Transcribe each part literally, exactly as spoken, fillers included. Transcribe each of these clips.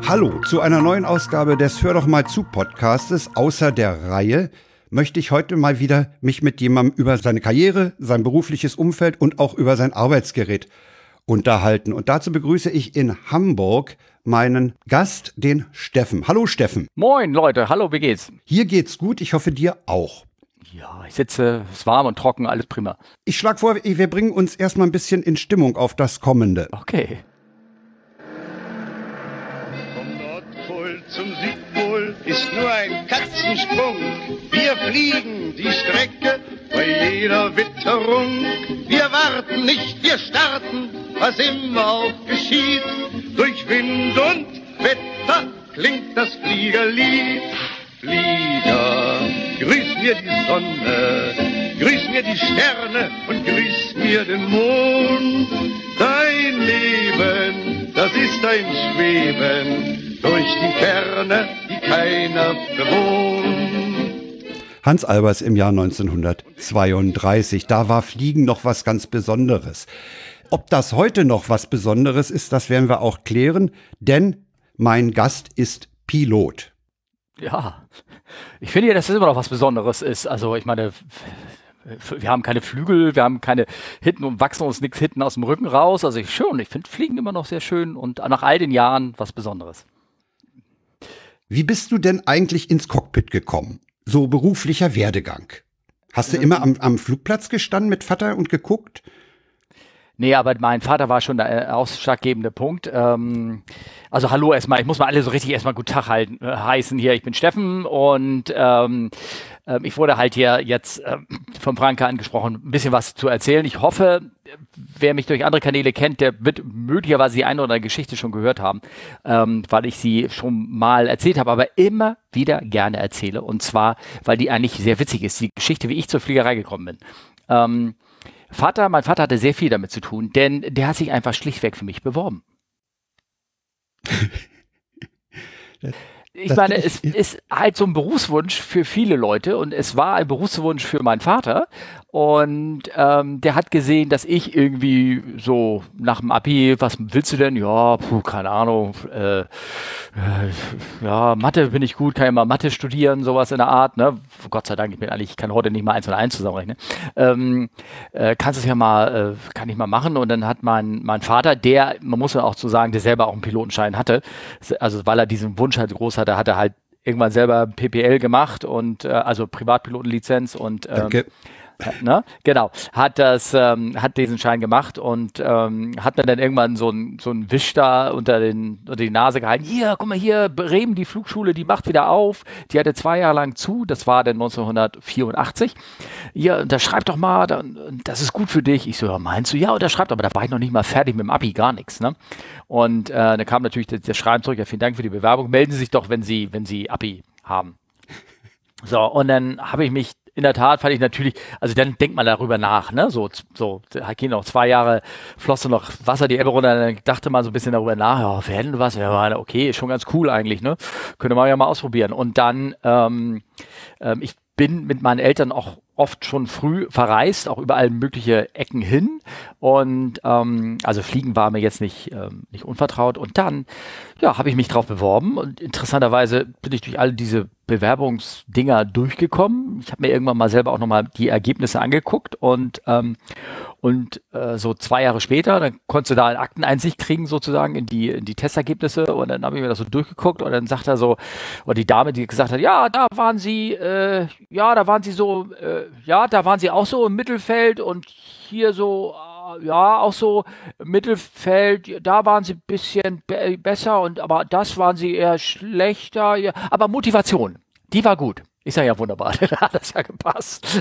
Hallo zu einer neuen Ausgabe des Hör doch mal zu Podcastes. Außer der Reihe möchte ich heute mal wieder mich mit jemandem über seine Karriere, sein berufliches Umfeld und auch über sein Arbeitsgerät unterhalten. Und dazu begrüße ich in Hamburg meinen Gast, den Steffen. Hallo Steffen. Moin Leute, hallo, wie geht's? Hier geht's gut, ich hoffe dir auch. Ja, ich sitze, es ist warm und trocken, alles prima. Ich schlage vor, wir bringen uns erstmal ein bisschen in Stimmung auf das Kommende. Okay. Vom Nordpol zum Südpol ist nur ein Katzensprung. Wir fliegen die Strecke bei jeder Witterung. Wir warten nicht, wir starten, was immer auch geschieht. Durch Wind und Wetter klingt das Fliegerlied. Flieger, grüß mir die Sonne, grüß mir die Sterne und grüß mir den Mond. Dein Leben, das ist ein Schweben durch die Ferne, die keiner bewohnt. Hans Albers im Jahr neunzehnhundertzweiunddreißig, da war Fliegen noch was ganz Besonderes. Ob das heute noch was Besonderes ist, das werden wir auch klären, denn mein Gast ist Pilot. Ja, ich finde ja, dass das immer noch was Besonderes ist. Also ich meine, wir haben keine Flügel, wir haben keine hinten und wachsen uns nichts hinten aus dem Rücken raus. Also ich schon, ich finde Fliegen immer noch sehr schön und nach all den Jahren was Besonderes. Wie bist du denn eigentlich ins Cockpit gekommen? So beruflicher Werdegang. Hast du immer am, am Flugplatz gestanden mit Vater und geguckt? Nee, aber mein Vater war schon der ausschlaggebende Punkt. Ähm, also hallo erstmal, ich muss mal alle so richtig erstmal Guten Tag halten, äh, heißen hier. Ich bin Steffen und ähm, äh, ich wurde halt hier jetzt äh, von Franke angesprochen, ein bisschen was zu erzählen. Ich hoffe, wer mich durch andere Kanäle kennt, der wird möglicherweise die eine oder andere Geschichte schon gehört haben, ähm, weil ich sie schon mal erzählt habe, aber immer wieder gerne erzähle. Und zwar, weil die eigentlich sehr witzig ist, die Geschichte, wie ich zur Fliegerei gekommen bin. Ähm, Vater, mein Vater hatte sehr viel damit zu tun, denn der hat sich einfach schlichtweg für mich beworben. Ich meine, es ist halt so ein Berufswunsch für viele Leute und es war ein Berufswunsch für meinen Vater und ähm, der hat gesehen, dass ich irgendwie so nach dem Abi, was willst du denn? Ja, puh, keine Ahnung, äh, äh, ja, Mathe bin ich gut, kann ja mal Mathe studieren, sowas in der Art, ne? Gott sei Dank, ich bin eigentlich, ich kann heute nicht mal eins und eins zusammenrechnen. Ähm, äh, kannst es ja mal, äh, kann ich mal machen und dann hat mein, mein Vater, der, man muss ja auch so sagen, der selber auch einen Pilotenschein hatte, also weil er diesen Wunsch halt groß hatte, hat er halt irgendwann selber P P L gemacht und äh, also Privatpilotenlizenz und ähm, Danke. Ne? Genau, hat das, ähm, hat diesen Schein gemacht und ähm, hat mir dann irgendwann so ein so ein Wisch da unter den unter die Nase gehalten. Hier, guck mal hier, Bremen, die Flugschule, die macht wieder auf. Die hatte zwei Jahre lang zu. Das war dann neunzehnhundertvierundachtzig. Hier, unterschreib doch mal, das ist gut für dich. Ich so, ja, meinst du? Ja, unterschreib. Aber da war ich noch nicht mal fertig mit dem Abi, gar nichts. Ne? Und äh, dann kam natürlich das, das Schreiben zurück. Ja, vielen Dank für die Bewerbung. Melden Sie sich doch, wenn Sie wenn Sie Abi haben. So, und dann habe ich mich in der Tat fand ich natürlich, also dann denkt man darüber nach, ne, so, so, da gehen noch zwei Jahre, floss noch Wasser die Elbe runter, dann dachte man so ein bisschen darüber nach, ja, werden was, ja, okay, ist schon ganz cool eigentlich, ne, könnte man ja mal ausprobieren. Und dann, ähm, ähm, ich bin mit meinen Eltern auch oft schon früh verreist, auch überall mögliche Ecken hin und ähm, also Fliegen war mir jetzt nicht, ähm, nicht unvertraut und dann, ja, habe ich mich drauf beworben und interessanterweise bin ich durch all diese Bewerbungsdinger durchgekommen. Ich habe mir irgendwann mal selber auch nochmal die Ergebnisse angeguckt und ähm, und äh, so zwei Jahre später, dann konntest du da eine Akteneinsicht kriegen sozusagen in die in die Testergebnisse und dann habe ich mir das so durchgeguckt und dann sagt er so, oder die Dame, die gesagt hat, ja, da waren sie, äh, ja, da waren sie so, äh, ja, da waren sie auch so im Mittelfeld und hier so, äh, ja, auch so Mittelfeld, da waren sie ein bisschen be- besser und aber das waren sie eher schlechter, ja, aber Motivation, die war gut. Ich sage ja wunderbar, da hat das ja gepasst.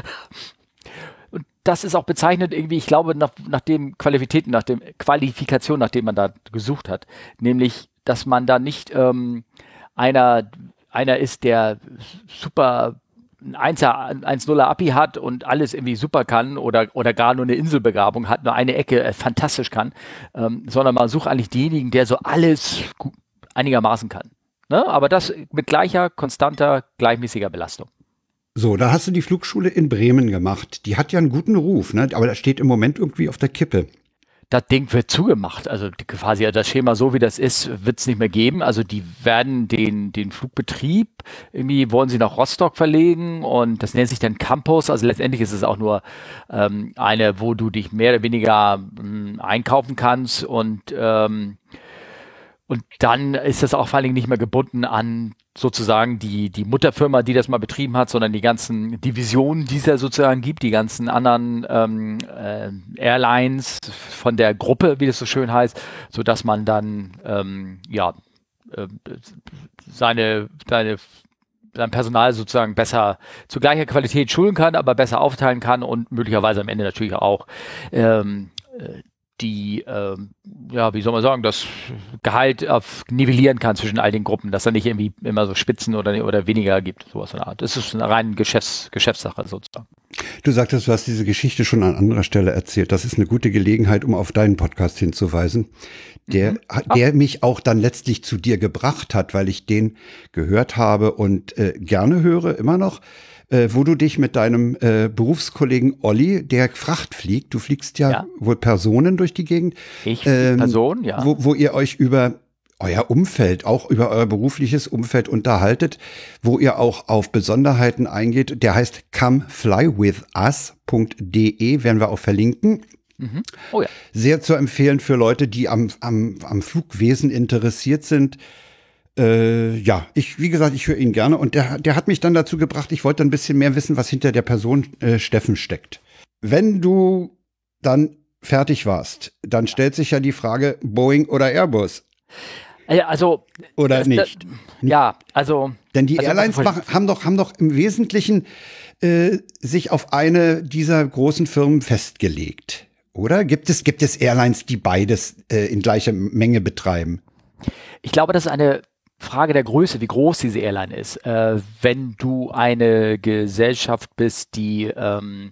Und das ist auch bezeichnend irgendwie, ich glaube, nach, nach dem Qualifitäten, nach dem Qualifikation, nach dem man da gesucht hat. Nämlich, dass man da nicht ähm, einer, einer ist, der super ein Einser, eins Nuller Abi hat und alles irgendwie super kann oder, oder gar nur eine Inselbegabung hat, nur eine Ecke äh, fantastisch kann, ähm, sondern man sucht eigentlich denjenigen, der so alles gut, einigermaßen kann. Ne? Aber das mit gleicher, konstanter, gleichmäßiger Belastung. So, da hast du die Flugschule in Bremen gemacht. Die hat ja einen guten Ruf, ne? Aber das steht im Moment irgendwie auf der Kippe. das Ding wird zugemacht. Also die, quasi das Schema, so wie das ist, wird es nicht mehr geben. Also die werden den, den Flugbetrieb, irgendwie wollen sie nach Rostock verlegen und das nennt sich dann Campus. Also letztendlich ist es auch nur ähm, eine, wo du dich mehr oder weniger mh, einkaufen kannst und ähm, und dann ist das auch vor allen Dingen nicht mehr gebunden an sozusagen die, die Mutterfirma, die das mal betrieben hat, sondern die ganzen Divisionen, die es ja sozusagen gibt, die ganzen anderen ähm, äh, Airlines von der Gruppe, wie das so schön heißt, sodass man dann ähm, ja äh, seine, seine sein Personal sozusagen besser zu gleicher Qualität schulen kann, aber besser aufteilen kann und möglicherweise am Ende natürlich auch ähm, äh, die, ähm, ja, wie soll man sagen, das Gehalt auf nivellieren kann zwischen all den Gruppen, dass da nicht irgendwie immer so Spitzen oder, oder weniger gibt, sowas in der Art. Das ist eine reine Geschäfts, Geschäftssache sozusagen. Du sagtest, du hast diese Geschichte schon an anderer Stelle erzählt. Das ist eine gute Gelegenheit, um auf deinen Podcast hinzuweisen, der, mhm. der mich auch dann letztlich zu dir gebracht hat, weil ich den gehört habe und äh, gerne höre, immer noch. Äh, wo du dich mit deinem äh, Berufskollegen Olli, der Fracht fliegt, du fliegst ja, ja. wohl Personen durch die Gegend. Ich ähm, Personen, ja. Wo, wo ihr euch über euer Umfeld, auch über euer berufliches Umfeld unterhaltet, wo ihr auch auf Besonderheiten eingeht. Der heißt come fly with us punkt de, werden wir auch verlinken. Mhm. Oh ja. Sehr zu empfehlen für Leute, die am, am, am Flugwesen interessiert sind. Äh, ja, ich, wie gesagt, ich höre ihn gerne und der, der hat mich dann dazu gebracht, ich wollte ein bisschen mehr wissen, was hinter der Person äh, Steffen steckt. Wenn du dann fertig warst, dann stellt sich ja die Frage, Boeing oder Airbus? Also oder das, nicht? Das, ja, also denn die also, Airlines machen, haben doch haben doch im Wesentlichen äh, sich auf eine dieser großen Firmen festgelegt, oder? Gibt es gibt es Airlines, die beides äh, in gleicher Menge betreiben? Ich glaube, das ist eine Frage der Größe, wie groß diese Airline ist. Äh, wenn du eine Gesellschaft bist, die ähm,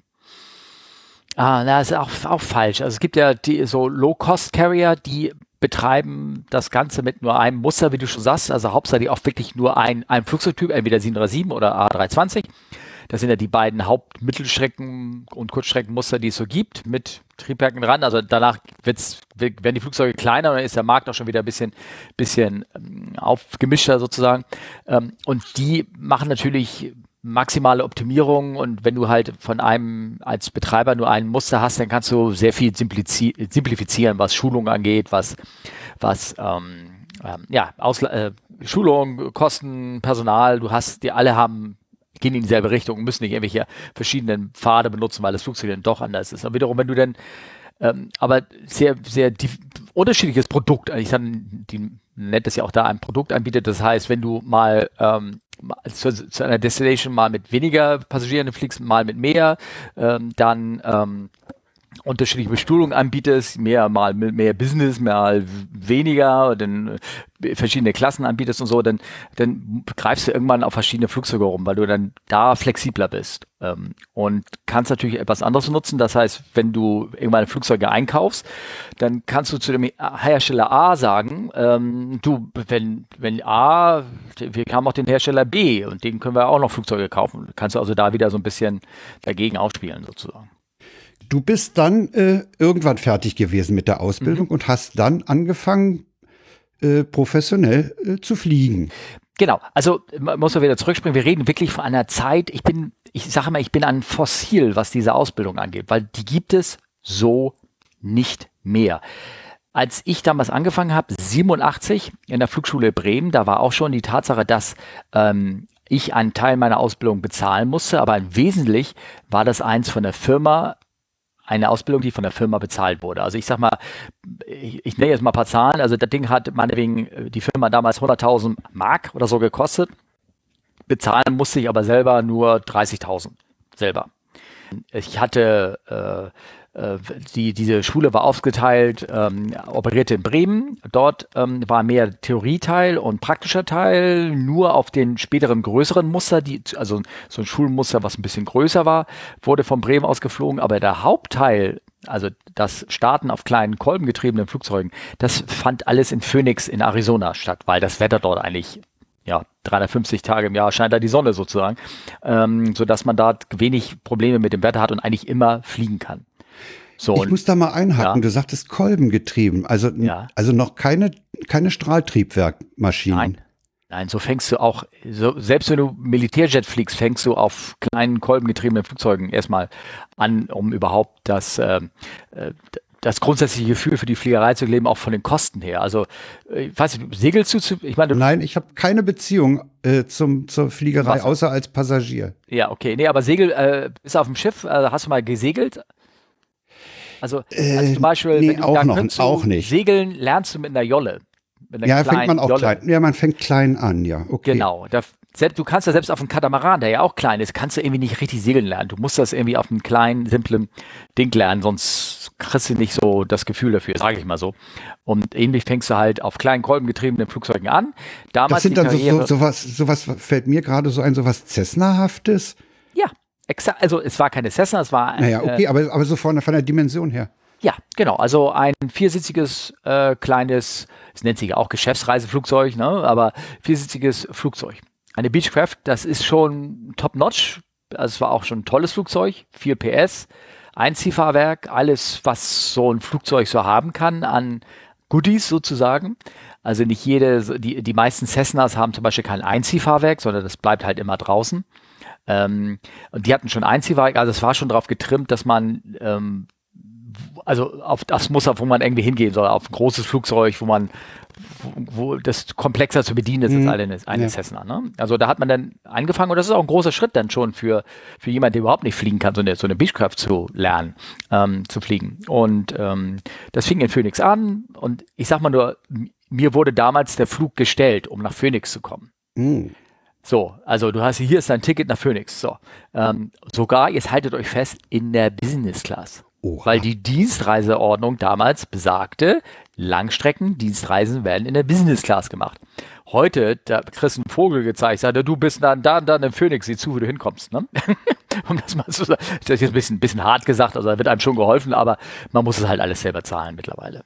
ah, na, ist auch, auch falsch. Also es gibt ja die so Low-Cost-Carrier, die betreiben das Ganze mit nur einem Muster, wie du schon sagst, also hauptsächlich auch wirklich nur ein, ein Flugzeugtyp, entweder sieben drei sieben oder A drei zwanzig. Das sind ja die beiden Hauptmittelstrecken- und Kurzstreckenmuster, die es so gibt, mit Triebwerken dran. Also danach wird's, werden die Flugzeuge kleiner und dann ist der Markt auch schon wieder ein bisschen, bisschen ähm, aufgemischter sozusagen. Ähm, und die machen natürlich maximale Optimierung und wenn du halt von einem als Betreiber nur ein Muster hast, dann kannst du sehr viel simplizi- simplifizieren, was Schulung angeht, was, was ähm, ähm, ja, Ausla- äh, Schulung, Kosten, Personal, du hast, die alle haben gehen in dieselbe Richtung, müssen nicht irgendwelche verschiedenen Pfade benutzen, weil das Flugzeug dann doch anders ist. Aber wiederum, wenn du dann ähm, aber sehr, sehr die, unterschiedliches Produkt, ich dann, die nennt es ja auch da ein Produkt anbietet, das heißt, wenn du mal ähm, zu, zu einer Destination mal mit weniger Passagieren fliegst, mal mit mehr, ähm, dann ähm, unterschiedliche Bestuhlungen anbietest, mehr mal mehr Business, mal weniger, dann verschiedene Klassen anbietest und so, dann, dann greifst du irgendwann auf verschiedene Flugzeuge rum, weil du dann da flexibler bist. Ähm, und kannst natürlich etwas anderes nutzen. Das heißt, wenn du irgendwann Flugzeuge einkaufst, dann kannst du zu dem Hersteller A sagen, ähm, du, wenn, wenn A, wir haben auch den Hersteller B und den können wir auch noch Flugzeuge kaufen. Kannst du also da wieder so ein bisschen dagegen ausspielen sozusagen. Du bist dann äh, irgendwann fertig gewesen mit der Ausbildung mhm. und hast dann angefangen, äh, professionell äh, zu fliegen. Genau, also man muss man wieder zurückspringen. Wir reden wirklich von einer Zeit, ich bin, ich sage mal, ich bin ein Fossil, was diese Ausbildung angeht, weil die gibt es so nicht mehr. Als ich damals angefangen habe, siebenundachtzig in der Flugschule Bremen, da war auch schon die Tatsache, dass ähm, ich einen Teil meiner Ausbildung bezahlen musste, aber wesentlich war das eins von der Firma, eine Ausbildung, die von der Firma bezahlt wurde. Also ich sag mal, ich, ich nenne jetzt mal ein paar Zahlen. Also das Ding hat meinetwegen die Firma damals hunderttausend Mark oder so gekostet. Bezahlen musste ich aber selber nur dreißigtausend selber. Ich hatte äh, äh, die diese Schule war aufgeteilt, ähm, operierte in Bremen. Dort ähm, war mehr Theorieteil und praktischer Teil. Nur auf den späteren größeren Muster, die also so ein Schulmuster, was ein bisschen größer war, wurde von Bremen aus geflogen. Aber der Hauptteil, also das Starten auf kleinen kolbengetriebenen Flugzeugen, das fand alles in Phoenix in Arizona statt, weil das Wetter dort eigentlich ja, dreihundertfünfzig Tage im Jahr scheint da die Sonne sozusagen, ähm, sodass man da wenig Probleme mit dem Wetter hat und eigentlich immer fliegen kann. So, Ich muss da mal einhaken. Ja. Du sagtest kolbengetrieben, also, Ja. also noch keine, keine Strahltriebwerkmaschinen. nein. Nein, so fängst du auch, so, selbst wenn du Militärjet fliegst, fängst du auf kleinen kolbengetriebenen Flugzeugen erstmal an, um überhaupt das, äh, das grundsätzliche Gefühl für die Fliegerei zu leben, auch von den Kosten her. Also, ich weiß nicht, segelst du zu, ich meine, du, Nein, ich habe keine Beziehung äh, zum, zur Fliegerei, Was? außer als Passagier. ja, okay, nee, aber Segel, äh, bist du auf dem Schiff, äh, hast du mal gesegelt? Also, Äh, also zum Beispiel, nee, wenn du auch da noch- könntest du auch nicht. Segeln lernst du mit einer Jolle. Mit einer Ja, fängt kleinen man auch Jolle. klein. Ja, man fängt klein an, ja. Okay. Genau. Da, selbst, du kannst ja selbst auf einem Katamaran, der ja auch klein ist, kannst du irgendwie nicht richtig segeln lernen. Du musst das irgendwie auf einem kleinen, simplen Ding lernen, sonst kriegst du nicht so das Gefühl dafür, sage ich mal so. Und ähnlich fängst du halt auf kleinen kolbengetriebenen Flugzeugen an. Damals Das sind die dann so, Karriere, so, sowas, sowas fällt mir gerade so ein, sowas Cessna-haftes. ja, exakt. Also es war keine Cessna, es war ein, Naja, okay, äh, aber, aber so von, von der Dimension her. ja, genau. Also ein viersitziges äh, kleines, es nennt sich ja auch Geschäftsreiseflugzeug, ne? Aber viersitziges Flugzeug. Eine Beechcraft, das ist schon top-notch. Also es war auch schon ein tolles Flugzeug, vier P S, Einziehfahrwerk, alles, was so ein Flugzeug so haben kann an Goodies sozusagen. Also nicht jede, die, die meisten Cessnas haben zum Beispiel kein Einziehfahrwerk, sondern das bleibt halt immer draußen. Ähm, und die hatten schon Einziehfahrwerk, also es war schon darauf getrimmt, dass man ähm, also auf das Muster, wo man irgendwie hingehen soll, auf ein großes Flugzeug, wo man, wo, wo das komplexer zu bedienen ist Mhm. als eine, eine Ja. Cessna. Ne? Also da hat man dann angefangen und das ist auch ein großer Schritt dann schon für, für jemanden, der überhaupt nicht fliegen kann, so eine, so eine Beechcraft zu lernen, ähm, zu fliegen. Und ähm, das fing in Phoenix an und ich sag mal nur, m- mir wurde damals der Flug gestellt, um nach Phoenix zu kommen. Hm. So, also du hast hier ist dein Ticket nach Phoenix. So, ähm, sogar, jetzt haltet euch fest, in der Business Class. Oha. Weil die Dienstreiseordnung damals besagte, Langstrecken-Dienstreisen werden in der Business Class gemacht. Heute, da kriegst du einen Vogel gezeigt, sagt er, du bist dann da und dann in Phoenix, sieh zu, wie du hinkommst. Ne? Um das mal zu sagen. Das ist jetzt ein bisschen, bisschen hart gesagt, also da wird einem schon geholfen, aber man muss es halt alles selber zahlen mittlerweile.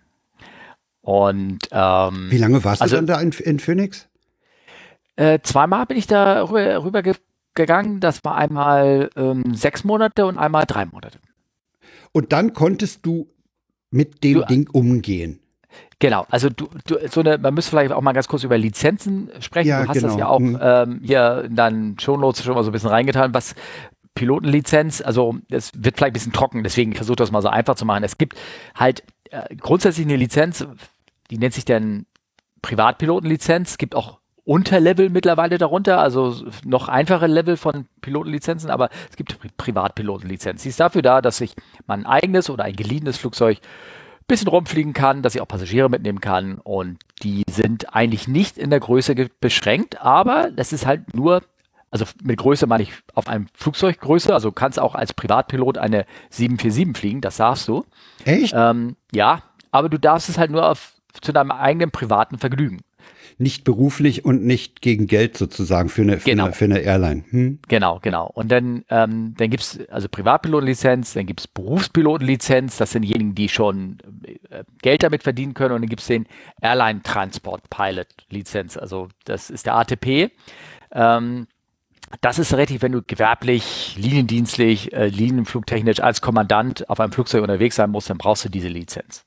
Und ähm, Wie lange warst also, du dann da in, in Phoenix? Äh, zweimal bin ich da rüber, rüber ge gegangen. Das war einmal ähm, sechs Monate und einmal drei Monate. Und dann konntest du mit dem Du- Ding umgehen. Genau, also du, du so eine, man müsste vielleicht auch mal ganz kurz über Lizenzen sprechen. Ja, du hast das genau. ja auch Mhm. ähm, hier in deinen Shownotes schon mal so ein bisschen reingetan, was Pilotenlizenz, also es wird vielleicht ein bisschen trocken, deswegen versuche ich das mal so einfach zu machen. Es gibt halt äh, grundsätzlich eine Lizenz, die nennt sich dann Privatpilotenlizenz. Es gibt auch Unterlevel mittlerweile darunter, also noch einfache Level von Pilotenlizenzen, aber es gibt Pri Privatpilotenlizenz. Sie ist dafür da, dass ich mein eigenes oder ein geliehenes Flugzeug ein bisschen rumfliegen kann, dass ich auch Passagiere mitnehmen kann und die sind eigentlich nicht in der Größe beschränkt, aber das ist halt nur, also mit Größe meine ich auf einem Flugzeuggröße, also du kannst auch als Privatpilot eine sieben vier sieben fliegen, das darfst du. Echt? Ähm, ja, aber du darfst es halt nur auf, zu deinem eigenen privaten Vergnügen. Nicht beruflich und nicht gegen Geld sozusagen für eine, für Genau. eine, für eine Airline. Hm? Genau, genau. Und dann, ähm, dann gibt es also Privatpilotenlizenz, dann gibt es Berufspilotenlizenz, das sind diejenigen, die schon äh, Geld damit verdienen können und dann gibt es den Airline Transport Pilot Lizenz, also das ist der A T P. Ähm, das ist relativ, wenn du gewerblich, liniendienstlich, äh, linienflugtechnisch als Kommandant auf einem Flugzeug unterwegs sein musst, dann brauchst du diese Lizenz.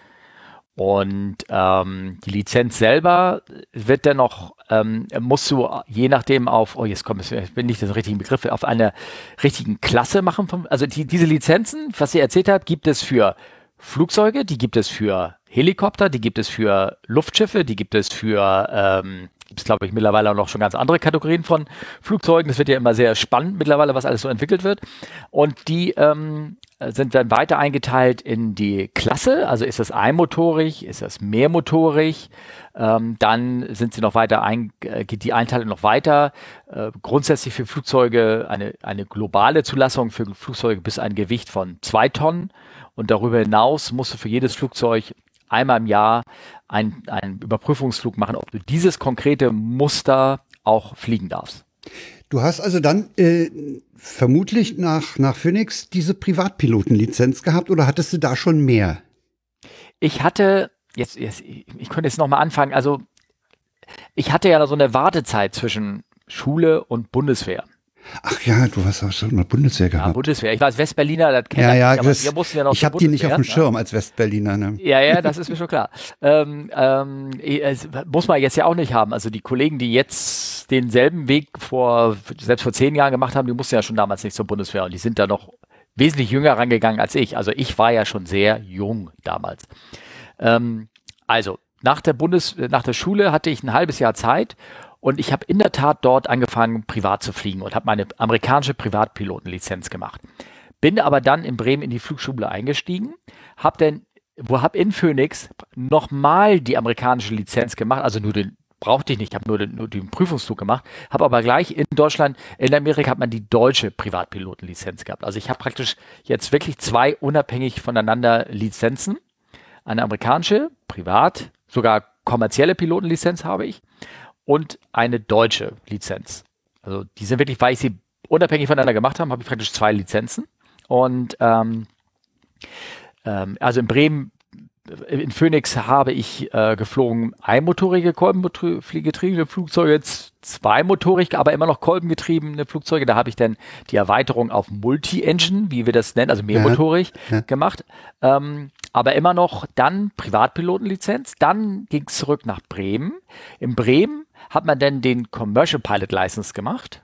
Und ähm, die Lizenz selber wird dann noch, ähm, musst du je nachdem auf, oh jetzt kommt es, ich bin nicht den richtigen Begriff, auf einer richtigen Klasse machen. Vom, also die, diese Lizenzen, was ich erzählt habe, gibt es für Flugzeuge, die gibt es für Helikopter, die gibt es für Luftschiffe, die gibt es für, ähm, gibt es glaube ich mittlerweile auch noch schon ganz andere Kategorien von Flugzeugen. Das wird ja immer sehr spannend mittlerweile, was alles so entwickelt wird. Und die ähm, sind dann weiter eingeteilt in die Klasse, also ist das einmotorig, ist das mehrmotorig, ähm, dann sind sie noch weiter, ein, äh, geht die Einteilung noch weiter, äh, grundsätzlich für Flugzeuge eine, eine globale Zulassung für Flugzeuge bis ein Gewicht von zwei Tonnen und darüber hinaus musst du für jedes Flugzeug einmal im Jahr einen, einen Überprüfungsflug machen, ob du dieses konkrete Muster auch fliegen darfst. Du hast also dann äh, vermutlich nach, nach Phoenix diese Privatpilotenlizenz gehabt oder hattest du da schon mehr? Ich hatte, jetzt, jetzt ich könnte jetzt nochmal anfangen, also ich hatte ja so eine Wartezeit zwischen Schule und Bundeswehr. Ach ja, du hast auch schon mal Bundeswehr gehabt. Ja, Bundeswehr. Ich war als Westberliner, das kennt Ja, ja, nicht, aber das, wir mussten ja noch ich zur habe die nicht auf dem Bundeswehr, Schirm als Westberliner. Ne? Ja, ja, das ist mir schon klar. Ähm, ähm, es muss man jetzt ja auch nicht haben. Also die Kollegen, die jetzt denselben Weg vor, selbst vor zehn Jahren gemacht haben, die mussten ja schon damals nicht zur Bundeswehr und die sind da noch wesentlich jünger rangegangen als ich. Also ich war ja schon sehr jung damals. Ähm, also nach der Bundes, nach der Schule hatte ich ein halbes Jahr Zeit und ich habe in der Tat dort angefangen, privat zu fliegen und habe meine amerikanische Privatpilotenlizenz gemacht. Bin aber dann in Bremen in die Flugschule eingestiegen, habe dann, wo habe in Phoenix nochmal die amerikanische Lizenz gemacht, also nur den brauchte ich nicht, ich habe nur den, nur den Prüfungsflug gemacht, habe aber gleich in Deutschland, in Amerika hat man die deutsche Privatpilotenlizenz gehabt. Also ich habe praktisch jetzt wirklich zwei unabhängig voneinander Lizenzen. Eine amerikanische, privat, sogar kommerzielle Pilotenlizenz habe ich und eine deutsche Lizenz. Also die sind wirklich, weil ich sie unabhängig voneinander gemacht habe, habe ich praktisch zwei Lizenzen. Und ähm, ähm, also in Bremen, in Phoenix habe ich äh, geflogen einmotorige, kolbengetriebene Flugzeuge, jetzt zweimotorig, aber immer noch kolbengetriebene Flugzeuge. Da habe ich dann die Erweiterung auf Multi-Engine, wie wir das nennen, also mehrmotorig ja, ja. gemacht. Ähm, aber immer noch dann Privatpilotenlizenz. Dann ging es zurück nach Bremen. In Bremen hat man dann den Commercial Pilot License gemacht.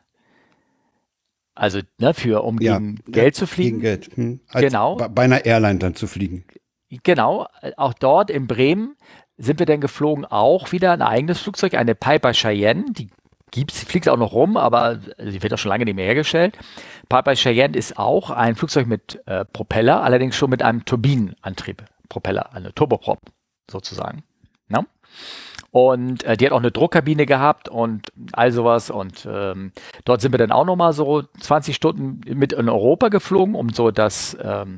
Also ne, für, um ja, gegen Geld zu fliegen. Gegen Geld. Hm. Als Genau. Bei einer Airline dann zu fliegen. Genau, auch dort in Bremen sind wir dann geflogen, auch wieder ein eigenes Flugzeug, eine Piper Cheyenne, die gibt's, die fliegt auch noch rum, aber sie wird auch schon lange nicht mehr hergestellt. Piper Cheyenne ist auch ein Flugzeug mit äh, Propeller, allerdings schon mit einem Turbinenantrieb, Propeller, eine Turboprop sozusagen. No? Und äh, die hat auch eine Druckkabine gehabt und all sowas. Und ähm, dort sind wir dann auch nochmal so zwanzig Stunden mit in Europa geflogen, um so das ähm,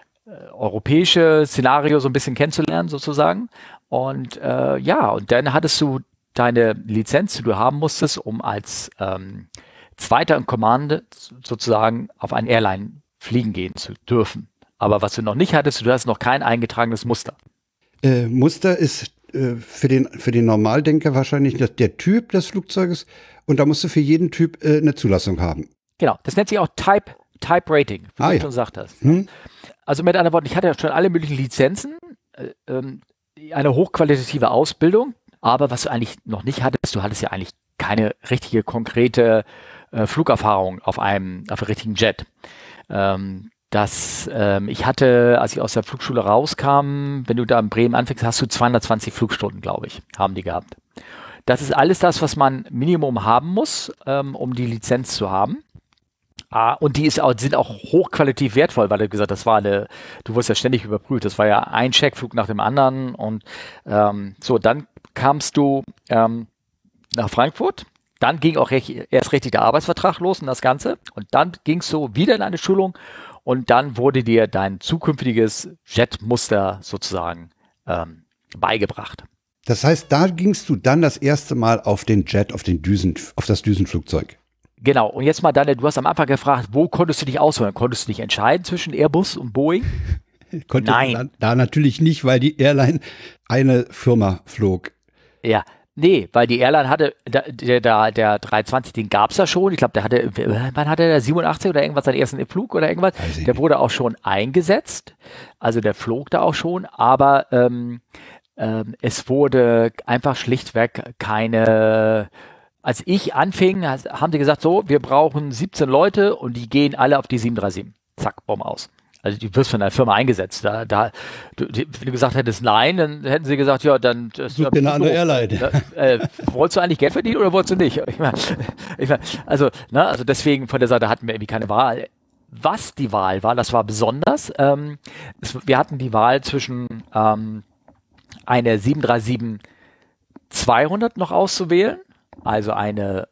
europäische Szenario so ein bisschen kennenzulernen sozusagen. Und äh, ja, und dann hattest du deine Lizenz, die du haben musstest, um als ähm, Zweiter in Kommande sozusagen auf ein Airline fliegen gehen zu dürfen. Aber was du noch nicht hattest, du hast noch kein eingetragenes Muster. Äh, Muster ist äh, für den, für den Normaldenker wahrscheinlich das, der Typ des Flugzeuges und da musst du für jeden Typ äh, eine Zulassung haben. Genau, das nennt sich auch Type, Type Rating, wie ah, du ja. schon gesagt hast. Hm? Also mit anderen Worten, ich hatte ja schon alle möglichen Lizenzen, äh, ähm, eine hochqualitative Ausbildung, aber was du eigentlich noch nicht hattest, du hattest ja eigentlich keine richtige, konkrete äh, Flugerfahrung auf einem, auf einem richtigen Jet. Ähm, das, ähm, ich hatte, als ich aus der Flugschule rauskam, wenn du da in Bremen anfängst, hast du zweihundertzwanzig Flugstunden, glaube ich, haben die gehabt. Das ist alles das, was man Minimum haben muss, ähm, um die Lizenz zu haben. Ah, und die ist auch, die sind auch hochqualitativ wertvoll, weil du gesagt hast, das war eine, du wurdest ja ständig überprüft, das war ja ein Checkflug nach dem anderen und ähm, so, dann kamst du ähm, nach Frankfurt, dann ging auch recht, erst richtig der Arbeitsvertrag los und das Ganze und dann gingst du wieder in eine Schulung und dann wurde dir dein zukünftiges Jetmuster sozusagen ähm, beigebracht. Das heißt, da gingst du dann das erste Mal auf den Jet, auf den Düsen, auf das Düsenflugzeug. Genau, und jetzt mal deine, du hast am Anfang gefragt, wo konntest du dich auswählen? Konntest du dich entscheiden zwischen Airbus und Boeing? Konnte Nein. Da, da natürlich nicht, weil die Airline eine Firma flog. Ja, nee, weil die Airline hatte, der, der, der dreihundertzwanzig, den gab es ja schon. Ich glaube, der hatte, wann hatte der siebenundachtzig oder irgendwas, seinen ersten Flug oder irgendwas? Der wurde auch schon eingesetzt. Also der flog da auch schon, aber ähm, ähm, es wurde einfach schlichtweg keine. Als ich anfing, haben die gesagt, so, wir brauchen siebzehn Leute und die gehen alle auf die sieben drei sieben. Zack, Bombe aus. Also du wirst von der Firma eingesetzt. Da, da, du, die, wenn du gesagt hättest nein, dann hätten sie gesagt, ja, dann das Such dir eine andere Airline. Äh, wolltest du eigentlich Geld verdienen oder wolltest du nicht? Ich mein, ich mein, also, ne, also deswegen von der Seite hatten wir irgendwie keine Wahl. Was die Wahl war, das war besonders. Ähm, es, wir hatten die Wahl zwischen ähm, eine sieben drei sieben zweihundert noch auszuwählen. Also eine,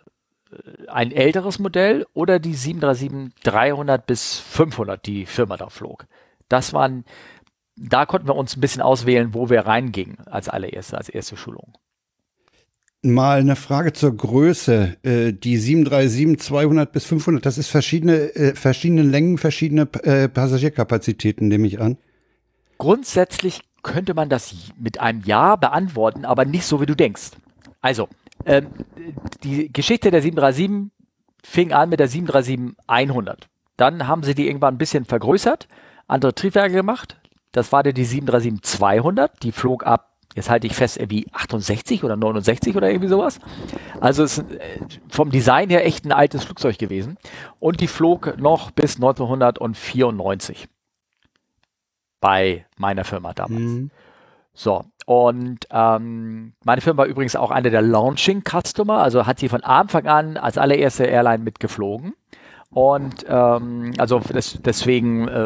ein älteres Modell oder die sieben drei sieben dreihundert bis fünfhundert, die Firma da flog. Das waren, da konnten wir uns ein bisschen auswählen, wo wir reingingen als allererste, als erste Schulung. Mal eine Frage zur Größe. Die sieben drei sieben zweihundert bis fünfhundert, das ist verschiedene, verschiedene Längen, verschiedene Passagierkapazitäten, nehme ich an. Grundsätzlich könnte man das mit einem Ja beantworten, aber nicht so, wie du denkst. Also, Ähm, die Geschichte der sieben drei sieben fing an mit der sieben drei sieben hundert. Dann haben sie die irgendwann ein bisschen vergrößert, andere Triebwerke gemacht. Das war dann die sieben drei sieben zweihundert, die flog ab, jetzt halte ich fest, irgendwie achtundsechzig oder neunundsechzig oder irgendwie sowas. Also es ist vom Design her echt ein altes Flugzeug gewesen. Und die flog noch bis neunzehnhundertvierundneunzig bei meiner Firma damals. Mhm. So, und ähm, meine Firma war übrigens auch eine der Launching-Customer, also hat sie von Anfang an als allererste Airline mitgeflogen. Und ähm, also das, deswegen äh,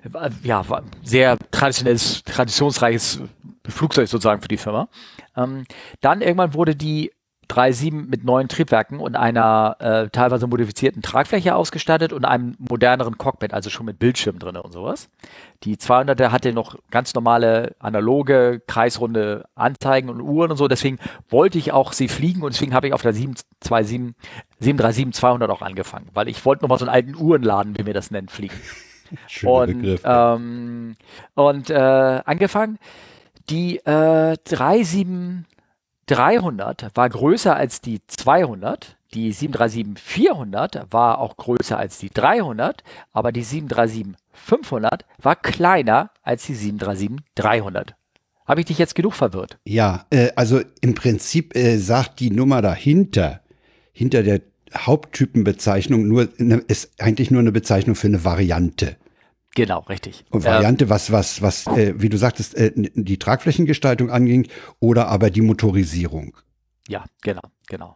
ja, war sehr traditionelles, traditionsreiches Flugzeug sozusagen für die Firma. Ähm, dann irgendwann wurde die drei sieben mit neuen Triebwerken und einer äh, teilweise modifizierten Tragfläche ausgestattet und einem moderneren Cockpit, also schon mit Bildschirm drin und sowas. Die zweihunderter hatte noch ganz normale analoge, kreisrunde Anzeigen und Uhren und so, deswegen wollte ich auch sie fliegen und deswegen habe ich auf der sieben drei sieben zweihundert auch angefangen, weil ich wollte noch mal so einen alten Uhrenladen, wie wir das nennen, fliegen. Schöner und Begriff. Ähm, und äh, angefangen, die äh, drei sieben dreihundert war größer als die zweihundert, die sieben drei sieben vierhundert war auch größer als die dreihundert, aber die sieben drei sieben fünfhundert war kleiner als die sieben drei sieben dreihundert. Habe ich dich jetzt genug verwirrt? Ja, äh, also im Prinzip äh, sagt die Nummer dahinter, hinter der Haupttypenbezeichnung nur, ne, ist eigentlich nur eine Bezeichnung für eine Variante. Genau, richtig. Und Variante, ähm, was, was, was, äh, wie du sagtest, äh, die Tragflächengestaltung anging oder aber die Motorisierung. Ja, genau, genau.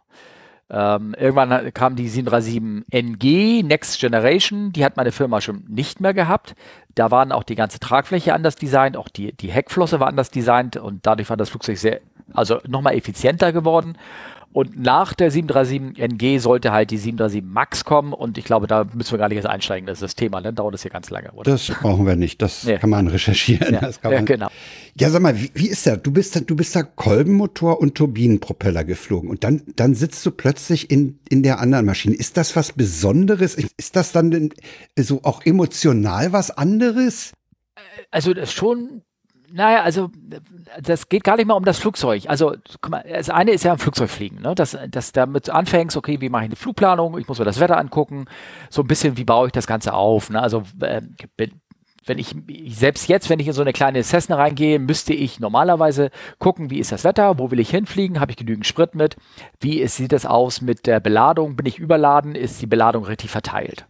Ähm, irgendwann kam die sieben drei sieben N G, Next Generation, die hat meine Firma schon nicht mehr gehabt. Da waren auch die ganze Tragfläche anders designt, auch die, die Heckflosse war anders designt und dadurch war das Flugzeug sehr, also nochmal effizienter geworden. Und nach der sieben drei sieben N G sollte halt die sieben drei sieben MAX kommen und ich glaube, da müssen wir gar nicht erst einsteigen, das ist das Thema, dann dauert das hier ganz lange, oder? Das brauchen wir nicht, das ja. kann man recherchieren. Ja, das kann ja man. genau. Ja, sag mal, wie, wie ist das? Du bist da, du bist da Kolbenmotor und Turbinenpropeller geflogen und dann, dann sitzt du plötzlich in, in der anderen Maschine. Ist das was Besonderes? Ist das dann denn so auch emotional was anderes? Also das schon... Naja, also das geht gar nicht mal um das Flugzeug. Also guck mal, das eine ist ja ein Flugzeugfliegen, ne? Dass, dass damit anfängst, okay, wie mache ich eine Flugplanung? Ich muss mir das Wetter angucken. So ein bisschen, wie baue ich das Ganze auf? Ne? Also äh, wenn ich, selbst jetzt, wenn ich in so eine kleine Cessna reingehe, müsste ich normalerweise gucken, wie ist das Wetter? Wo will ich hinfliegen? Habe ich genügend Sprit mit? Wie ist, sieht das aus mit der Beladung? Bin ich überladen? Ist die Beladung richtig verteilt?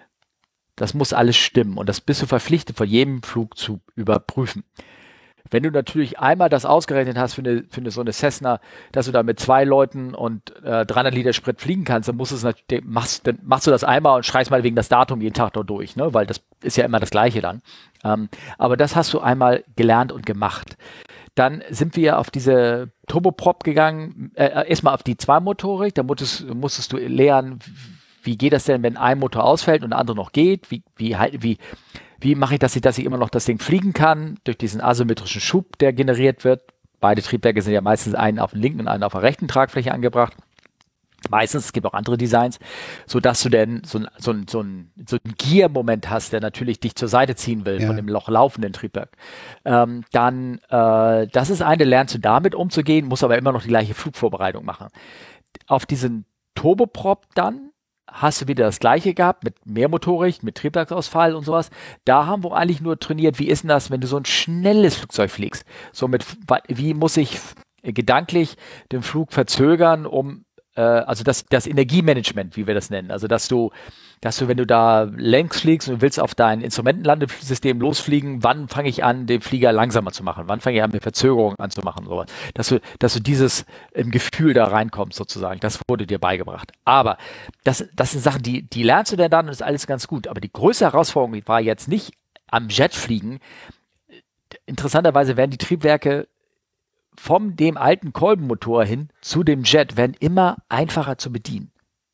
Das muss alles stimmen und das bist du verpflichtet, von jedem Flug zu überprüfen. Wenn du natürlich einmal das ausgerechnet hast für, eine, für eine, so eine Cessna, dass du da mit zwei Leuten und äh, dreihundert Liter Sprit fliegen kannst, dann, musst es natürlich, machst, dann machst du das einmal und schreist mal wegen das Datum jeden Tag noch durch, ne? Weil das ist ja immer das Gleiche dann. Ähm, aber das hast du einmal gelernt und gemacht. Dann sind wir auf diese Turboprop gegangen, äh, erstmal auf die Zweimotorik, da musstest, musstest du lernen, wie geht das denn, wenn ein Motor ausfällt und der andere noch geht, wie, wie, wie Wie mache ich das, dass ich immer noch das Ding fliegen kann, durch diesen asymmetrischen Schub, der generiert wird. Beide Triebwerke sind ja meistens einen auf der linken und einen auf der rechten Tragfläche angebracht. Meistens, es gibt auch andere Designs, sodass du denn so ein, so ein, so ein, so ein Gear-Moment hast, der natürlich dich zur Seite ziehen will, ja, von dem Loch laufenden Triebwerk. Ähm, dann, äh, das ist eine, lernst du damit umzugehen, musst aber immer noch die gleiche Flugvorbereitung machen. Auf diesen Turboprop dann hast du wieder das Gleiche gehabt mit Mehrmotorik, mit Triebwerksausfall und sowas. Da haben wir eigentlich nur trainiert, wie ist denn das, wenn du so ein schnelles Flugzeug fliegst? So mit, wie muss ich gedanklich den Flug verzögern, um äh, also das, das Energiemanagement, wie wir das nennen. Also dass du, dass du, wenn du da längs fliegst und willst auf dein Instrumentenlandesystem losfliegen, wann fange ich an, den Flieger langsamer zu machen? Wann fange ich an, mit Verzögerung anzumachen? Sowas. Dass du, dass du dieses im Gefühl da reinkommst sozusagen. Das wurde dir beigebracht. Aber das, das sind Sachen, die, die lernst du denn dann und ist alles ganz gut. Aber die größte Herausforderung war jetzt nicht am Jetfliegen. Interessanterweise werden die Triebwerke von dem alten Kolbenmotor hin zu dem Jet werden immer einfacher zu bedienen.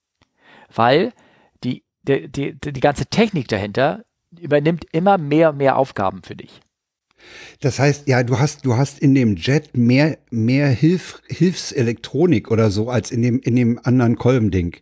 Weil die, die, die, die ganze Technik dahinter übernimmt immer mehr und mehr Aufgaben für dich. Das heißt, ja, du hast, du hast in dem Jet mehr, mehr Hilf, Hilfselektronik oder so als in dem, in dem anderen Kolbending.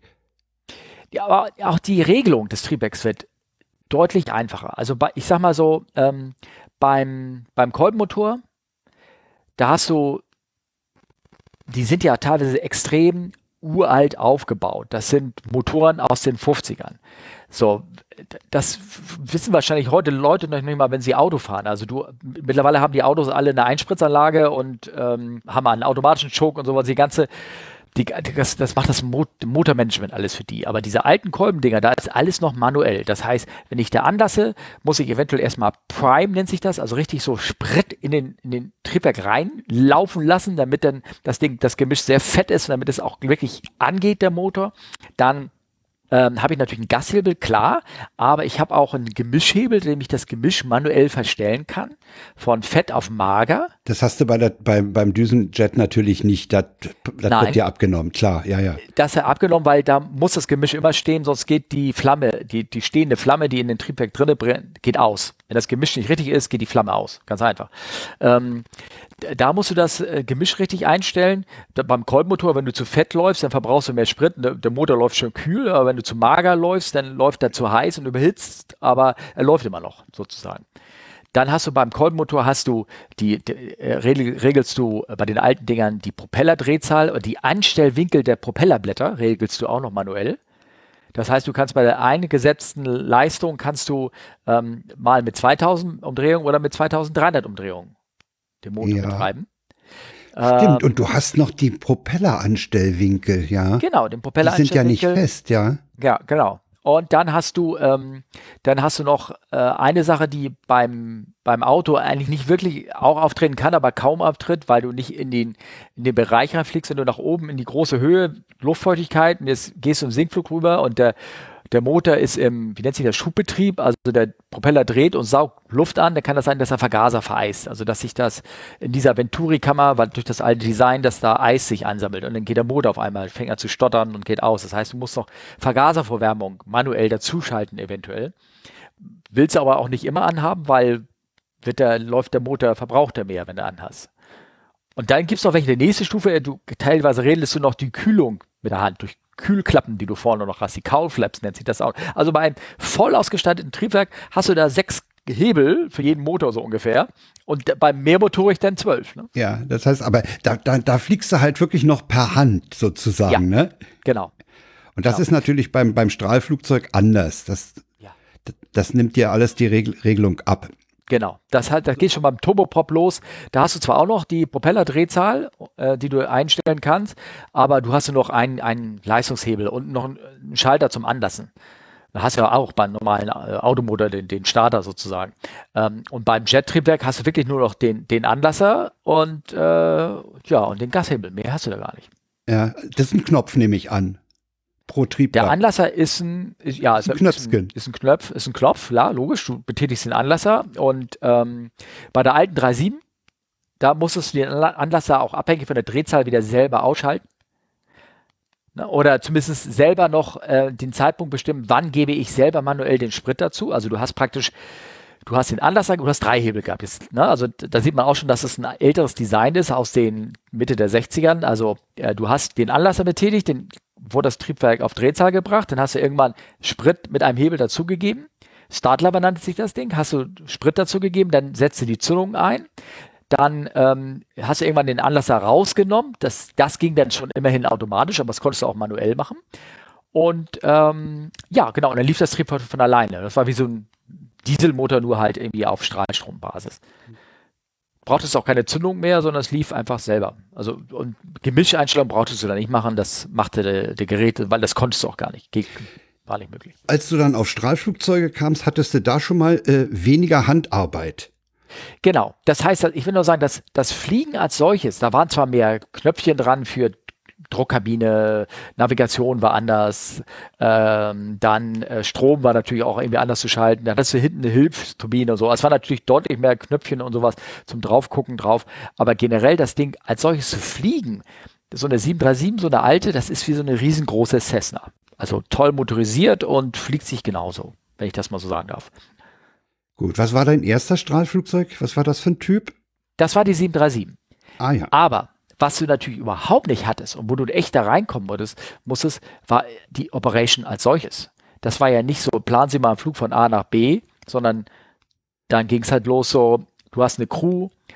Ja, aber auch die Regelung des Triebwerks wird deutlich einfacher. Also bei, ich sag mal so, ähm, beim, beim Kolbenmotor, da hast du, die sind ja teilweise extrem uralt aufgebaut. Das sind Motoren aus den fünfzigern. So, das wissen wahrscheinlich heute Leute noch nicht mal, wenn sie Auto fahren. Also du, mittlerweile haben die Autos alle eine Einspritzanlage und ähm, haben einen automatischen Choke und sowas. Die ganze, die, das, das macht das Mot- Motormanagement alles für die. Aber diese alten Kolbendinger, da ist alles noch manuell. Das heißt, wenn ich da anlasse, muss ich eventuell erstmal Prime, nennt sich das, also richtig so Sprit in den, in den Triebwerk reinlaufen lassen, damit dann das Ding, das Gemisch sehr fett ist und damit es auch wirklich angeht, der Motor. Dann Ähm, habe ich natürlich einen Gashebel, klar, aber ich habe auch einen Gemischhebel, dem ich das Gemisch manuell verstellen kann, von fett auf mager. Das hast du bei der, beim, beim Düsenjet natürlich nicht, das, das wird dir abgenommen, klar, ja, ja. Das ist abgenommen, weil da muss das Gemisch immer stehen, sonst geht die Flamme, die, die stehende Flamme, die in den Triebwerk drinne brennt, geht aus. Wenn das Gemisch nicht richtig ist, geht die Flamme aus, ganz einfach. Ähm, Da musst du das äh, Gemisch richtig einstellen. Da, beim Kolbenmotor, wenn du zu fett läufst, dann verbrauchst du mehr Sprit. Der, der Motor läuft schön kühl, aber wenn du zu mager läufst, dann läuft er zu heiß und überhitzt, aber er läuft immer noch, sozusagen. Dann hast du beim Kolbenmotor, hast du die, die äh, regelst du äh, bei den alten Dingern die Propellerdrehzahl und die Anstellwinkel der Propellerblätter regelst du auch noch manuell. Das heißt, du kannst bei der eingesetzten Leistung kannst du ähm, mal mit zweitausend Umdrehungen oder mit zweitausenddreihundert Umdrehungen den Motor Ja. betreiben. Stimmt, Ähm, und du hast noch die Propelleranstellwinkel, ja. Genau, den Die Propelleranstellwinkel. sind ja nicht fest, ja. Ja, genau. Und dann hast du, ähm, dann hast du noch äh, eine Sache, die beim, beim Auto eigentlich nicht wirklich auch auftreten kann, aber kaum auftritt, weil du nicht in den, in den Bereich reinfliegst, wenn du nach oben in die große Höhe, Luftfeuchtigkeit, und jetzt gehst du im Sinkflug rüber und der Der Motor ist im, wie nennt sich das, Schubbetrieb, also der Propeller dreht und saugt Luft an, dann kann das sein, dass er Vergaser vereist. Also dass sich das in dieser Venturi-Kammer, weil durch das alte Design, dass da Eis sich ansammelt und dann geht der Motor auf einmal, fängt an zu stottern und geht aus. Das heißt, du musst noch Vergaservorwärmung manuell dazuschalten eventuell. Willst du aber auch nicht immer anhaben, weil wird der, läuft der Motor, verbraucht er mehr, wenn du anhast. Und dann gibt es noch welche, die nächste Stufe, du teilweise regelst du noch die Kühlung mit der Hand durch Kühlklappen, die du vorne noch hast, die Cowlflaps nennt sich das auch. Also bei einem voll ausgestatteten Triebwerk hast du da sechs Hebel für jeden Motor so ungefähr und beim mehrmotorig dann zwölf. Ne? Ja, das heißt, aber da, da, da fliegst du halt wirklich noch per Hand sozusagen, Ja, ne? genau. Und das genau. ist natürlich beim, beim Strahlflugzeug anders. Das, Ja. das, das nimmt dir alles die Regel, Regelung ab. Genau, das, hat, das geht schon beim Turboprop los. Da hast du zwar auch noch die Propellerdrehzahl, äh, die du einstellen kannst, aber du hast nur noch einen, einen Leistungshebel und noch einen, einen Schalter zum Anlassen. Da hast du ja auch beim normalen äh, Automotor den, den Starter sozusagen. Ähm, und beim Jet-Triebwerk hast du wirklich nur noch den, den Anlasser und, äh, ja, und den Gashebel. Mehr hast du da gar nicht. Ja, das ist ein Knopf, nehme ich an. Pro Triebwerk. Der Anlasser ist ein, ist, ja, ist, ein ist, ein, Knöpfchen. ist ein Knopf, ist ein Knopf, ja, logisch, du betätigst den Anlasser und ähm, bei der alten drei Punkt sieben, da musstest du den Anlasser auch abhängig von der Drehzahl wieder selber ausschalten. Ne, oder zumindest selber noch äh, den Zeitpunkt bestimmen, wann gebe ich selber manuell den Sprit dazu. Also du hast praktisch, du hast den Anlasser, du hast drei Hebel gehabt. Jetzt, ne? Also da sieht man auch schon, dass es ein älteres Design ist aus den Mitte der sechzigern. Also äh, du hast den Anlasser betätigt, den wurde das Triebwerk auf Drehzahl gebracht, dann hast du irgendwann Sprit mit einem Hebel dazugegeben. Startlever nannte sich das Ding, hast du Sprit dazugegeben, dann setzt du die Zündung ein, dann ähm, hast du irgendwann den Anlasser rausgenommen, das, das ging dann schon immerhin automatisch, aber das konntest du auch manuell machen. Und ähm, ja, genau, und dann lief das Triebwerk von alleine. Das war wie so ein Dieselmotor, nur halt irgendwie auf Strahlstrombasis. Brauchtest auch keine Zündung mehr, sondern es lief einfach selber. Also und Gemischeinstellung brauchtest du da nicht machen, das machte der, der Gerät, weil das konntest du auch gar nicht. Ge- war nicht möglich. Als du dann auf Strahlflugzeuge kamst, hattest du da schon mal äh, weniger Handarbeit. Genau. Das heißt, ich will nur sagen, dass das Fliegen als solches, da waren zwar mehr Knöpfchen dran für Druckkabine, Navigation war anders, ähm, dann äh, Strom war natürlich auch irgendwie anders zu schalten, dann hast du hinten eine Hilfsturbine und so. Es war natürlich deutlich mehr Knöpfchen und sowas zum Draufgucken drauf, aber generell das Ding als solches zu fliegen, so eine sieben drei sieben, so eine alte, das ist wie so eine riesengroße Cessna. Also toll motorisiert und fliegt sich genauso, wenn ich das mal so sagen darf. Gut, was war dein erster Strahlflugzeug? Was war das für ein Typ? Das war die sieben drei sieben. Ah ja. Aber was du natürlich überhaupt nicht hattest und wo du echt da reinkommen musstest, musstest, war die Operation als solches. Das war ja nicht so, planen Sie mal einen Flug von A nach B, sondern dann ging es halt los so, du hast eine Crew,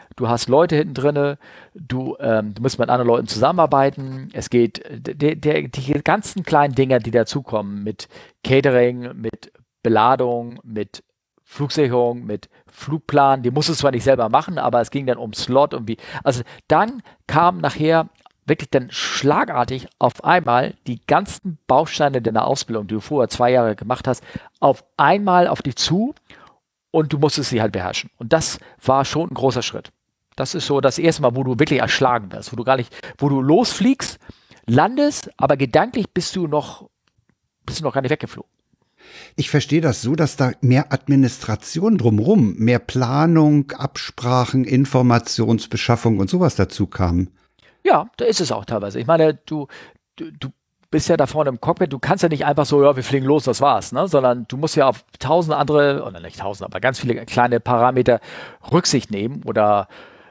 du hast Leute hinten drinne, du, ähm, du musst mit anderen Leuten zusammenarbeiten. Es geht, der, der, die ganzen kleinen Dinger, die dazukommen, mit Catering, mit Beladung, mit Flugsicherung, mit Flugplan, die musst du zwar nicht selber machen, aber es ging dann um Slot und wie. Also dann kam nachher wirklich dann schlagartig auf einmal die ganzen Bausteine deiner Ausbildung, die du vorher zwei Jahre gemacht hast, auf einmal auf dich zu und du musstest sie halt beherrschen. Und das war schon ein großer Schritt. Das ist so das erste Mal, wo du wirklich erschlagen wirst, wo du gar nicht, wo du losfliegst, landest, aber gedanklich bist du noch, bist du noch gar nicht weggeflogen. Ich verstehe das so, dass da mehr Administration drumherum, mehr Planung, Absprachen, Informationsbeschaffung und sowas dazu kam. Ja, da ist es auch teilweise. Ich meine, du, du, du bist ja da vorne im Cockpit, du kannst ja nicht einfach so, ja, wir fliegen los, das war's, ne? Sondern du musst ja auf tausend andere, oder nicht tausend, aber ganz viele kleine Parameter Rücksicht nehmen oder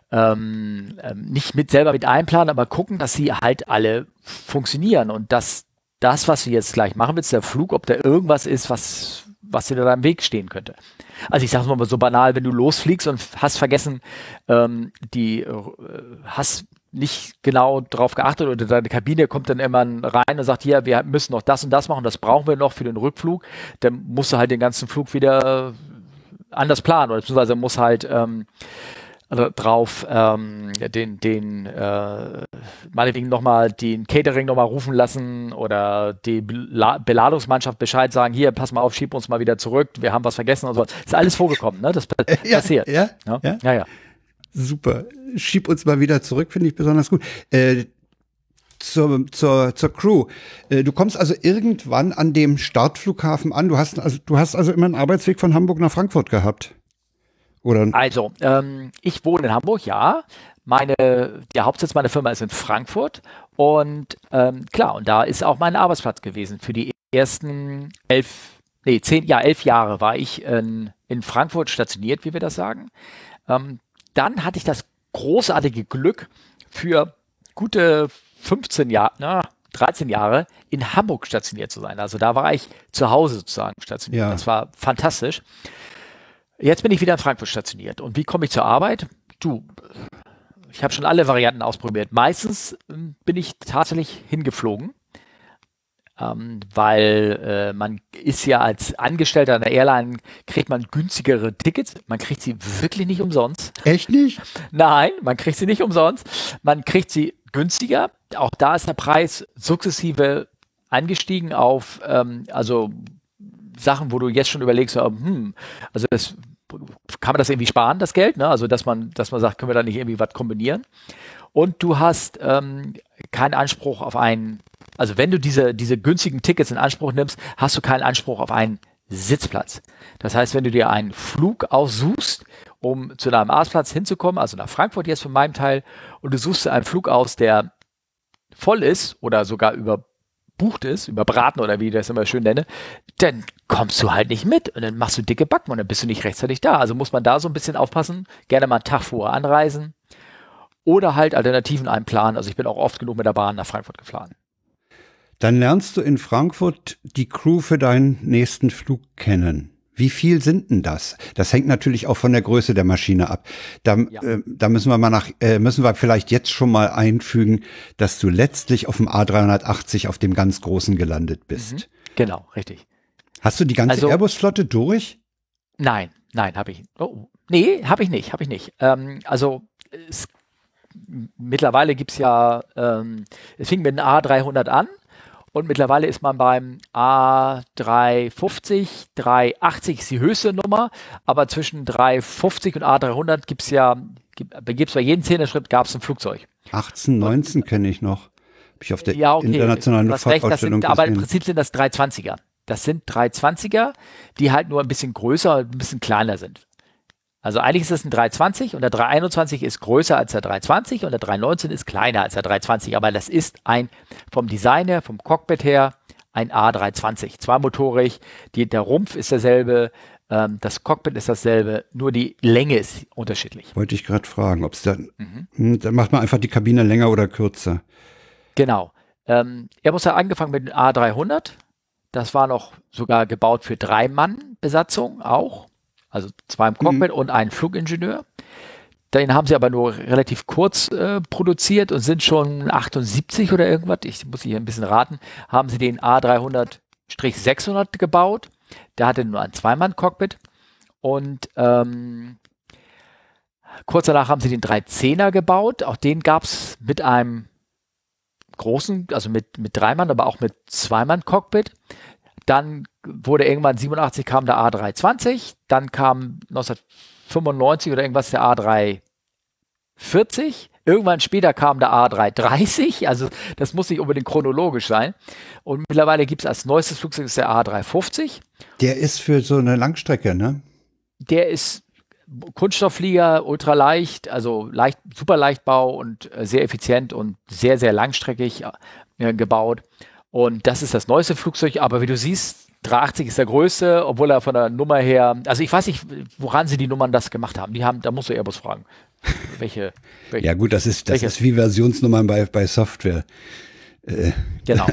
ähm, nicht mit selber mit einplanen, aber gucken, dass sie halt alle funktionieren und dass das, was du jetzt gleich machen willst, der Flug, ob da irgendwas ist, was, was dir da im Weg stehen könnte. Also ich sage es mal so banal, wenn du losfliegst und hast vergessen, ähm, die äh, hast nicht genau drauf geachtet oder deine Kabine kommt dann immer rein und sagt, hier, wir müssen noch das und das machen, das brauchen wir noch für den Rückflug, dann musst du halt den ganzen Flug wieder anders planen oder beziehungsweise muss halt ähm, drauf ähm, den, den äh, meinetwegen nochmal den Catering nochmal rufen lassen oder die Bela- Beladungsmannschaft Bescheid sagen, hier, pass mal auf, schieb uns mal wieder zurück, wir haben was vergessen und so. Das ist alles vorgekommen, ne? Das ja, passiert. Ja, ja, ja. ja. ja. Super. Schieb uns mal wieder zurück, finde ich besonders gut. Äh, zur, zur, zur Crew. Äh, du kommst also irgendwann an dem Startflughafen an. Du hast also, du hast also immer einen Arbeitsweg von Hamburg nach Frankfurt gehabt. Oder? Also, ähm, ich wohne in Hamburg, ja. Meine, der Hauptsitz meiner Firma ist in Frankfurt und ähm, klar, und da ist auch mein Arbeitsplatz gewesen. Für die ersten elf, nee, zehn, ja, elf Jahre war ich in, in Frankfurt stationiert, wie wir das sagen. Ähm, dann hatte ich das großartige Glück, für gute fünfzehn Jahre, na, dreizehn Jahre in Hamburg stationiert zu sein. Also da war ich zu Hause sozusagen stationiert. Ja. Das war fantastisch. Jetzt bin ich wieder in Frankfurt stationiert. Und wie komme ich zur Arbeit? Du, ich habe schon alle Varianten ausprobiert. Meistens ähm, bin ich tatsächlich hingeflogen, ähm, weil äh, man ist ja als Angestellter einer Airline, kriegt man günstigere Tickets. Man kriegt sie wirklich nicht umsonst. Echt nicht? Nein, man kriegt sie nicht umsonst. Man kriegt sie günstiger. Auch da ist der Preis sukzessive angestiegen auf, ähm, also Sachen, wo du jetzt schon überlegst, hm, also das, kann man das irgendwie sparen, das Geld, ne? Also dass man, dass man sagt, können wir da nicht irgendwie was kombinieren? Und du hast ähm, keinen Anspruch auf einen, also wenn du diese, diese günstigen Tickets in Anspruch nimmst, hast du keinen Anspruch auf einen Sitzplatz. Das heißt, wenn du dir einen Flug aussuchst, um zu deinem Arztplatz hinzukommen, also nach Frankfurt jetzt von meinem Teil, und du suchst dir einen Flug aus, der voll ist oder sogar überbucht ist, überbraten oder wie ich das immer schön nenne, dann kommst du halt nicht mit und dann machst du dicke Backen und dann bist du nicht rechtzeitig da. Also muss man da so ein bisschen aufpassen, gerne mal einen Tag vorher anreisen oder halt Alternativen einplanen. Also ich bin auch oft genug mit der Bahn nach Frankfurt gefahren. Dann lernst du in Frankfurt die Crew für deinen nächsten Flug kennen. Wie viel sind denn das? Das hängt natürlich auch von der Größe der Maschine ab. Da, Ja. äh, da müssen wir mal nach, äh, müssen wir vielleicht jetzt schon mal einfügen, dass du letztlich auf dem A dreihundertachtzig auf dem ganz großen gelandet bist. Mhm. Genau, richtig. Hast du die ganze Also- Airbus-Flotte durch? Nein, nein, habe ich. Oh, nee, habe ich nicht, habe ich nicht. Ähm, also es, mittlerweile gibt es ja, ähm, es fing mit dem A dreihundert an und mittlerweile ist man beim A dreihundertfünfzig, dreihundertachtzig ist die höchste Nummer, aber zwischen dreihundertfünfzig und A dreihundert gibt es ja, gibt es bei jedem Zehnerschritt gab es ein Flugzeug. achtzehn, neunzehn kenne ich noch. Hab ich auf der Ja, okay, internationalen du hast recht, das Luftfahrtausstellung sind, aber im gesehen. Prinzip sind das dreihundertzwanziger. Das sind dreihundertzwanziger, die halt nur ein bisschen größer und ein bisschen kleiner sind. Also eigentlich ist das ein dreihundertzwanzig und der dreihunderteinundzwanzig ist größer als der dreihundertzwanzig und der dreihundertneunzehn ist kleiner als der dreihundertzwanzig. Aber das ist ein, vom Design her, vom Cockpit her, ein A dreihundertzwanzig. Zweimotorig, die, der Rumpf ist derselbe, ähm, das Cockpit ist dasselbe, nur die Länge ist unterschiedlich. Wollte ich gerade fragen, ob es dann, Mhm. hm, dann macht man einfach die Kabine länger oder kürzer. Genau. Ähm, Airbus hat angefangen mit dem A dreihundert. Das war noch sogar gebaut für drei Mann Besatzung auch. Also zwei im Cockpit und ein Flugingenieur. Den haben sie aber nur relativ kurz äh, produziert und sind schon achtundsiebzig oder irgendwas, ich muss hier ein bisschen raten, haben sie den A dreihundert sechshundert gebaut. Der hatte nur ein Zweimann-Cockpit und ähm, kurz danach haben sie den dreihundertzehner gebaut. Auch den gab es mit einem großen, also mit, mit Dreimann, aber auch mit Zweimann-Cockpit. Dann wurde irgendwann siebenundachtzig kam der A dreihundertzwanzig, dann kam neunzehnhundertfünfundneunzig oder irgendwas der A dreihundertvierzig. Irgendwann später kam der A dreihundertdreißig, also das muss nicht unbedingt chronologisch sein. Und mittlerweile gibt es als neuestes Flugzeug ist der A dreihundertfünfzig. Der ist für so eine Langstrecke, ne? Der ist Kunststoffflieger, ultraleicht, also leicht, super Leichtbau und äh, sehr effizient und sehr, sehr langstreckig äh, gebaut. Und das ist das neueste Flugzeug, aber wie du siehst, dreihundertachtzig ist der größte, obwohl er von der Nummer her, also ich weiß nicht, woran sie die Nummern das gemacht haben. Die haben, da musst du Airbus fragen. Welche, welche? Ja gut, das ist, das welche? ist wie Versionsnummern bei, bei Software. Äh. Genau.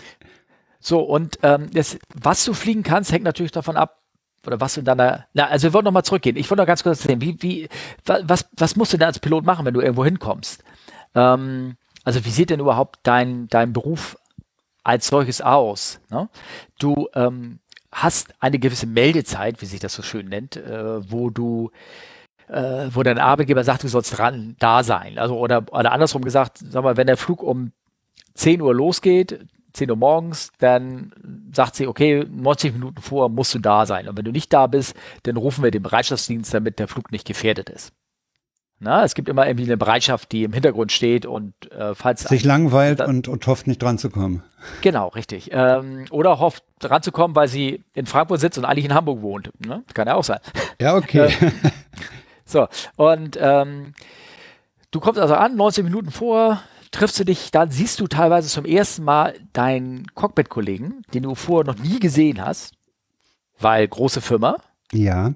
So, und ähm, das, was du fliegen kannst, hängt natürlich davon ab, oder was du in deiner, na, also wir wollen nochmal zurückgehen. Ich wollte noch ganz kurz sehen, wie, wie, was, was musst du denn als Pilot machen, wenn du irgendwo hinkommst? Ähm, also wie sieht denn überhaupt dein, dein Beruf als solches aus? Ne? Du ähm, hast eine gewisse Meldezeit, wie sich das so schön nennt, äh, wo du äh, wo dein Arbeitgeber sagt, du sollst dran da sein. Also oder, oder andersrum gesagt, sag mal, wenn der Flug um zehn Uhr losgeht, zehn Uhr morgens, dann sagt sie, okay, neunzig Minuten vor musst du da sein. Und wenn du nicht da bist, dann rufen wir den Bereitschaftsdienst, damit der Flug nicht gefährdet ist. Na, es gibt immer irgendwie eine Bereitschaft, die im Hintergrund steht und äh, falls sich langweilt da, und, und hofft nicht dran zu kommen. Genau, richtig. Ähm, oder hofft dran zu kommen, weil sie in Frankfurt sitzt und eigentlich in Hamburg wohnt. Ne? Kann ja auch sein. Ja, okay. ähm, so, und ähm, du kommst also an, neunzehn Minuten vor, triffst du dich, dann siehst du teilweise zum ersten Mal deinen Cockpit-Kollegen, den du vorher noch nie gesehen hast, weil große Firma. Ja.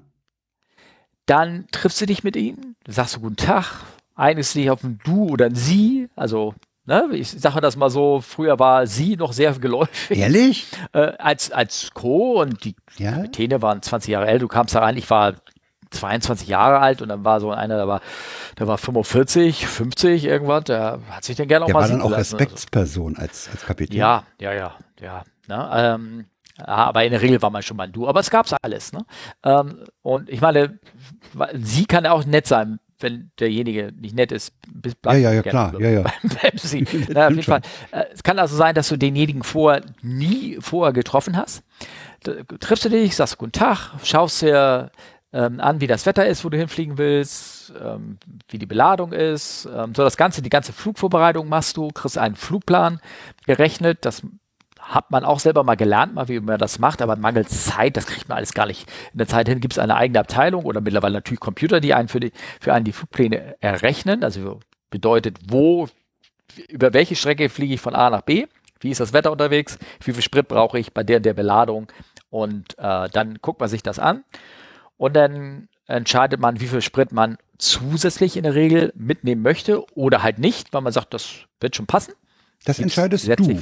Dann triffst du dich mit ihnen, sagst du guten Tag, einigst dich auf ein Du oder ein Sie, also ne, ich sage das mal so, früher war Sie noch sehr geläufig. Ehrlich? Äh, als, als Co. und die ja? Kapitäne waren zwanzig Jahre älter, du kamst da rein, ich war zweiundzwanzig Jahre alt und dann war so einer, der war, der war fünfundvierzig, fünfzig irgendwas, der hat sich dann gerne auch der mal sehen lassen. Der war dann auch lassen, Respektsperson also. als, als Kapitän. Ja, ja, ja, ja. Ne, ähm, aber in der Regel war man schon mal ein Du. Aber es gab's alles. Ne? Ähm, und ich meine, sie kann ja auch nett sein, wenn derjenige nicht nett ist. Bis, ja, ja, ja, klar. Ja, ja. sie. Na, auf jeden Fall. Äh, es kann also sein, dass du denjenigen vorher nie vorher getroffen hast. Da, triffst du dich, sagst guten Tag, schaust dir ähm, an, wie das Wetter ist, wo du hinfliegen willst, ähm, wie die Beladung ist. Ähm, so das Ganze, die ganze Flugvorbereitung machst du, kriegst einen Flugplan gerechnet, das hat man auch selber mal gelernt, mal wie man das macht, aber mangels Zeit, das kriegt man alles gar nicht. In der Zeit hin gibt es eine eigene Abteilung oder mittlerweile natürlich Computer, die einen für, die, für einen die Flugpläne errechnen. Also bedeutet, wo, über welche Strecke fliege ich von A nach B, wie ist das Wetter unterwegs, wie viel Sprit brauche ich bei der der Beladung und äh, dann guckt man sich das an und dann entscheidet man, wie viel Sprit man zusätzlich in der Regel mitnehmen möchte oder halt nicht, weil man sagt, das wird schon passen. Das entscheidest du.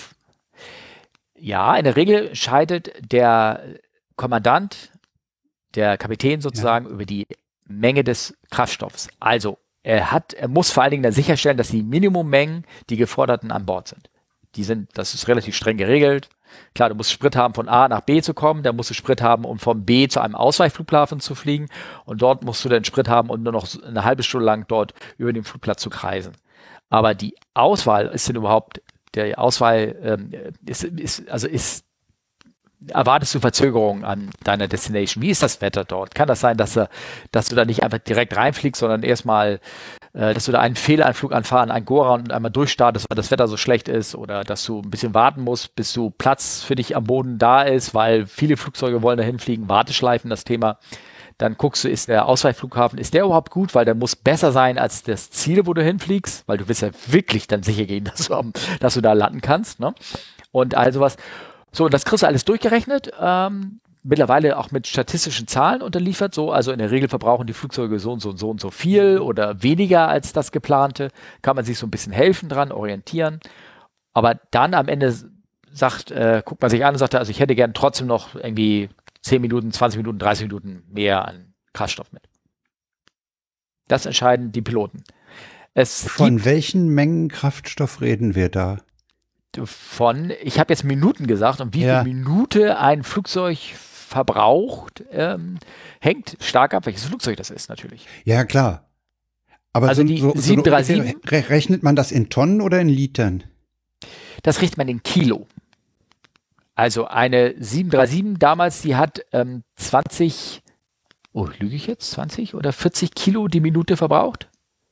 Ja, in der Regel scheidet der Kommandant, der Kapitän sozusagen, ja. über die Menge des Kraftstoffs. Also er hat, er muss vor allen Dingen dann sicherstellen, dass die Minimummengen, die geforderten, an Bord sind. Die sind, das ist relativ streng geregelt. Klar, du musst Sprit haben, von A nach B zu kommen, dann musst du Sprit haben, um vom B zu einem Ausweichflughafen zu fliegen und dort musst du dann Sprit haben, um nur noch eine halbe Stunde lang dort über den Flugplatz zu kreisen. Aber die Auswahl ist denn überhaupt der Auswahl ähm, ist, ist, also ist, erwartest du Verzögerungen an deiner Destination? Wie ist das Wetter dort? Kann das sein, dass, äh, dass du da nicht einfach direkt reinfliegst, sondern erstmal, äh, dass du da einen Fehlanflug anfahren, einen Gora und einmal durchstartest, weil das Wetter so schlecht ist oder dass du ein bisschen warten musst, bis du Platz für dich am Boden da ist, weil viele Flugzeuge wollen da hinfliegen, Warteschleifen, das Thema. Dann guckst du, ist der Ausweichflughafen, ist der überhaupt gut, weil der muss besser sein als das Ziel, wo du hinfliegst, weil du willst ja wirklich dann sicher gehen, dass du, am, dass du da landen kannst. Ne? Und all sowas. So, und das kriegst du alles durchgerechnet, ähm, mittlerweile auch mit statistischen Zahlen unterliefert. So, also in der Regel verbrauchen die Flugzeuge so und so und so und so viel oder weniger als das geplante. Kann man sich so ein bisschen helfen dran, orientieren. Aber dann am Ende sagt, äh, guckt man sich an und sagt, also ich hätte gern trotzdem noch irgendwie zehn Minuten, zwanzig Minuten, dreißig Minuten mehr an Kraftstoff mit. Das entscheiden die Piloten. Es Von welchen Mengen Kraftstoff reden wir da? Von, ich habe jetzt Minuten gesagt, und wie Ja. viel Minute ein Flugzeug verbraucht, ähm, hängt stark ab, welches Flugzeug das ist natürlich. Ja, klar. Aber Also so, die so, so sieben drei sieben re- rechnet man das in Tonnen oder in Litern? Das richtet man in Kilo. Also eine sieben drei sieben damals, die hat ähm, zwanzig, oh, lüge ich jetzt, zwanzig oder vierzig Kilo die Minute verbraucht.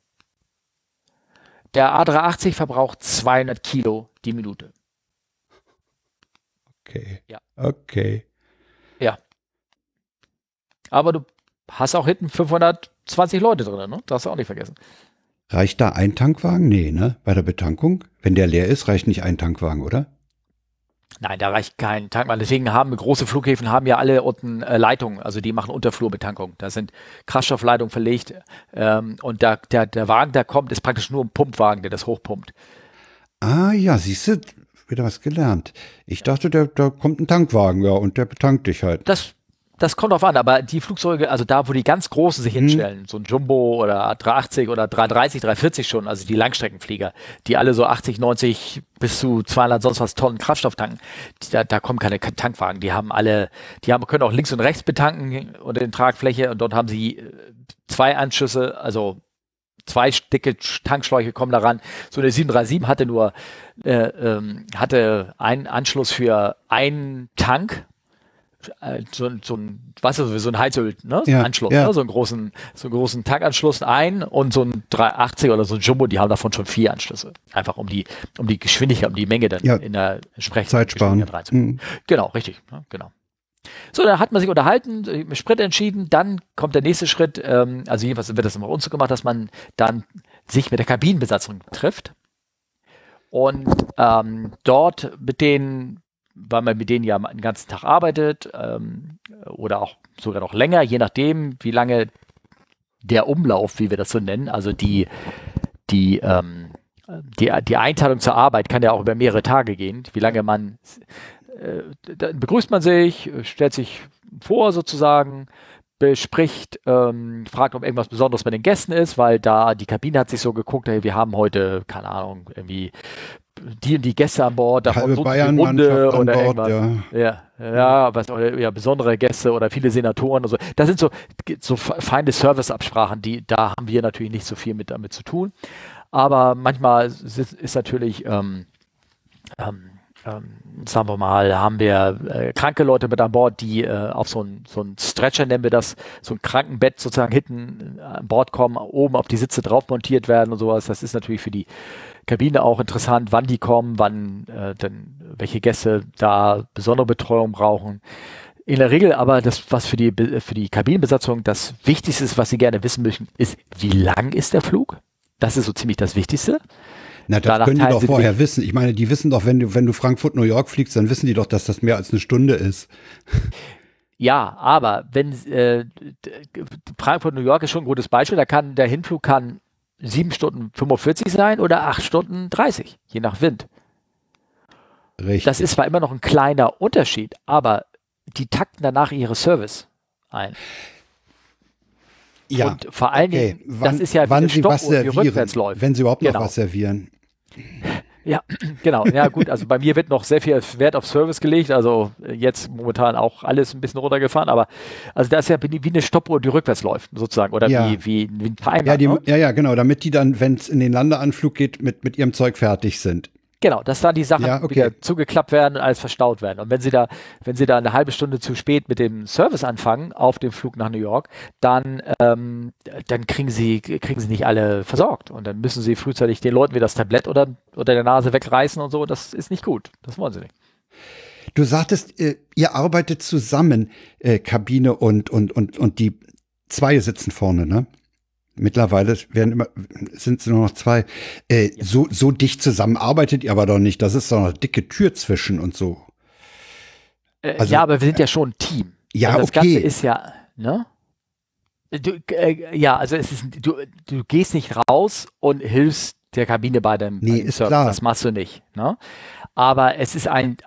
Der A drei achtzig verbraucht zweihundert Kilo die Minute. Okay. Ja. Okay. Ja. Aber du hast auch hinten fünfhundertzwanzig Leute drin, ne? Das hast du auch nicht vergessen. Reicht da ein Tankwagen? Nee, ne? Bei der Betankung? Wenn der leer ist, reicht nicht ein Tankwagen, oder? Nein, da reicht kein Tankwagen. Deswegen haben große Flughäfen haben ja alle unten äh, Leitungen, also die machen Unterflurbetankung. Da sind Kraftstoffleitungen verlegt ähm, und da, der, der Wagen, der kommt, ist praktisch nur ein Pumpwagen, der das hochpumpt. Ah ja, siehst du, wieder was gelernt. Ich dachte, der, da kommt ein Tankwagen, ja, und der betankt dich halt. Das, das kommt drauf an, aber die Flugzeuge, also da, wo die ganz Großen sich hinstellen, so ein Jumbo oder A drei achtzig oder drei dreißig, drei vierzig schon, also die Langstreckenflieger, die alle so achtzig, neunzig bis zu zweihundert sonst was Tonnen Kraftstoff tanken, die, da, da kommen keine Tankwagen, die haben alle, die haben, können auch links und rechts betanken unter den Tragfläche und dort haben sie äh, zwei Anschlüsse, also zwei dicke Tankschläuche kommen daran. So eine sieben drei sieben hatte nur, äh, ähm, hatte einen Anschluss für einen Tank, so, so ein, weißt du, so ein Heizöl, ne? Ja, Anschluss, ja. ne? So einen großen, so einen großen Tankanschluss ein und so ein drei achtzig oder so ein Jumbo, die haben davon schon vier Anschlüsse. Einfach um die, um die Geschwindigkeit, um die Menge dann Ja. in der entsprechenden Zeit sparen. Geschwindigkeit reinzubringen. Mhm. Genau, richtig, ne? Genau. So, dann hat man sich unterhalten, äh, mit Sprit entschieden, dann kommt der nächste Schritt, ähm, also jedenfalls wird das immer bei uns so gemacht, dass man dann sich mit der Kabinenbesatzung trifft und ähm, dort mit denen, weil man mit denen ja den ganzen Tag arbeitet ähm, oder auch sogar noch länger, je nachdem, wie lange der Umlauf, wie wir das so nennen, also die, die, ähm, die, die Einteilung zur Arbeit kann ja auch über mehrere Tage gehen, wie lange man, äh, dann begrüßt man sich, stellt sich vor sozusagen, bespricht, ähm, fragt, ob irgendwas Besonderes bei den Gästen ist, weil da die Kabine hat sich so geguckt, hey, wir haben heute, keine Ahnung, irgendwie die und die Gäste an Bord, davon Halbe so und so viele Runde Bayern-Mannschaft an oder Bord, irgendwas. ja. Ja, ja, was, oder, ja, besondere Gäste oder viele Senatoren und so. Das sind so, so feine Serviceabsprachen, die, da haben wir natürlich nicht so viel mit damit zu tun. Aber manchmal ist, ist natürlich, ähm, ähm, ähm, sagen wir mal, haben wir äh, kranke Leute mit an Bord, die äh, auf so ein, so ein Stretcher, nennen wir das, so ein Krankenbett sozusagen hinten äh, an Bord kommen, oben auf die Sitze drauf montiert werden und sowas. Das ist natürlich für die Kabine auch interessant, wann die kommen, wann äh, dann welche Gäste da besondere Betreuung brauchen. In der Regel aber das, was für die für die Kabinenbesatzung das Wichtigste ist, was sie gerne wissen möchten, ist, wie lang ist der Flug? Das ist so ziemlich das Wichtigste. Na, das Danach können die teilen doch sie vorher sich- wissen. Ich meine, die wissen doch, wenn du, wenn du Frankfurt, New York fliegst, dann wissen die doch, dass das mehr als eine Stunde ist. Ja, aber wenn äh, d- d- Frankfurt, New York ist schon ein gutes Beispiel, da kann der Hinflug kann sieben Stunden fünfundvierzig sein oder acht Stunden dreißig, je nach Wind. Richtig. Das ist zwar immer noch ein kleiner Unterschied, aber die takten danach ihre Service ein. ja. Und vor allen Okay. Dingen, Wann, das ist ja wie wann eine sie was Stoppuhr, die servieren, rückwärts läuft. wenn sie überhaupt noch Genau. was servieren. Ja, genau. Ja, gut. Also bei mir wird noch sehr viel Wert auf Service gelegt. Also äh, jetzt momentan auch alles ein bisschen runtergefahren. Aber also das ist ja wie wie eine Stoppuhr, die rückwärts läuft, sozusagen. Oder Ja. wie, wie, wie ein Timer. Ja, die, ne? ja, ja, genau, damit die dann, wenn es in den Landeanflug geht, mit, mit ihrem Zeug fertig sind. Genau, dass da die Sachen Ja, okay. wieder zugeklappt werden und alles verstaut werden. Und wenn sie da, wenn sie da eine halbe Stunde zu spät mit dem Service anfangen auf dem Flug nach New York, dann, ähm, dann kriegen sie, kriegen sie nicht alle versorgt. Und dann müssen sie frühzeitig den Leuten wieder das Tablett oder, oder der Nase wegreißen und so. Das ist nicht gut. Das wollen sie nicht. Du sagtest, äh, ihr arbeitet zusammen, äh, Kabine und, und, und, und die zwei sitzen vorne, ne? Mittlerweile werden immer, sind es nur noch zwei. Äh, Ja. so, so dicht zusammen arbeitet ihr aber doch nicht. Das ist doch eine dicke Tür zwischen und so. Äh, Also- ja, aber wir sind ja schon ein Team. Ja, also das okay. Ganze ist ja, ne? Du, äh, ja, also es ist, du, du gehst nicht raus und hilfst der Kabine bei dem, Nee, bei dem ist Service. klar. Das machst du nicht. Ne? Aber es ist ein, ein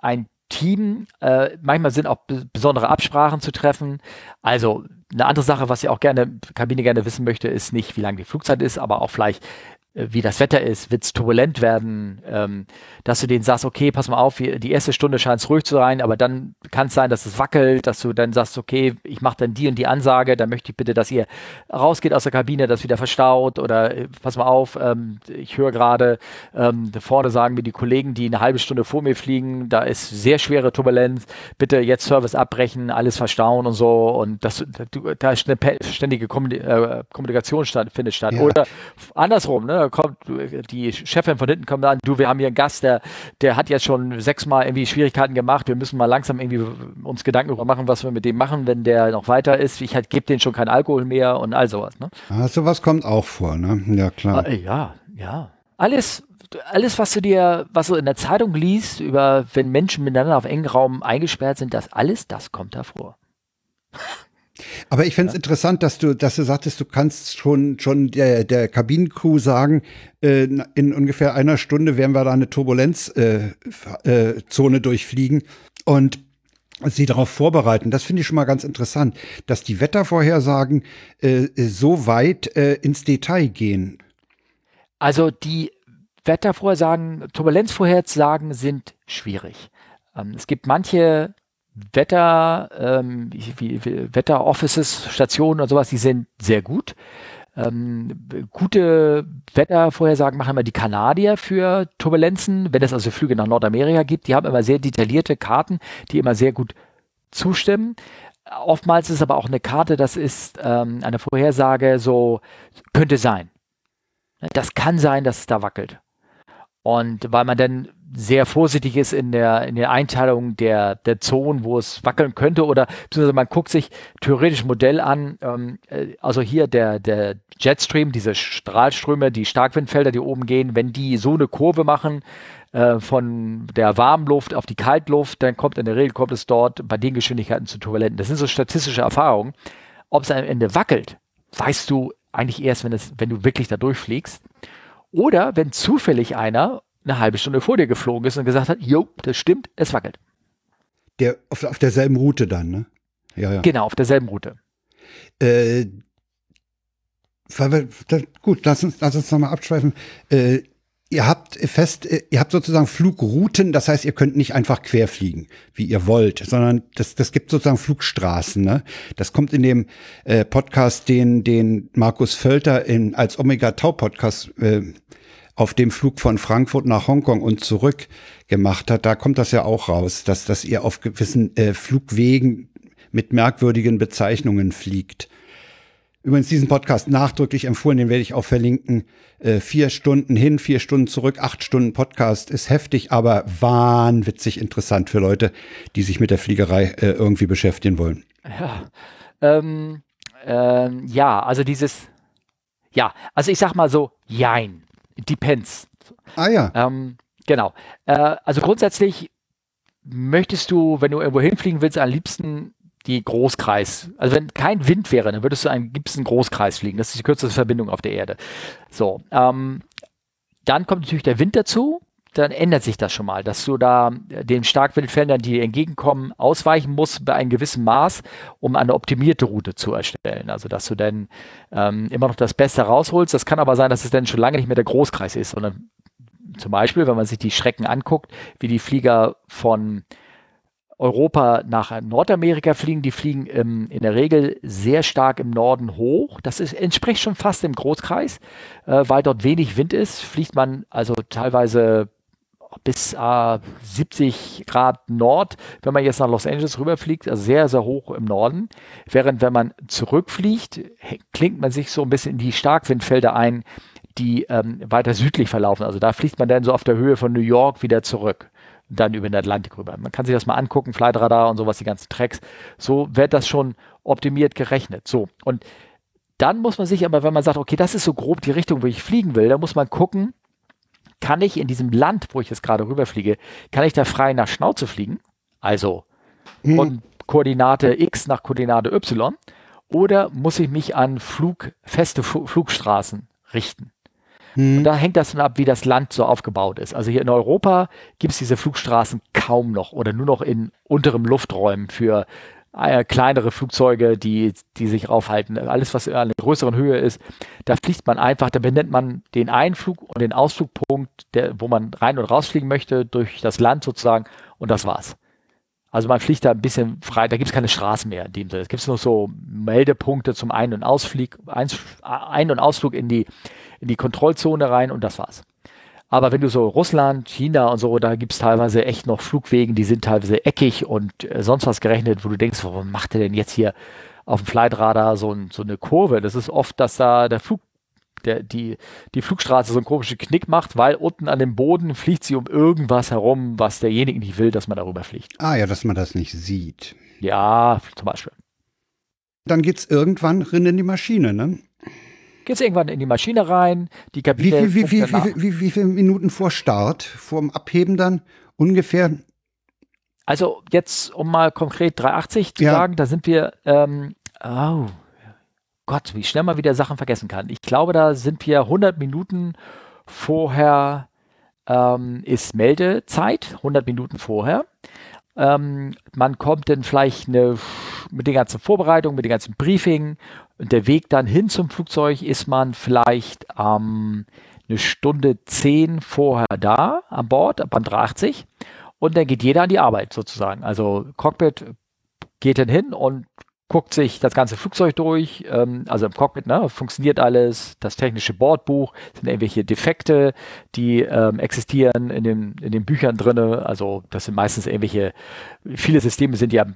Team. Äh, manchmal sind auch b- besondere Absprachen zu treffen. Also eine andere Sache, was ich auch gerne, Kabine gerne wissen möchte, ist nicht, wie lange die Flugzeit ist, aber auch vielleicht, äh, wie das Wetter ist, wird es turbulent werden, ähm, dass du denen sagst, okay, pass mal auf, wir- die erste Stunde scheint es ruhig zu sein, aber dann kann es sein, dass es wackelt, dass du dann sagst, okay, ich mache dann die und die Ansage, dann möchte ich bitte, dass ihr rausgeht aus der Kabine, das wieder verstaut oder äh, pass mal auf, ähm, ich höre gerade, ähm, da vorne sagen mir die Kollegen, die eine halbe Stunde vor mir fliegen, da ist sehr schwere Turbulenz, bitte jetzt Service abbrechen, alles verstauen und so und das, da, da ist eine pe- ständige Kommuni- äh, Kommunikation statt, findet statt. Ja. Oder f- andersrum, ne, da kommt die Chefin von hinten kommt an, du, wir haben hier einen Gast, der, der hat jetzt schon sechsmal irgendwie Schwierigkeiten gemacht, wir müssen mal langsam irgendwie uns Gedanken darüber machen, was wir mit dem machen, wenn der noch weiter ist. Ich halt, gebe denen schon keinen Alkohol mehr und all sowas. Ne? Ah, sowas kommt auch vor, ne? Ja, klar. Äh, ja, ja. Alles, alles, was du dir, was du in der Zeitung liest, über wenn Menschen miteinander auf engen Raum eingesperrt sind, das alles, das kommt davor. Aber ich finde es interessant, dass du, dass du sagtest, du kannst schon, schon der, der Kabinencrew sagen, äh, in ungefähr einer Stunde werden wir da eine Turbulenzzone äh, äh, Zone durchfliegen und sie darauf vorbereiten. Das finde ich schon mal ganz interessant, dass die Wettervorhersagen äh, so weit äh, ins Detail gehen. Also die Wettervorhersagen, Turbulenzvorhersagen sind schwierig. Ähm, es gibt manche Wetter, ähm, wie, wie Wetter-Offices, Stationen und sowas, die sind sehr gut. Ähm, gute Wettervorhersagen machen immer die Kanadier für Turbulenzen, wenn es also Flüge nach Nordamerika gibt. Die haben immer sehr detaillierte Karten, die immer sehr gut zustimmen. Oftmals ist aber auch eine Karte, das ist ähm, eine Vorhersage, so könnte sein. Das kann sein, dass es da wackelt. Und weil man dann sehr vorsichtig ist in der, in der Einteilung der, der Zonen, wo es wackeln könnte, oder beziehungsweise man guckt sich theoretisch ein Modell an, ähm, also hier der, der Jetstream, diese Strahlströme, die Starkwindfelder, die oben gehen, wenn die so eine Kurve machen äh, von der warmen Luft auf die Kaltluft, dann kommt in der Regel kommt es dort bei den Geschwindigkeiten zu Turbulenten. Das sind so statistische Erfahrungen. Ob es am Ende wackelt, weißt du eigentlich erst, wenn, es, wenn du wirklich da durchfliegst. Oder wenn zufällig einer eine halbe Stunde vor dir geflogen ist und gesagt hat, jo, das stimmt, es wackelt. Der, auf, auf derselben Route dann, ne? Ja, ja. Genau, auf derselben Route. Äh, gut, lass uns, lass uns nochmal abschweifen. Äh, ihr habt fest, ihr habt sozusagen Flugrouten, das heißt, ihr könnt nicht einfach querfliegen, wie ihr wollt, sondern das, das gibt sozusagen Flugstraßen, ne? Das kommt in dem äh, Podcast, den, den Markus Völter in, als Omega-Tau-Podcast äh, auf dem Flug von Frankfurt nach Hongkong und zurück gemacht hat. Da kommt das ja auch raus, dass, dass ihr auf gewissen äh, Flugwegen mit merkwürdigen Bezeichnungen fliegt. Übrigens diesen Podcast nachdrücklich empfohlen, den werde ich auch verlinken. Äh, vier Stunden hin, vier Stunden zurück, acht Stunden Podcast ist heftig, aber wahnwitzig interessant für Leute, die sich mit der Fliegerei äh, irgendwie beschäftigen wollen. Ja, ähm, ähm, ja, also dieses, ja, also ich sag mal so, jein, depends. Ah ja. Ähm, genau. Äh, also grundsätzlich möchtest du, wenn du irgendwo hinfliegen willst, am liebsten die Großkreis. Also wenn kein Wind wäre, dann würdest du einen gibsten Großkreis fliegen. Das ist die kürzeste Verbindung auf der Erde. So, ähm, dann kommt natürlich der Wind dazu. Dann ändert sich das schon mal, dass du da den Starkwindfeldern, die dir entgegenkommen, ausweichen musst bei einem gewissen Maß, um eine optimierte Route zu erstellen. Also dass du dann ähm, immer noch das Beste rausholst. Das kann aber sein, dass es dann schon lange nicht mehr der Großkreis ist, sondern zum Beispiel, wenn man sich die Strecken anguckt, wie die Flieger von Europa nach Nordamerika fliegen, die fliegen ähm, in der Regel sehr stark im Norden hoch. Das ist, entspricht schon fast dem Großkreis, äh, weil dort wenig Wind ist, fliegt man also teilweise bis äh, siebzig Grad Nord, wenn man jetzt nach Los Angeles rüberfliegt, also sehr, sehr hoch im Norden. Während wenn man zurückfliegt, klingt man sich so ein bisschen in die Starkwindfelder ein, die ähm, weiter südlich verlaufen. Also da fliegt man dann so auf der Höhe von New York wieder zurück. Dann über den Atlantik rüber. Man kann sich das mal angucken, Flightradar und sowas, die ganzen Tracks. So wird das schon optimiert gerechnet. So, und dann muss man sich aber, wenn man sagt, okay, das ist so grob die Richtung, wo ich fliegen will, dann muss man gucken, kann ich in diesem Land, wo ich jetzt gerade rüberfliege, kann ich da frei nach Schnauze fliegen? Also von Koordinate X nach Koordinate Y, oder muss ich mich an Flug, feste F- Flugstraßen richten? Und da hängt das dann ab, wie das Land so aufgebaut ist. Also hier in Europa gibt es diese Flugstraßen kaum noch oder nur noch in unteren Lufträumen für äh, kleinere Flugzeuge, die, die sich raufhalten. Alles, was in einer größeren Höhe ist, da fliegt man einfach, da benennt man den Einflug und den Ausflugpunkt, der, wo man rein und rausfliegen möchte, durch das Land sozusagen, und das war's. Also man fliegt da ein bisschen frei, da gibt es keine Straßen mehr in dem Sinne. Es gibt nur so Meldepunkte zum Ein- und Ausflug, Ein- und Ausflug in die, in die Kontrollzone rein, und das war's. Aber wenn du so Russland, China und so, da gibt es teilweise echt noch Flugwegen, die sind teilweise eckig und äh, sonst was gerechnet, wo du denkst, warum macht der denn jetzt hier auf dem Flightradar so, ein, so eine Kurve? Das ist oft, dass da der Flug, der, die, die Flugstraße so einen komischen Knick macht, weil unten an dem Boden fliegt sie um irgendwas herum, was derjenige nicht will, dass man darüber fliegt. Ah ja, dass man das nicht sieht. Ja, zum Beispiel. Dann geht's irgendwann rein in die Maschine, ne? Geht's irgendwann in die Maschine rein, die Wie, Kabine... wie, wie, wie, danach- wie, wie, wie viele Minuten vor Start, vorm Abheben dann ungefähr? Also jetzt, um mal konkret dreihundertachtzig zu Ja. sagen, da sind wir, ähm, oh Gott, wie schnell man wieder Sachen vergessen kann. Ich glaube, da sind wir hundert Minuten vorher, ähm, ist Meldezeit, hundert Minuten vorher. Ähm, man kommt dann vielleicht eine, mit den ganzen Vorbereitungen, mit den ganzen Briefing, und der Weg dann hin zum Flugzeug ist man vielleicht ähm, eine Stunde zehn vorher da, an Bord, beim dreihundertachtzig. Und dann geht jeder an die Arbeit sozusagen. Also Cockpit geht dann hin und guckt sich das ganze Flugzeug durch. Ähm, also im Cockpit, ne, funktioniert alles, das technische Bordbuch, sind irgendwelche Defekte, die ähm, existieren in den, in den Büchern drinne. Also das sind meistens irgendwelche, viele Systeme sind ja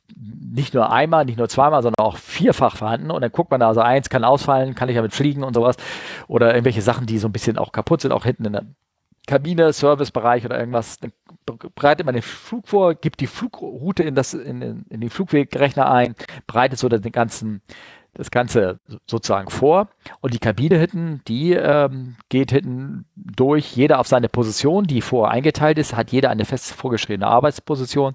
nicht nur einmal, nicht nur zweimal, sondern auch vierfach vorhanden. Und dann guckt man da, also eins kann ausfallen, kann ich damit fliegen und sowas. Oder irgendwelche Sachen, die so ein bisschen auch kaputt sind, auch hinten in der Kabine, Servicebereich oder irgendwas. Dann bereitet man den Flug vor, gibt die Flugroute in, das, in, in, in den Flugwegrechner ein, bereitet so den ganzen, das Ganze sozusagen vor. Und die Kabine hinten, die ähm, geht hinten durch, jeder auf seine Position, die vorher eingeteilt ist, hat jeder eine fest vorgeschriebene Arbeitsposition.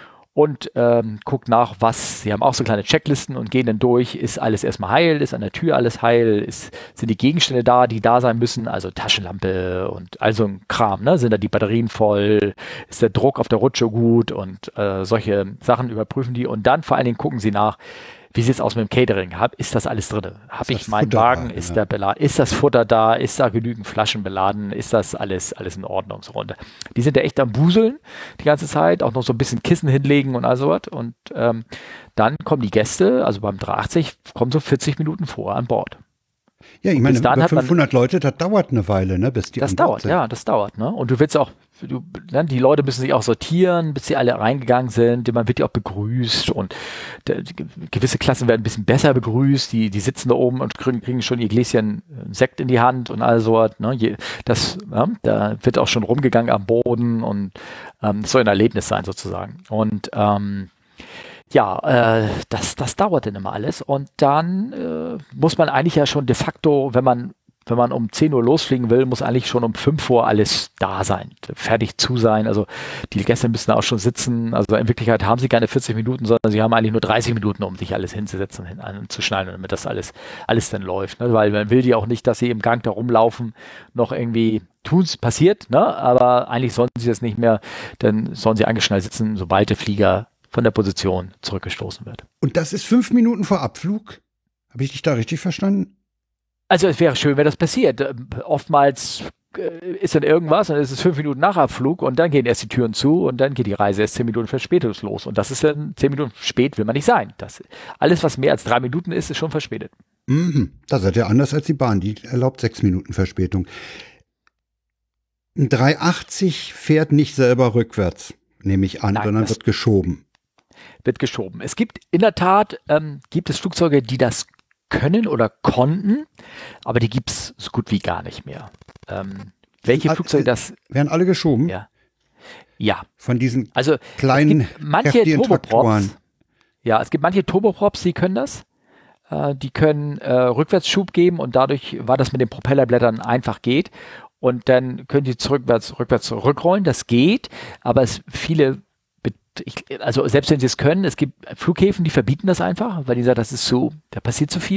Und ähm, guckt nach, was, sie haben auch so kleine Checklisten und gehen dann durch, ist alles erstmal heil, ist an der Tür alles heil, ist, sind die Gegenstände da, die da sein müssen, also Taschenlampe und all so ein Kram, ne? Sind da die Batterien voll, ist der Druck auf der Rutsche gut und äh, solche Sachen überprüfen die, und dann vor allen Dingen gucken sie nach, wie sieht es aus mit dem Catering? Hab, ist das alles drin? Habe ich meinen Futter Wagen? da, Ist ja. der beladen? Ist das Futter da? Ist da genügend Flaschen beladen? Ist das alles, alles in Ordnung? So runter. Die sind ja echt am Buseln die ganze Zeit, auch noch so ein bisschen Kissen hinlegen und all sowas. Und ähm, dann kommen die Gäste, also beim dreihundertachtzig, kommen so vierzig Minuten vor an Bord. Ja, ich meine, Bis dann über hat man- fünfhundert Leute, das dauert eine Weile, ne, bis die Das an Bord dauert, sind. ja, das dauert. Ne? Und du willst auch, du, ne, die Leute müssen sich auch sortieren, bis sie alle reingegangen sind. Man wird ja auch begrüßt, und der, die, gewisse Klassen werden ein bisschen besser begrüßt. Die, die sitzen da oben und kriegen, kriegen schon ihr Gläschen Sekt in die Hand und all so. Ne? Je, das, ja, da wird auch schon rumgegangen am Boden, und ähm, das soll ein Erlebnis sein sozusagen. Und ähm, ja, äh, das, das dauert dann immer alles, und dann äh, muss man eigentlich ja schon de facto, wenn man wenn man um zehn Uhr losfliegen will, muss eigentlich schon um fünf Uhr alles da sein, fertig zu sein. Also die Gäste müssen da auch schon sitzen. Also in Wirklichkeit haben sie keine vierzig Minuten, sondern sie haben eigentlich nur dreißig Minuten, um sich alles hinzusetzen und hin, anzuschneiden, damit das alles, alles dann läuft. Ne? Weil man will die auch nicht, dass sie im Gang da rumlaufen, noch irgendwie tun's passiert, ne? Aber eigentlich sollten sie das nicht mehr, dann sollen sie angeschnallt sitzen, sobald der Flieger von der Position zurückgestoßen wird. Und das ist fünf Minuten vor Abflug? Habe ich dich da richtig verstanden? Also es wäre schön, wenn das passiert. Ähm, Oftmals äh, ist dann irgendwas, und es ist fünf Minuten nach Abflug, und dann gehen erst die Türen zu, und dann geht die Reise erst zehn Minuten verspätet los. Und das ist dann zehn Minuten spät, will man nicht sein. Das, alles, was mehr als drei Minuten ist, ist schon verspätet. Mhm. Das ist ja anders als die Bahn, die erlaubt sechs Minuten Verspätung. Ein dreihundertachtzig fährt nicht selber rückwärts, nehme ich an, Nein, sondern das- wird geschoben. Wird geschoben. Es gibt in der Tat, ähm, gibt es Flugzeuge, die das können oder konnten, aber die gibt es so gut wie gar nicht mehr. Ähm, welche Al- Flugzeuge das, Werden alle geschoben? ja. Ja, Von diesen also kleinen, es gibt manche heftigen Turboprops. Traktoren. Ja, es gibt manche Turboprops, die können das. Äh, die können äh, Rückwärtsschub geben, und dadurch war das mit den Propellerblättern einfach geht. Und dann können die zurückwärts, rückwärts zurückrollen. Das geht, aber es viele, bet- ich, also selbst wenn sie es können, es gibt Flughäfen, die verbieten das einfach, weil die sagen, das ist so, da passiert zu viel.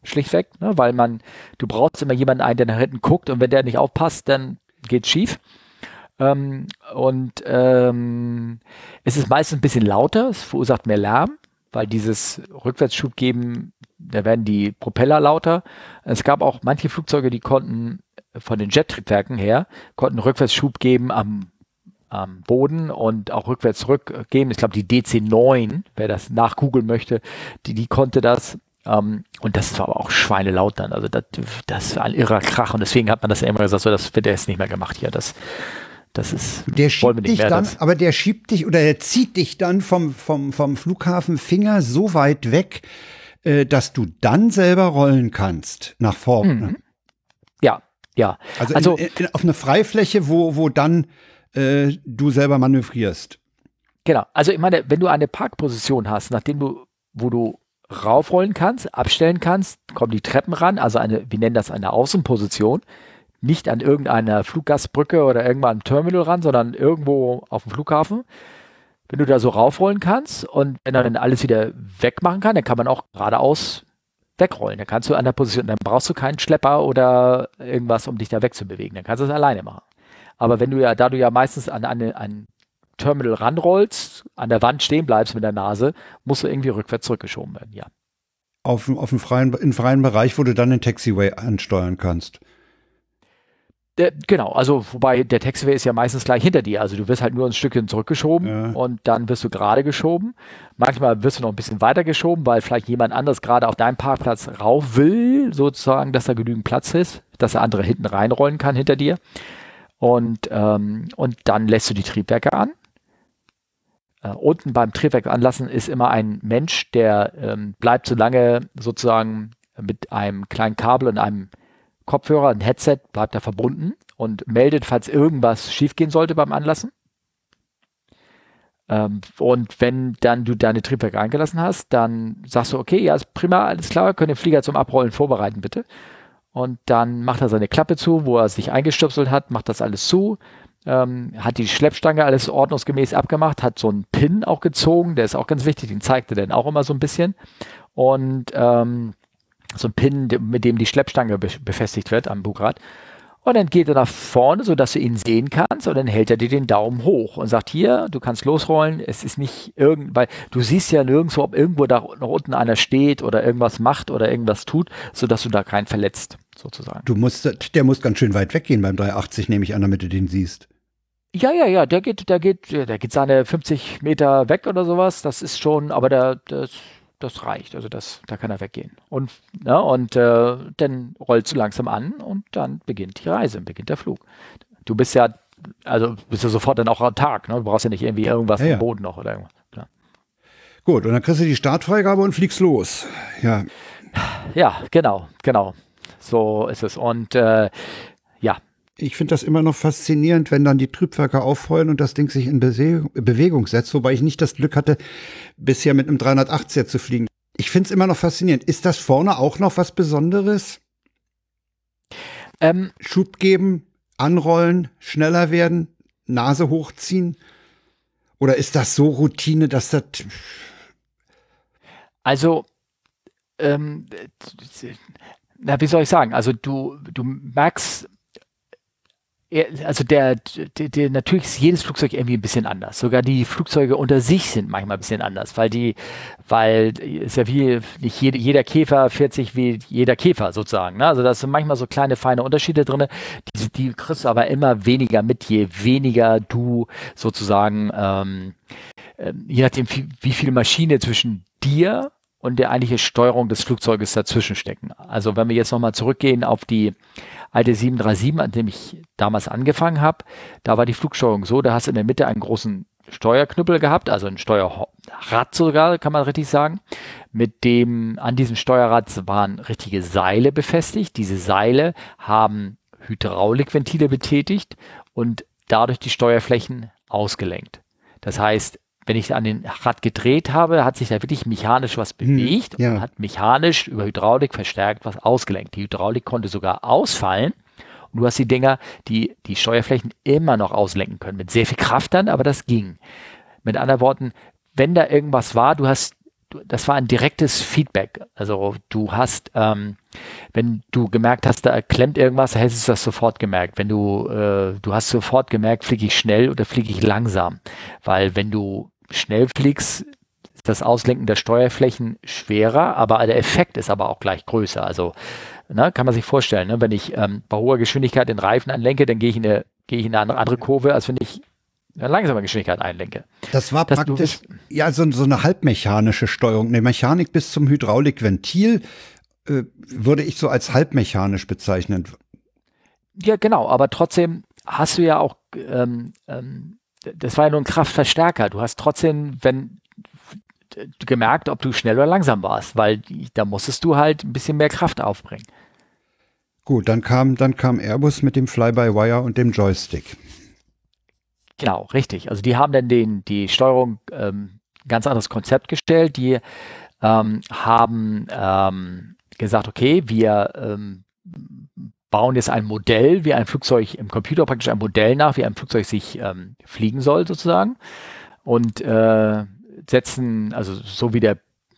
schlichtweg, ne? Weil man, du brauchst immer jemanden ein, der nach hinten guckt und wenn der nicht aufpasst, dann geht's schief. Ähm, und ähm, es ist meistens ein bisschen lauter, es verursacht mehr Lärm, weil dieses Rückwärtsschub geben, da werden die Propeller lauter. Es gab auch manche Flugzeuge, die konnten von den Jettriebwerken her, konnten Rückwärtsschub geben am, am Boden und auch rückwärts zurückgeben. Ich glaube, die D C neun, wer das nachgoogeln möchte, die, die konnte das. Um, und das war aber auch schweinelaut dann. Also das, das war ein irrer Krach und deswegen hat man das ja immer gesagt, so, das wird jetzt nicht mehr gemacht hier. Das, das ist, der schiebt dich mehr, dann, das. aber der schiebt dich oder der zieht dich dann vom, vom, vom Flughafenfinger so weit weg, äh, dass du dann selber rollen kannst nach vorne. Mhm. Ja, ja. Also, also in, in, auf eine Freifläche, wo, wo dann äh, du selber manövrierst. Genau. Also ich meine, wenn du eine Parkposition hast, nachdem du, wo du raufrollen kannst, abstellen kannst, kommen die Treppen ran, also eine, wir nennen das eine Außenposition, nicht an irgendeiner Fluggastbrücke oder irgendwann am Terminal ran, sondern irgendwo auf dem Flughafen. Wenn du da so raufrollen kannst und wenn er dann alles wieder wegmachen kann, dann kann man auch geradeaus wegrollen. Dann kannst du an der Position, dann brauchst du keinen Schlepper oder irgendwas, um dich da wegzubewegen. Dann kannst du es alleine machen. Aber wenn du ja, da du ja meistens an eine, an Terminal ranrollst, an der Wand stehen bleibst mit der Nase, musst du irgendwie rückwärts zurückgeschoben werden, ja. Auf, auf dem freien, im freien Bereich, wo du dann den Taxiway ansteuern kannst. Der, genau, also wobei der Taxiway ist ja meistens gleich hinter dir, also du wirst halt nur ein Stückchen zurückgeschoben ja. und dann wirst du gerade geschoben. Manchmal wirst du noch ein bisschen weiter geschoben, weil vielleicht jemand anderes gerade auf deinem Parkplatz rauf will, sozusagen, dass da genügend Platz ist, dass der andere hinten reinrollen kann hinter dir. Und, ähm, und dann lässt du die Triebwerke an. Uh, unten beim Triebwerk anlassen ist immer ein Mensch, der ähm, bleibt so lange sozusagen mit einem kleinen Kabel und einem Kopfhörer, ein Headset, bleibt da verbunden und meldet, falls irgendwas schiefgehen sollte beim Anlassen. Ähm, und wenn dann du deine Triebwerke eingelassen hast, dann sagst du, okay, ja, ist prima, alles klar, können den Flieger zum Abrollen vorbereiten, bitte. Und dann macht er seine Klappe zu, wo er sich eingestöpselt hat, macht das alles zu. Ähm, hat die Schleppstange alles ordnungsgemäß abgemacht, hat so einen Pin auch gezogen, der ist auch ganz wichtig, den zeigt er dann auch immer so ein bisschen. Und ähm, so ein Pin, mit dem die Schleppstange be- befestigt wird am Bugrad. Und dann geht er nach vorne, sodass du ihn sehen kannst und dann hält er dir den Daumen hoch und sagt, hier, du kannst losrollen, es ist nicht irgend, weil du siehst ja nirgendwo, ob irgendwo da noch unten einer steht oder irgendwas macht oder irgendwas tut, sodass du da keinen verletzt, sozusagen. Du musst, der muss ganz schön weit weggehen beim dreihundertachtzig, nehme ich an, damit du den siehst. Ja, ja, ja, der geht, der geht, der geht seine fünfzig Meter weg oder sowas, das ist schon, aber der, das, das reicht, also das, da kann er weggehen. Und, ne, und äh, dann rollst du langsam an und dann beginnt die Reise, beginnt der Flug. Du bist ja, also bist ja sofort dann auch am Tag, ne? Du brauchst ja nicht irgendwie irgendwas ja, ja. am Boden noch oder irgendwas. Klar. Gut, und dann kriegst du die Startfreigabe und fliegst los. Ja. Ja, genau, genau. So ist es. Und äh, ja. Ich finde das immer noch faszinierend, wenn dann die Triebwerke aufheulen und das Ding sich in Bese- Bewegung setzt, wobei ich nicht das Glück hatte, bisher mit einem dreihundertachtziger zu fliegen. Ich finde es immer noch faszinierend. Ist das vorne auch noch was Besonderes? Ähm, Schub geben, anrollen, schneller werden, Nase hochziehen? Oder ist das so Routine, dass das... Also, ähm, na, wie soll ich sagen? Also du, du merkst, also der, der, der, natürlich ist jedes Flugzeug irgendwie ein bisschen anders. Sogar die Flugzeuge unter sich sind manchmal ein bisschen anders, weil die, weil ist ja wie nicht jede, jeder Käfer fährt sich wie jeder Käfer sozusagen. Ne? Also da sind manchmal so kleine feine Unterschiede drin. Die, die kriegst du aber immer weniger mit, je weniger du sozusagen, ähm, äh, je nachdem wie, wie viel Maschine zwischen dir und der eigentliche Steuerung des Flugzeuges dazwischen stecken. Also wenn wir jetzt nochmal zurückgehen auf die alte sieben drei sieben, an dem ich damals angefangen habe, da war die Flugsteuerung so, da hast du in der Mitte einen großen Steuerknüppel gehabt, also ein Steuerrad sogar, kann man richtig sagen. Mit dem, an diesem Steuerrad waren richtige Seile befestigt. Diese Seile haben Hydraulikventile betätigt und dadurch die Steuerflächen ausgelenkt. Das heißt, wenn ich an den Rad gedreht habe, hat sich da wirklich mechanisch was bewegt hm, ja. und hat mechanisch über Hydraulik verstärkt was ausgelenkt. Die Hydraulik konnte sogar ausfallen und du hast die Dinger, die die Steuerflächen immer noch auslenken können, mit sehr viel Kraft dann, aber das ging. Mit anderen Worten, wenn da irgendwas war, du hast das war ein direktes Feedback. Also du hast, ähm, wenn du gemerkt hast, da klemmt irgendwas, hättest du das sofort gemerkt. Wenn du, äh, du hast sofort gemerkt, fliege ich schnell oder fliege ich langsam. Weil wenn du schnell fliegst, ist das Auslenken der Steuerflächen schwerer, aber der Effekt ist aber auch gleich größer. Also ne, kann man sich vorstellen, ne, wenn ich ähm, bei hoher Geschwindigkeit den Reifen anlenke, dann gehe ich in eine, gehe ich in eine andere Kurve, als wenn ich eine langsame Geschwindigkeit einlenke. Das war das praktisch ja so, so eine halbmechanische Steuerung. Eine Mechanik bis zum Hydraulikventil äh, würde ich so als halbmechanisch bezeichnen. Ja, genau, aber trotzdem hast du ja auch, ähm, ähm, das war ja nur ein Kraftverstärker. Du hast trotzdem, wenn gemerkt, ob du schnell oder langsam warst, weil da musstest du halt ein bisschen mehr Kraft aufbringen. Gut, dann kam, dann kam Airbus mit dem Fly-by-Wire und dem Joystick. Genau, richtig. Also die haben dann den, die Steuerung ähm, ganz anderes Konzept gestellt. Die ähm, haben ähm, gesagt, okay, wir ähm, bauen jetzt ein Modell, wie ein Flugzeug im Computer praktisch ein Modell nach, wie ein Flugzeug sich ähm, fliegen soll sozusagen und äh, setzen, also so wie der,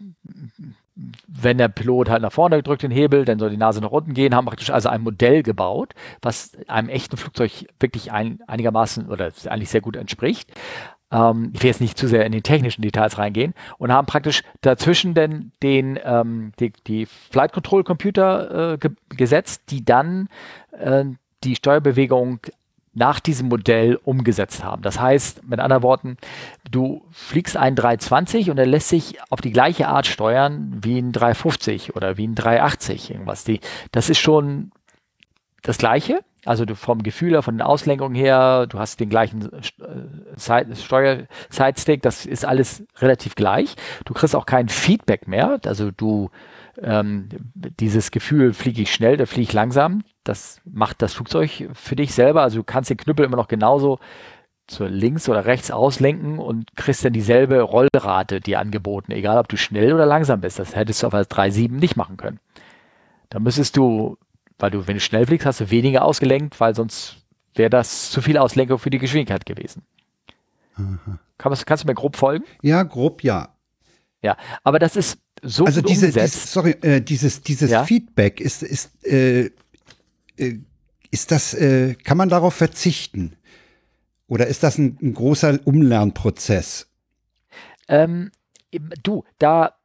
wenn der Pilot halt nach vorne drückt den Hebel, dann soll die Nase nach unten gehen, haben praktisch also ein Modell gebaut, was einem echten Flugzeug wirklich ein, einigermaßen oder eigentlich sehr gut entspricht. Ähm, ich will jetzt nicht zu sehr in die technischen Details reingehen und haben praktisch dazwischen denn den, ähm, die, die Flight Control Computer äh, ge gesetzt, die dann äh, die Steuerbewegung nach diesem Modell umgesetzt haben. Das heißt, mit anderen Worten, du fliegst einen drei zwanzig und er lässt sich auf die gleiche Art steuern wie ein drei fünfzig oder wie ein drei achtzig irgendwas. Die, das ist schon das Gleiche. Also du vom Gefühl her, von den Auslenkungen her, du hast den gleichen äh, Steuer-Sidestick, das ist alles relativ gleich. Du kriegst auch kein Feedback mehr. Also du ähm, dieses Gefühl, fliege ich schnell oder fliege ich langsam, das macht das Flugzeug für dich selber. Also du kannst den Knüppel immer noch genauso zur links oder rechts auslenken und kriegst dann dieselbe Rollrate dir angeboten, egal ob du schnell oder langsam bist. Das hättest du auf der drei sieben nicht machen können. Da müsstest du, weil du, wenn du schnell fliegst, hast du weniger ausgelenkt, weil sonst wäre das zu viel Auslenkung für die Geschwindigkeit gewesen. Kann, kannst du mir grob folgen? Ja, grob ja. Ja, aber das ist so also gut diese, umgesetzt. Dieses, sorry, äh, dieses, dieses ja? Feedback ist, ist, äh, äh, ist das, äh, kann man darauf verzichten? Oder ist das ein, ein großer Umlernprozess? Ähm, du, da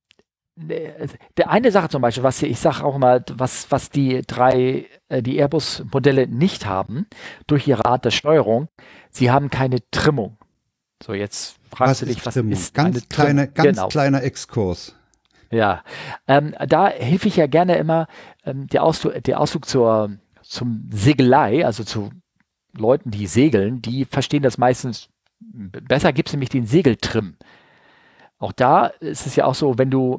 der eine Sache zum Beispiel, was ich sage auch mal, was, was die drei, äh, die Airbus-Modelle nicht haben, durch ihre Art der Steuerung, sie haben keine Trimmung. So, jetzt fragst was du dich, ist was Trimmung? ist ganz eine kleine, Trimmung? ganz Genau. kleiner Exkurs. Ja, ähm, da helfe ich ja gerne immer, ähm, der Ausflug, der Ausflug zur, zum Segelei, also zu Leuten, die segeln, die verstehen das meistens besser, gibt es nämlich den Segeltrim. Auch da ist es ja auch so, wenn du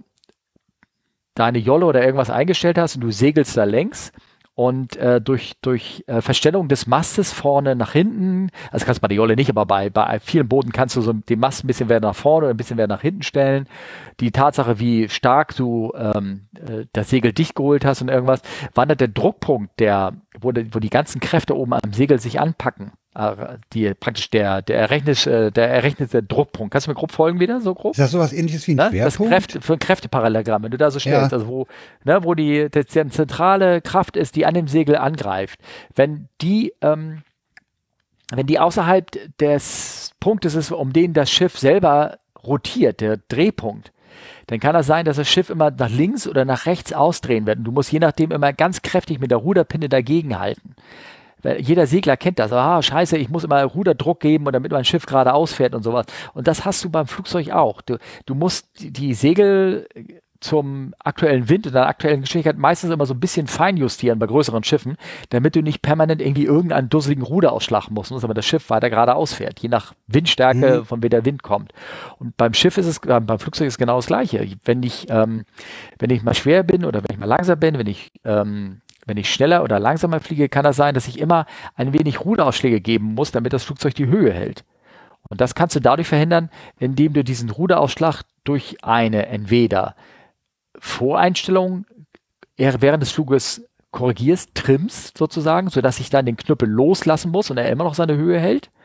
deine Jolle oder irgendwas eingestellt hast und du segelst da längs und äh, durch, durch äh, Verstellung des Mastes vorne nach hinten, also kannst du bei der Jolle nicht, aber bei, bei vielen Booten kannst du so den Mast ein bisschen mehr nach vorne oder ein bisschen mehr nach hinten stellen. Die Tatsache, wie stark du ähm, äh, das Segel dicht geholt hast und irgendwas, wandert der Druckpunkt, der, wo, de, wo die ganzen Kräfte oben am Segel sich anpacken, äh, die praktisch der, der, errechnet, äh, der errechnete Druckpunkt. Kannst du mir grob folgen wieder, so grob? Ist das sowas ähnliches wie ein Ne? Schwerpunkt? Das Kräfte, für ein Kräfteparallelogramm, wenn du da so stellst, Ja. also wo, ne, wo die, das, die zentrale Kraft ist, die an dem Segel angreift. Wenn die, ähm, wenn die außerhalb des Punktes ist, um den das Schiff selber rotiert, der Drehpunkt, dann kann das sein, dass das Schiff immer nach links oder nach rechts ausdrehen wird. Und du musst je nachdem immer ganz kräftig mit der Ruderpinne dagegen halten. Weil jeder Segler kennt das. Ah, scheiße, ich muss immer Ruderdruck geben, damit mein Schiff geradeaus fährt und sowas. Und das hast du beim Flugzeug auch. Du, du musst die Segel zum aktuellen Wind oder der aktuellen Geschwindigkeit meistens immer so ein bisschen feinjustieren bei größeren Schiffen, damit du nicht permanent irgendwie irgendeinen dusseligen Ruderausschlag musst, aber das Schiff weiter geradeaus fährt, je nach Windstärke, Mhm. von wer der Wind kommt. Und beim Schiff ist es, äh, beim Flugzeug ist es genau das Gleiche. Wenn ich, ähm, wenn ich mal schwer bin oder wenn ich mal langsam bin, wenn ich, ähm, wenn ich schneller oder langsamer fliege, kann das sein, dass ich immer ein wenig Ruderausschläge geben muss, damit das Flugzeug die Höhe hält. Und das kannst du dadurch verhindern, indem du diesen Ruderausschlag durch eine entweder Voreinstellung während des Fluges korrigierst, trimmst sozusagen, sodass ich dann den Knüppel loslassen muss und er immer noch seine Höhe hält.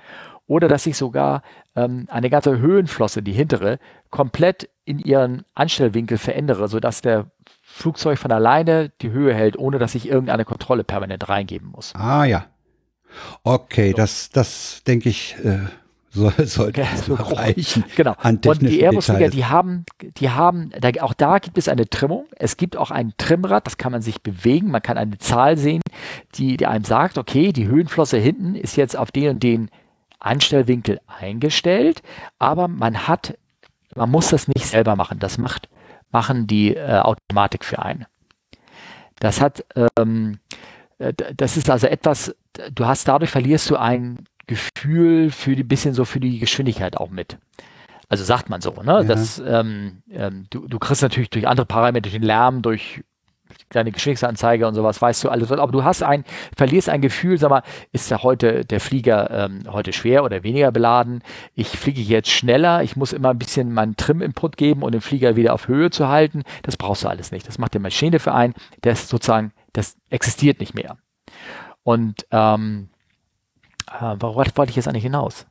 oder dass sich sogar ähm, eine ganze Höhenflosse, die hintere, komplett in ihren Anstellwinkel verändere, sodass der Flugzeug von alleine die Höhe hält, ohne dass ich irgendeine Kontrolle permanent reingeben muss. Ah ja. Okay, so. das, das denke ich, äh, soll, sollte ja, so reichen. Genau. An und die Airbus-Flieger, die haben, die haben, da, auch da gibt es eine Trimmung. Es gibt auch ein Trimmrad, das kann man sich bewegen. Man kann eine Zahl sehen, die, die einem sagt, okay, die Höhenflosse hinten ist jetzt auf den und den Anstellwinkel eingestellt, aber man hat, man muss das nicht selber machen. Das macht, machen die äh, Automatik für einen. Das hat, ähm, das ist also etwas, du hast, dadurch verlierst du ein Gefühl für die, bisschen so für die Geschwindigkeit auch mit. Also sagt man so, ne? Ja. Das, ähm, ähm, du, du kriegst natürlich durch andere Parameter, durch den Lärm, durch deine Geschwindigkeitsanzeige und sowas, weißt du alles, aber du hast ein, verlierst ein Gefühl, sag mal, ist ja heute der Flieger ähm, heute schwer oder weniger beladen? Ich fliege jetzt schneller, ich muss immer ein bisschen meinen Trim-Input geben, um den Flieger wieder auf Höhe zu halten. Das brauchst du alles nicht. Das macht der Maschine für einen, der ist sozusagen, das existiert nicht mehr. Und ähm, äh, worauf wollte ich jetzt eigentlich hinaus?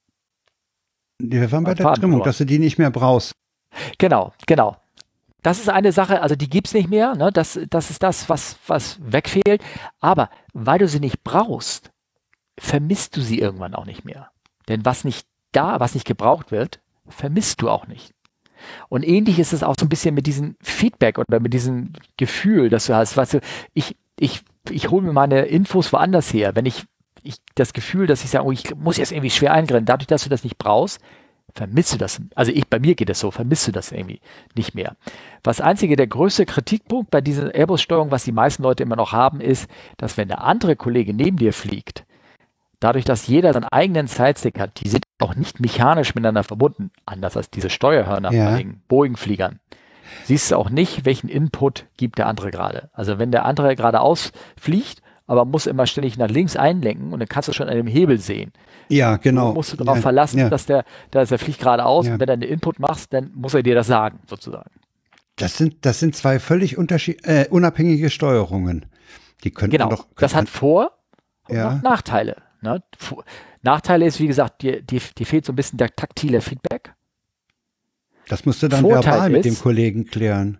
Wir waren bei der Trimmung, dass du die nicht mehr brauchst. Genau, genau. Das ist eine Sache, also die gibt es nicht mehr, ne? das, das ist das, was, was wegfehlt. Aber weil du sie nicht brauchst, vermisst du sie irgendwann auch nicht mehr. Denn was nicht da, was nicht gebraucht wird, vermisst du auch nicht. Und ähnlich ist es auch so ein bisschen mit diesem Feedback oder mit diesem Gefühl, das du hast. Weißt du, ich, ich, ich hole mir meine Infos woanders her. Wenn ich, ich das Gefühl, dass ich sage, oh, ich muss jetzt irgendwie schwer eingrenzen, dadurch, dass du das nicht brauchst, vermisst du das, also ich, bei mir geht es so, vermisst du das irgendwie nicht mehr. Was einzige, der größte Kritikpunkt bei dieser Airbus-Steuerung, was die meisten Leute immer noch haben, ist, dass wenn der andere Kollege neben dir fliegt, dadurch, dass jeder seinen eigenen Sidestick hat, die sind auch nicht mechanisch miteinander verbunden, anders als diese Steuerhörner ja. bei den Boeing-Fliegern. Siehst du auch nicht, welchen Input gibt der andere gerade. Also wenn der andere geradeaus fliegt, aber muss immer ständig nach links einlenken und dann kannst du schon an dem Hebel sehen. Ja, genau. Du musst du darauf ja, verlassen, ja. dass der, dass der fliegt geradeaus ja. und wenn er einen Input machst, dann muss er dir das sagen, sozusagen. Das sind, das sind zwei völlig unterschied äh, unabhängige Steuerungen. Die könnten genau. doch. Das hat Vor- und ja. Nachteile. Ne? Nachteile ist, wie gesagt, dir, dir, dir fehlt so ein bisschen der taktile Feedback. Das musst du dann Vorteil verbal mit ist, dem Kollegen klären.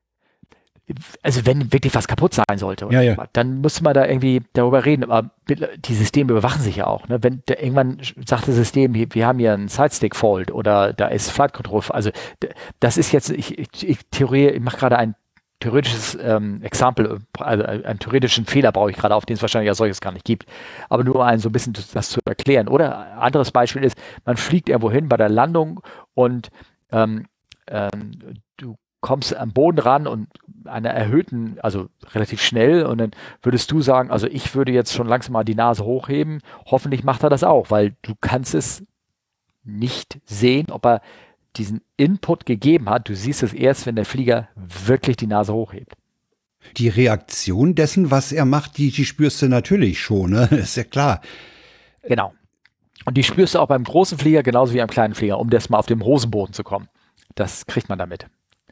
Also wenn wirklich was kaputt sein sollte, ja, ja. dann müsste man da irgendwie darüber reden. Aber die Systeme überwachen sich ja auch. Ne? Wenn der, irgendwann sagt das System, wir haben hier einen Sidestick-Fault oder da ist Flight Control. Also das ist jetzt, ich, ich, ich, ich mache gerade ein theoretisches ähm, Exempel, also einen theoretischen Fehler baue ich gerade auf, den es wahrscheinlich als solches gar nicht gibt. Aber nur ein so ein bisschen das zu erklären. Oder ein anderes Beispiel ist, man fliegt irgendwo hin bei der Landung und ähm, ähm, du kommst am Boden ran und einer erhöhten, also relativ schnell und dann würdest du sagen, also ich würde jetzt schon langsam mal die Nase hochheben, hoffentlich macht er das auch, weil du kannst es nicht sehen, ob er diesen Input gegeben hat. Du siehst es erst, wenn der Flieger wirklich die Nase hochhebt. Die Reaktion dessen, was er macht, die, die spürst du natürlich schon, ne? Ist ja klar. Genau. Und die spürst du auch beim großen Flieger genauso wie beim kleinen Flieger, um das mal auf dem Hosenboden zu kommen. Das kriegt man damit.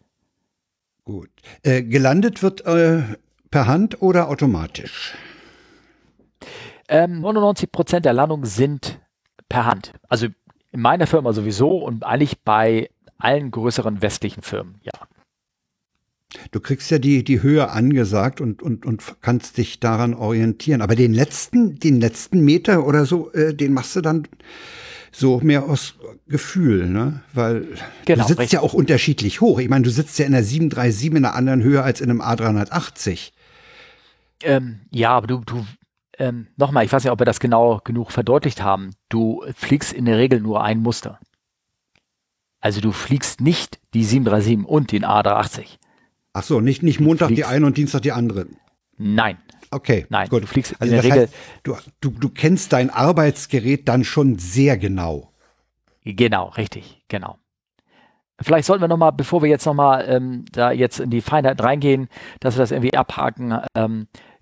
Gut. Äh, gelandet wird äh, per Hand oder automatisch? Ähm, neunundneunzig Prozent der Landungen sind per Hand. Also in meiner Firma sowieso und eigentlich bei allen größeren westlichen Firmen, ja. Du kriegst ja die, die Höhe angesagt und, und, und kannst dich daran orientieren. Aber den letzten, den letzten Meter oder so, äh, den machst du dann so mehr aus Gefühl, ne? Weil genau, du sitzt richtig. ja auch unterschiedlich hoch. Ich meine, du sitzt ja in der sieben drei sieben in einer anderen Höhe als in einem A dreihundertachtzig. Ähm, ja, aber du, du ähm, nochmal, ich weiß nicht, ob wir das genau genug verdeutlicht haben. Du fliegst in der Regel nur ein Muster. Also du fliegst nicht die sieben drei sieben und den A dreihundertachtzig. Ach so, nicht, nicht Montag die eine und Dienstag die andere. Nein. Okay, Nein, gut. du fliegst also in der das Regel. Heißt, du, du, du kennst dein Arbeitsgerät dann schon sehr genau. Genau, richtig, genau. Vielleicht sollten wir nochmal, bevor wir jetzt nochmal ähm, da jetzt in die Feinheit reingehen, dass wir das irgendwie abhaken, ähm,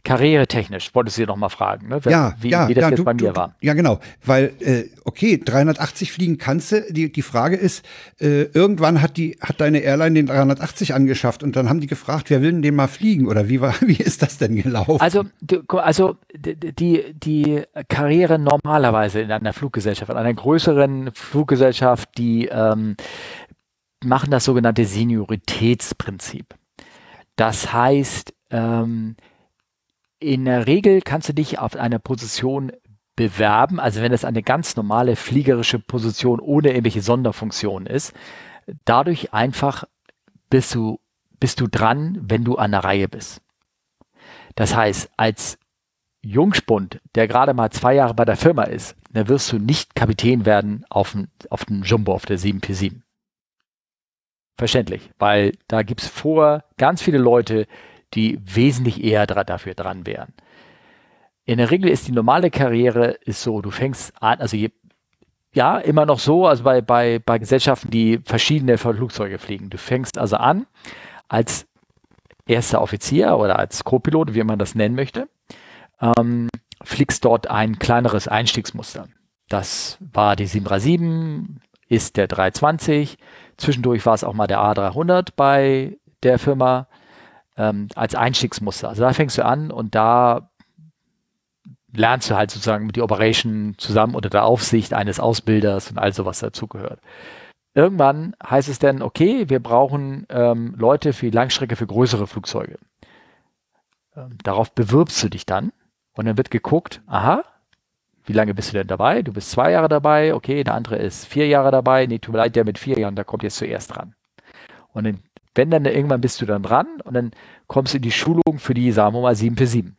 karrieretechnisch, wolltest du dir noch mal fragen, ne? Ja, wie, ja, wie das ja, jetzt du, bei mir du, war. Ja, genau, weil, äh, okay, dreihundertachtzig fliegen kannst du, die, die Frage ist, äh, irgendwann hat die, hat deine Airline den dreihundertachtzig angeschafft und dann haben die gefragt, wer will denn den mal fliegen oder wie war, wie ist das denn gelaufen? Also, du, also die, die Karriere normalerweise in einer Fluggesellschaft, in einer größeren Fluggesellschaft, die ähm, machen das sogenannte Senioritätsprinzip. Das heißt, ähm, in der Regel kannst du dich auf eine Position bewerben, also wenn es eine ganz normale fliegerische Position ohne irgendwelche Sonderfunktionen ist, dadurch einfach bist du, bist du dran, wenn du an der Reihe bist. Das heißt, als Jungspund, der gerade mal zwei Jahre bei der Firma ist, dann wirst du nicht Kapitän werden auf dem, auf dem Jumbo, auf der sieben vier sieben. Verständlich, weil da gibt es vorher ganz viele Leute, die wesentlich eher dra- dafür dran wären. In der Regel ist die normale Karriere ist so, du fängst an, also je, ja, immer noch so, also bei, bei, bei Gesellschaften, die verschiedene Flugzeuge fliegen. Du fängst also an als erster Offizier oder als Co-Pilot, wie man das nennen möchte, ähm, fliegst dort ein kleineres Einstiegsmuster. Das war die sieben drei sieben, ist der drei zwanzig, zwischendurch war es auch mal der A dreihundert bei der Firma, Ähm, als Einstiegsmuster. Also da fängst du an und da lernst du halt sozusagen die Operation zusammen unter der Aufsicht eines Ausbilders und all sowas dazugehört. Irgendwann heißt es dann, okay, wir brauchen ähm, Leute für die Langstrecke für größere Flugzeuge. Ähm, darauf bewirbst du dich dann und dann wird geguckt, aha, wie lange bist du denn dabei? Du bist zwei Jahre dabei, okay, der andere ist vier Jahre dabei, nee, tut mir leid, der mit vier Jahren, der kommt jetzt zuerst dran. Und dann Wenn dann irgendwann bist du dann dran und dann kommst du in die Schulung für die, sagen wir mal, sieben vier sieben.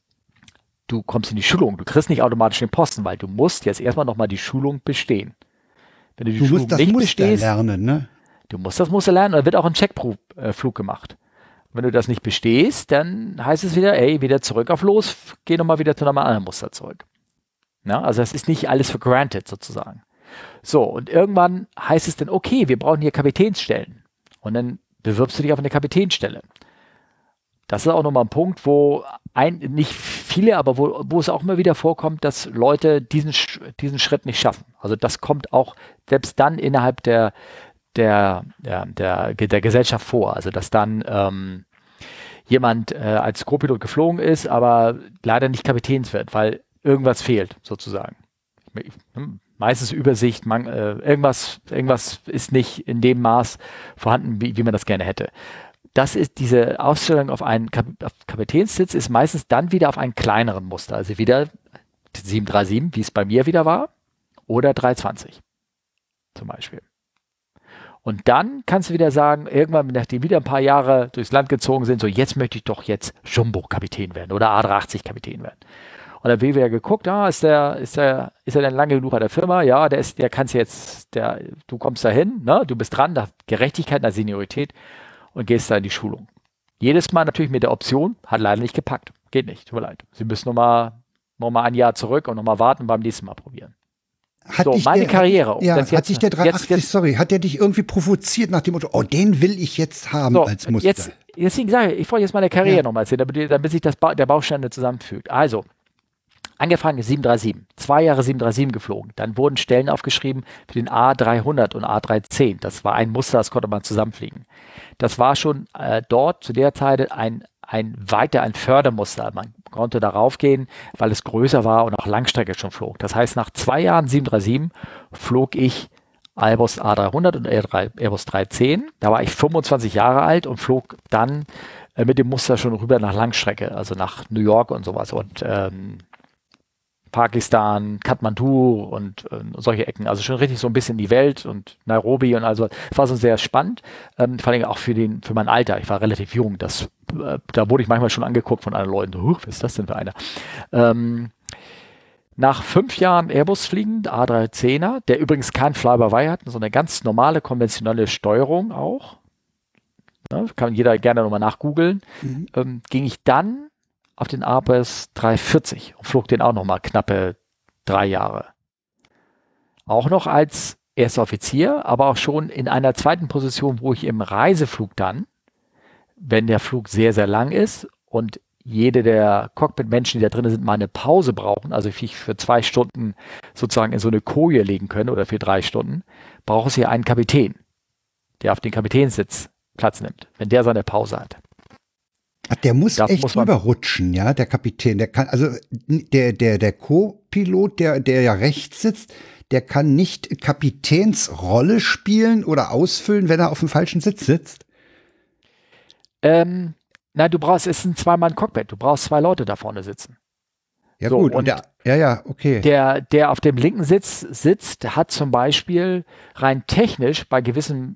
Du kommst in die Schulung, du kriegst nicht automatisch den Posten, weil du musst jetzt erstmal nochmal die Schulung bestehen. Wenn du die du Schulung musst das nicht Muster bestehst, lernen, ne? du musst das Muster lernen und dann wird auch ein Checkflug gemacht. Wenn du das nicht bestehst, dann heißt es wieder, ey, wieder zurück auf los, geh nochmal wieder zu einem anderen Muster zurück. Na, also das ist nicht alles for granted sozusagen. So, und irgendwann heißt es dann, okay, wir brauchen hier Kapitänsstellen. Und dann bewirbst du dich auf eine Kapitänsstelle. Das ist auch nochmal ein Punkt, wo ein, nicht viele, aber wo, wo es auch immer wieder vorkommt, dass Leute diesen, diesen Schritt nicht schaffen. Also das kommt auch selbst dann innerhalb der, der, der, der, der Gesellschaft vor. Also dass dann ähm, jemand äh, als Co-Pilot geflogen ist, aber leider nicht Kapitäns wird, weil irgendwas fehlt sozusagen. Meistens Übersicht, man, äh, irgendwas, irgendwas ist nicht in dem Maß vorhanden, wie, wie man das gerne hätte. Das ist diese Ausstellung auf einen Kap auf Kapitänssitz ist meistens dann wieder auf einen kleineren Muster, also wieder sieben drei sieben, wie es bei mir wieder war, oder drei zwanzig zum Beispiel. Und dann kannst du wieder sagen, irgendwann, nachdem wieder ein paar Jahre durchs Land gezogen sind, so jetzt möchte ich doch jetzt Jumbo-Kapitän werden oder A dreihundertachtzig Kapitän werden. Und dann haben wir ja geguckt, ah, ist der, ist der, ist er denn lange genug bei der Firma? Ja, der ist, der kann's jetzt, der, du kommst da hin, ne, du bist dran, da Gerechtigkeit, da Seniorität und gehst da in die Schulung. Jedes Mal natürlich mit der Option, hat leider nicht gepackt. Geht nicht, tut mir leid. Sie müssen nochmal, noch mal ein Jahr zurück und nochmal warten, beim nächsten Mal probieren. Hat so, meine der, Karriere. Hat, ja, jetzt, hat sich der dreihundertachtzig, jetzt, jetzt, sorry, hat der dich irgendwie provoziert nach dem Motto, oh, den will ich jetzt haben so, als Muster? Jetzt, deswegen sage ich, ich wollte jetzt meine Karriere Ja. nochmal erzählen, damit, damit sich das ba der Baustein zusammenfügt. Also, angefangen ist sieben drei sieben, zwei Jahre sieben drei sieben geflogen. Dann wurden Stellen aufgeschrieben für den A dreihundert und A dreihundertzehn. Das war ein Muster, das konnte man zusammenfliegen. Das war schon äh, dort zu der Zeit ein, ein weiter ein Fördermuster. Man konnte darauf gehen, weil es größer war und auch Langstrecke schon flog. Das heißt, nach zwei Jahren sieben drei sieben flog ich Airbus A dreihundert und Airbus dreihundertzehn. Da war ich fünfundzwanzig Jahre alt und flog dann äh, mit dem Muster schon rüber nach Langstrecke, also nach New York und sowas. Und ähm, Pakistan, Kathmandu und äh, solche Ecken, also schon richtig so ein bisschen die Welt und Nairobi und also, es war so sehr spannend, ähm, vor allem auch für den, für mein Alter, ich war relativ jung, das, äh, da wurde ich manchmal schon angeguckt von anderen Leuten, so, was ist das denn für einer? Ähm, nach fünf Jahren Airbus fliegen, A dreihundertzehner, der übrigens kein Fly-by-Wire hat, sondern eine ganz normale, konventionelle Steuerung auch, ne, kann jeder gerne nochmal nachgoogeln, mhm. ähm, ging ich dann auf den Airbus dreihundertvierzig und flog den auch nochmal knappe drei Jahre. Auch noch als erster Offizier, aber auch schon in einer zweiten Position, wo ich im Reiseflug dann, wenn der Flug sehr, sehr lang ist und jede der Cockpit-Menschen, die da drin sind, mal eine Pause brauchen, also sich für zwei Stunden sozusagen in so eine Koje legen können oder für drei Stunden, braucht es hier einen Kapitän, der auf den Kapitänssitz Platz nimmt, wenn der seine Pause hat. Ach, der muss Das echt muss man- rüberrutschen, ja, der Kapitän. Der kann, also der, der, der Co-Pilot, der, der ja rechts sitzt, der kann nicht Kapitänsrolle spielen oder ausfüllen, wenn er auf dem falschen Sitz sitzt. Ähm, nein, du brauchst, es ist ein Zwei-Mann-Cockpit, du brauchst zwei Leute da vorne sitzen. Ja, So, gut, und und der, ja, ja, okay. Der, der auf dem linken Sitz sitzt, hat zum Beispiel rein technisch bei gewissen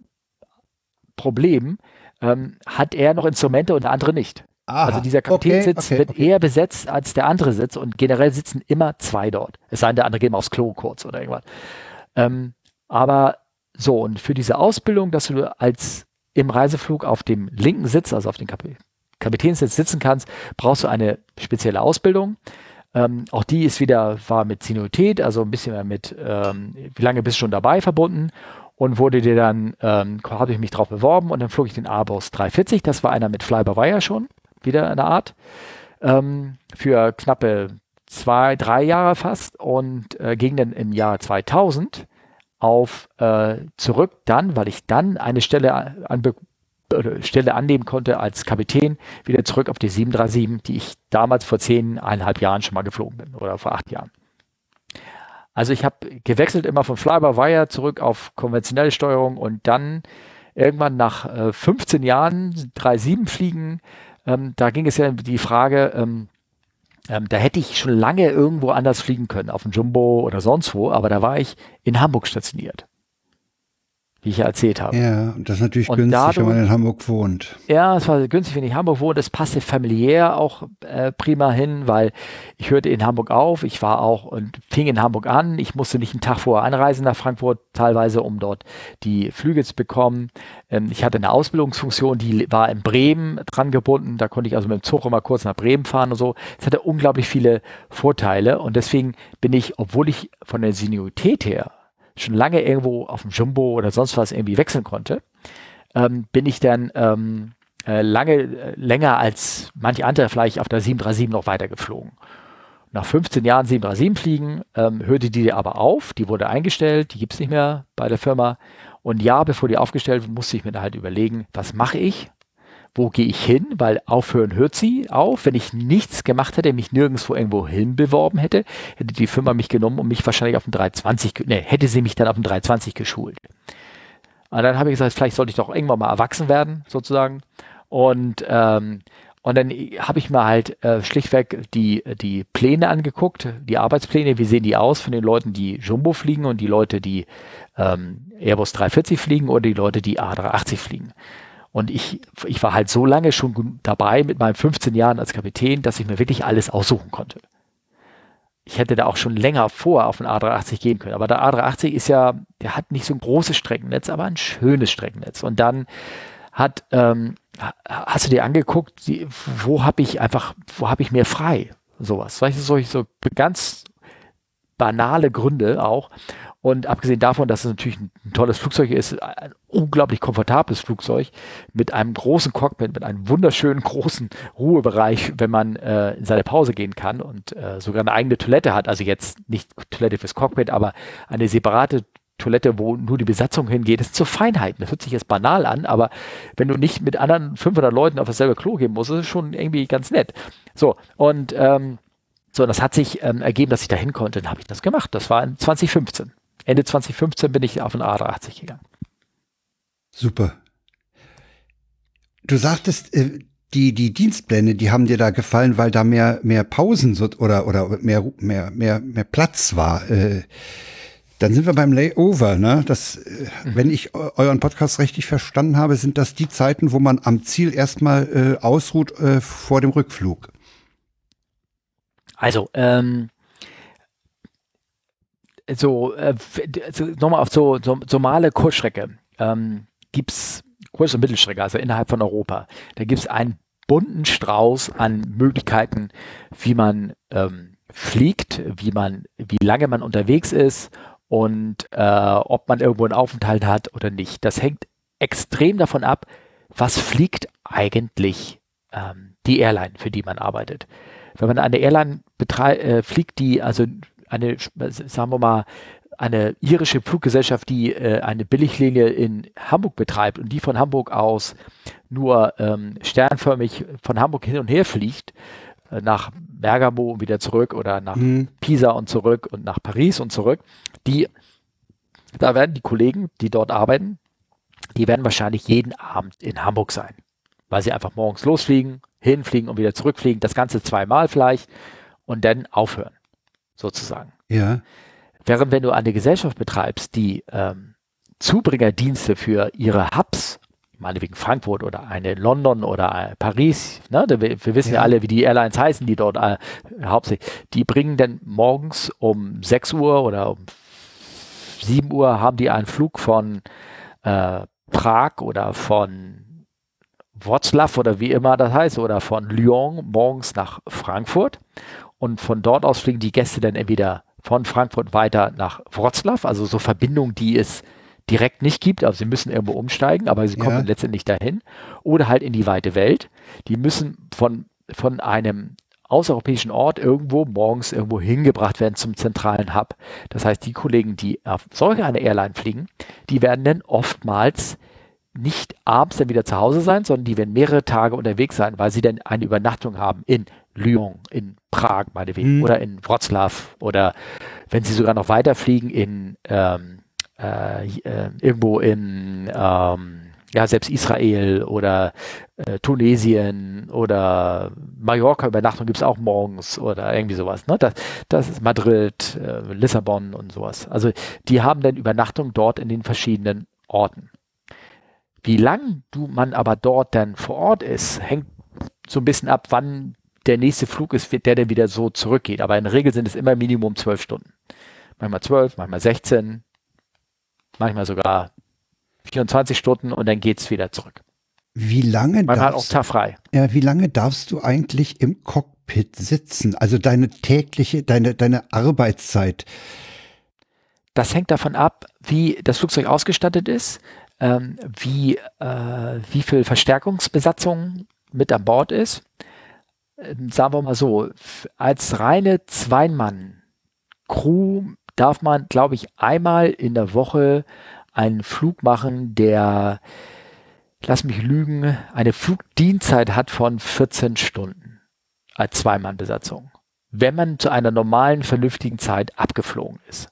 Problemen, ähm, hat er noch Instrumente und der andere nicht. Aha, Also dieser Kapitänssitz okay, okay, wird okay. eher besetzt als der andere Sitz und generell sitzen immer zwei dort. Es sei denn, der andere geht mal aufs Klo kurz oder irgendwas. Ähm, aber so, und für diese Ausbildung, dass du als im Reiseflug auf dem linken Sitz, also auf dem Kap Kapitänssitz sitzen kannst, brauchst du eine spezielle Ausbildung. Ähm, auch die ist wieder, war mit Seniorität, also ein bisschen mehr mit, ähm, wie lange bist du schon dabei verbunden und wurde dir dann, ähm, habe ich mich drauf beworben und dann flog ich den Airbus dreihundertvierzig, das war einer mit Fly-by-Wire schon, wieder eine Art, ähm, für knappe zwei, drei Jahre fast und äh, ging dann im Jahr zweitausend auf äh, zurück dann, weil ich dann eine Stelle anbe oder Stelle annehmen konnte als Kapitän, wieder zurück auf die sieben drei sieben, die ich damals vor zehn, eineinhalb Jahren schon mal geflogen bin oder vor acht Jahren. Also ich habe gewechselt immer von Fly-by-Wire zurück auf konventionelle Steuerung und dann irgendwann nach äh, fünfzehn Jahren drei sieben fliegen, ähm, da ging es ja die Frage, ähm, ähm, da hätte ich schon lange irgendwo anders fliegen können, auf dem Jumbo oder sonst wo, aber da war ich in Hamburg stationiert, wie ich ja erzählt habe. Ja, und das ist natürlich Und günstig, dadurch- wenn man in Hamburg wohnt. Ja, es war günstig, wenn ich in Hamburg wohne. Das passte familiär auch äh, prima hin, weil ich hörte in Hamburg auf. Ich war auch und fing in Hamburg an. Ich musste nicht einen Tag vorher anreisen nach Frankfurt, teilweise, um dort die Flüge zu bekommen. Ähm, ich hatte eine Ausbildungsfunktion, die war in Bremen dran gebunden. Da konnte ich also mit dem Zug immer kurz nach Bremen fahren und so. Es hatte unglaublich viele Vorteile und deswegen bin ich, obwohl ich von der Seniorität her schon lange irgendwo auf dem Jumbo oder sonst was irgendwie wechseln konnte, ähm, bin ich dann ähm, äh, lange, äh, länger als manche andere vielleicht auf der sieben drei sieben noch weiter geflogen. Nach fünfzehn Jahren sieben drei sieben fliegen, ähm, hörte die aber auf, die wurde eingestellt, die gibt es nicht mehr bei der Firma. Und ja, bevor die aufgestellt wurde, musste ich mir da halt überlegen, was mache ich? Wo gehe ich hin? Weil aufhören hört sie auf. Wenn ich nichts gemacht hätte, mich nirgendwo irgendwo hin beworben hätte, hätte die Firma mich genommen und mich wahrscheinlich auf den drei zwanzig, ne, hätte sie mich dann auf den drei zwanzig geschult. Und dann habe ich gesagt, vielleicht sollte ich doch irgendwann mal erwachsen werden, sozusagen. Und, ähm, und dann habe ich mir halt äh, schlichtweg die, die Pläne angeguckt, die Arbeitspläne, wie sehen die aus von den Leuten, die Jumbo fliegen und die Leute, die ähm, Airbus dreihundertvierzig fliegen oder die Leute, die A drei achtzig fliegen. Und ich, ich war halt so lange schon dabei mit meinen fünfzehn Jahren als Kapitän, dass ich mir wirklich alles aussuchen konnte. Ich hätte da auch schon länger vor auf den A drei achtzig gehen können. Aber der A drei achtzig ist ja, der hat nicht so ein großes Streckennetz, aber ein schönes Streckennetz. Und dann hat, ähm, hast du dir angeguckt, die, wo habe ich einfach, wo habe ich mehr frei? Sowas. Weißt du, solche so ganz banale Gründe auch. Und abgesehen davon, dass es natürlich ein, ein tolles Flugzeug ist, ein unglaublich komfortables Flugzeug mit einem großen Cockpit, mit einem wunderschönen großen Ruhebereich, wenn man äh, in seine Pause gehen kann und äh, sogar eine eigene Toilette hat. Also jetzt nicht Toilette fürs Cockpit, aber eine separate Toilette, wo nur die Besatzung hingeht. Das sind so Feinheiten. Das hört sich jetzt banal an, aber wenn du nicht mit anderen fünfhundert Leuten auf dasselbe Klo gehen musst, ist es schon irgendwie ganz nett. So, und ähm, so, das hat sich ähm, ergeben, dass ich da hin konnte. Dann habe ich das gemacht. Das war in zwanzig fünfzehn. Ende zwanzig fünfzehn bin ich auf den A drei achtzig gegangen. Super. Du sagtest, äh, die, die Dienstpläne, die haben dir da gefallen, weil da mehr, mehr Pausen so, oder, oder mehr, mehr, mehr, mehr Platz war. Äh, dann sind wir beim Layover, ne? Das, äh, mhm. Wenn ich euren Podcast richtig verstanden habe, sind das die Zeiten, wo man am Ziel erstmal äh, ausruht äh, vor dem Rückflug. Also, ähm, so, äh, so nochmal auf so, so normale Kurzstrecke ähm, gibt es Kurz- und Mittelstrecke, also innerhalb von Europa. Da gibt es einen bunten Strauß an Möglichkeiten, wie man ähm, fliegt, wie man, wie lange man unterwegs ist und äh, ob man irgendwo einen Aufenthalt hat oder nicht. Das hängt extrem davon ab, was fliegt eigentlich ähm, die Airline, für die man arbeitet. Wenn man eine Airline betrei- äh, fliegt, die also eine, sagen wir mal, eine irische Fluggesellschaft, die äh, eine Billiglinie in Hamburg betreibt und die von Hamburg aus nur ähm, sternförmig von Hamburg hin und her fliegt, äh, nach Bergamo und wieder zurück oder nach mhm. Pisa und zurück und nach Paris und zurück, die, da werden die Kollegen, die dort arbeiten, die werden wahrscheinlich jeden Abend in Hamburg sein, weil sie einfach morgens losfliegen, hinfliegen und wieder zurückfliegen, das Ganze zweimal vielleicht und dann aufhören, sozusagen. Ja. Während wenn du eine Gesellschaft betreibst, die ähm, Zubringerdienste für ihre Hubs, meinetwegen Frankfurt oder eine London oder eine Paris, ne? wir, wir wissen ja. ja alle, wie die Airlines heißen, die dort äh, hauptsächlich, die bringen dann morgens um sechs Uhr oder um sieben Uhr haben die einen Flug von äh, Prag oder von Wroclaw oder wie immer das heißt oder von Lyon morgens nach Frankfurt und von dort aus fliegen die Gäste dann entweder von Frankfurt weiter nach Wroclaw, also so Verbindungen, die es direkt nicht gibt, also sie müssen irgendwo umsteigen, aber sie kommen ja. letztendlich dahin oder halt in die weite Welt. Die müssen von, von einem außereuropäischen Ort irgendwo morgens irgendwo hingebracht werden zum zentralen Hub. Das heißt, die Kollegen, die auf solche eine Airline fliegen, die werden dann oftmals nicht abends dann wieder zu Hause sein, sondern die werden mehrere Tage unterwegs sein, weil sie dann eine Übernachtung haben in Lyon, in Prag meinetwegen, mhm. oder in Wroclaw oder wenn sie sogar noch weiterfliegen in ähm, äh, äh, irgendwo in ähm, ja, selbst Israel oder äh, Tunesien oder Mallorca-Übernachtung gibt es auch morgens oder irgendwie sowas. Ne? Das, das ist Madrid, äh, Lissabon und sowas. Also die haben dann Übernachtung dort in den verschiedenen Orten. Wie lang du man aber dort dann vor Ort ist, hängt so ein bisschen ab, wann der nächste Flug ist, der dann wieder so zurückgeht. Aber in der Regel sind es immer Minimum zwölf Stunden. Manchmal zwölf, manchmal sechzehn, manchmal sogar vierundzwanzig Stunden und dann geht es wieder zurück. Wie lange Man hat auch darfst, Tag frei. Ja, wie lange darfst du eigentlich im Cockpit sitzen? Also deine tägliche, deine, deine Arbeitszeit. Das hängt davon ab, wie das Flugzeug ausgestattet ist, ähm, wie, äh, wie viel Verstärkungsbesatzung mit an Bord ist. Ähm, sagen wir mal so, als reine Zwei-Mann-Crew darf man, glaube ich, einmal in der Woche einen Flug machen, der, lass mich lügen, eine Flugdienstzeit hat von vierzehn Stunden als Zwei-Mann-Besatzung, wenn man zu einer normalen, vernünftigen Zeit abgeflogen ist.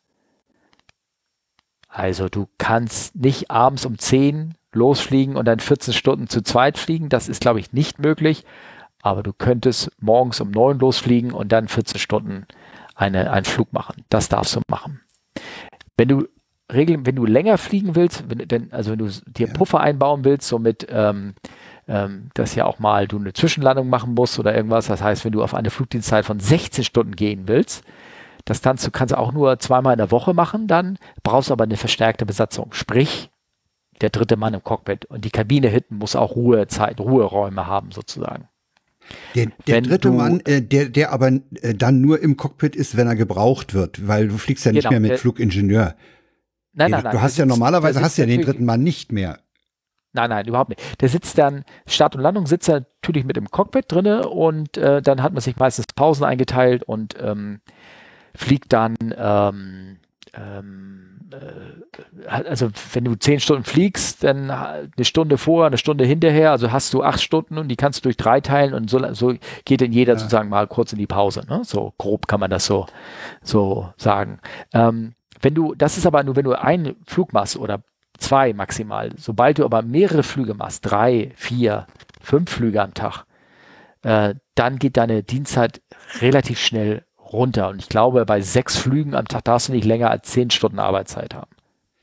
Also du kannst nicht abends um zehn losfliegen und dann vierzehn Stunden zu zweit fliegen, das ist, glaube ich, nicht möglich, aber du könntest morgens um neun losfliegen und dann vierzehn Stunden eine, einen Flug machen. Das darfst du machen. Wenn du Regeln, wenn du länger fliegen willst, wenn, denn, also wenn du dir Puffer einbauen willst, somit ähm, ähm, dass ja auch mal du eine Zwischenlandung machen musst oder irgendwas, das heißt, wenn du auf eine Flugdienstzeit von sechzehn Stunden gehen willst, das kannst du kannst auch nur zweimal in der Woche machen, dann brauchst du aber eine verstärkte Besatzung, sprich der dritte Mann im Cockpit und die Kabine hinten muss auch Ruhezeit, Ruheräume haben sozusagen. Der, der dritte du, Mann, äh, der, der aber äh, dann nur im Cockpit ist, wenn er gebraucht wird, weil du fliegst ja nicht genau, mehr mit der, Flugingenieur. Nein, nee, nein, nein. Du hast ja normalerweise hast ja den dritten Mann nicht mehr. Nein, nein, überhaupt nicht. Der sitzt dann, Start und Landung sitzt er natürlich mit im Cockpit drinne und äh, dann hat man sich meistens Pausen eingeteilt und ähm, fliegt dann, ähm, ähm, äh, also wenn du zehn Stunden fliegst, dann eine Stunde vorher, eine Stunde hinterher, also hast du acht Stunden und die kannst du durch drei teilen und so, so geht dann jeder ja. sozusagen mal kurz in die Pause. Ne? So grob kann man das so, so sagen. Ähm, Wenn du, das ist aber nur, wenn du einen Flug machst oder zwei maximal. Sobald du aber mehrere Flüge machst, drei, vier, fünf Flüge am Tag, äh, dann geht deine Dienstzeit relativ schnell runter. Und ich glaube, bei sechs Flügen am Tag darfst du nicht länger als zehn Stunden Arbeitszeit haben.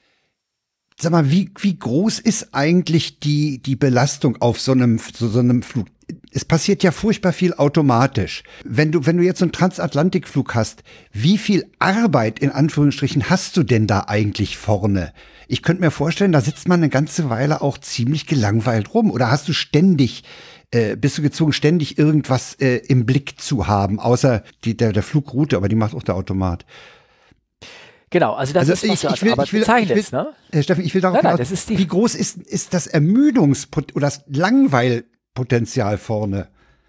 Sag mal, wie, wie groß ist eigentlich die, die Belastung auf so einem, so, so einem Flug? Es passiert ja furchtbar viel automatisch. Wenn du, wenn du jetzt so einen Transatlantikflug hast, wie viel Arbeit in Anführungsstrichen hast du denn da eigentlich vorne? Ich könnte mir vorstellen, da sitzt man eine ganze Weile auch ziemlich gelangweilt rum. Oder hast du ständig, äh, bist du gezwungen, ständig irgendwas äh, im Blick zu haben, außer die, der, der Flugroute, aber die macht auch der Automat. Genau, also das also ist, was ich, du ich will, aber ich will, bezeichnest, ich will, ne? Äh, Steffen, ich will darauf nein, nein, hinaus, das ist die wie groß ist, ist das Ermüdungspot oder das Langweil Potenzial vorne?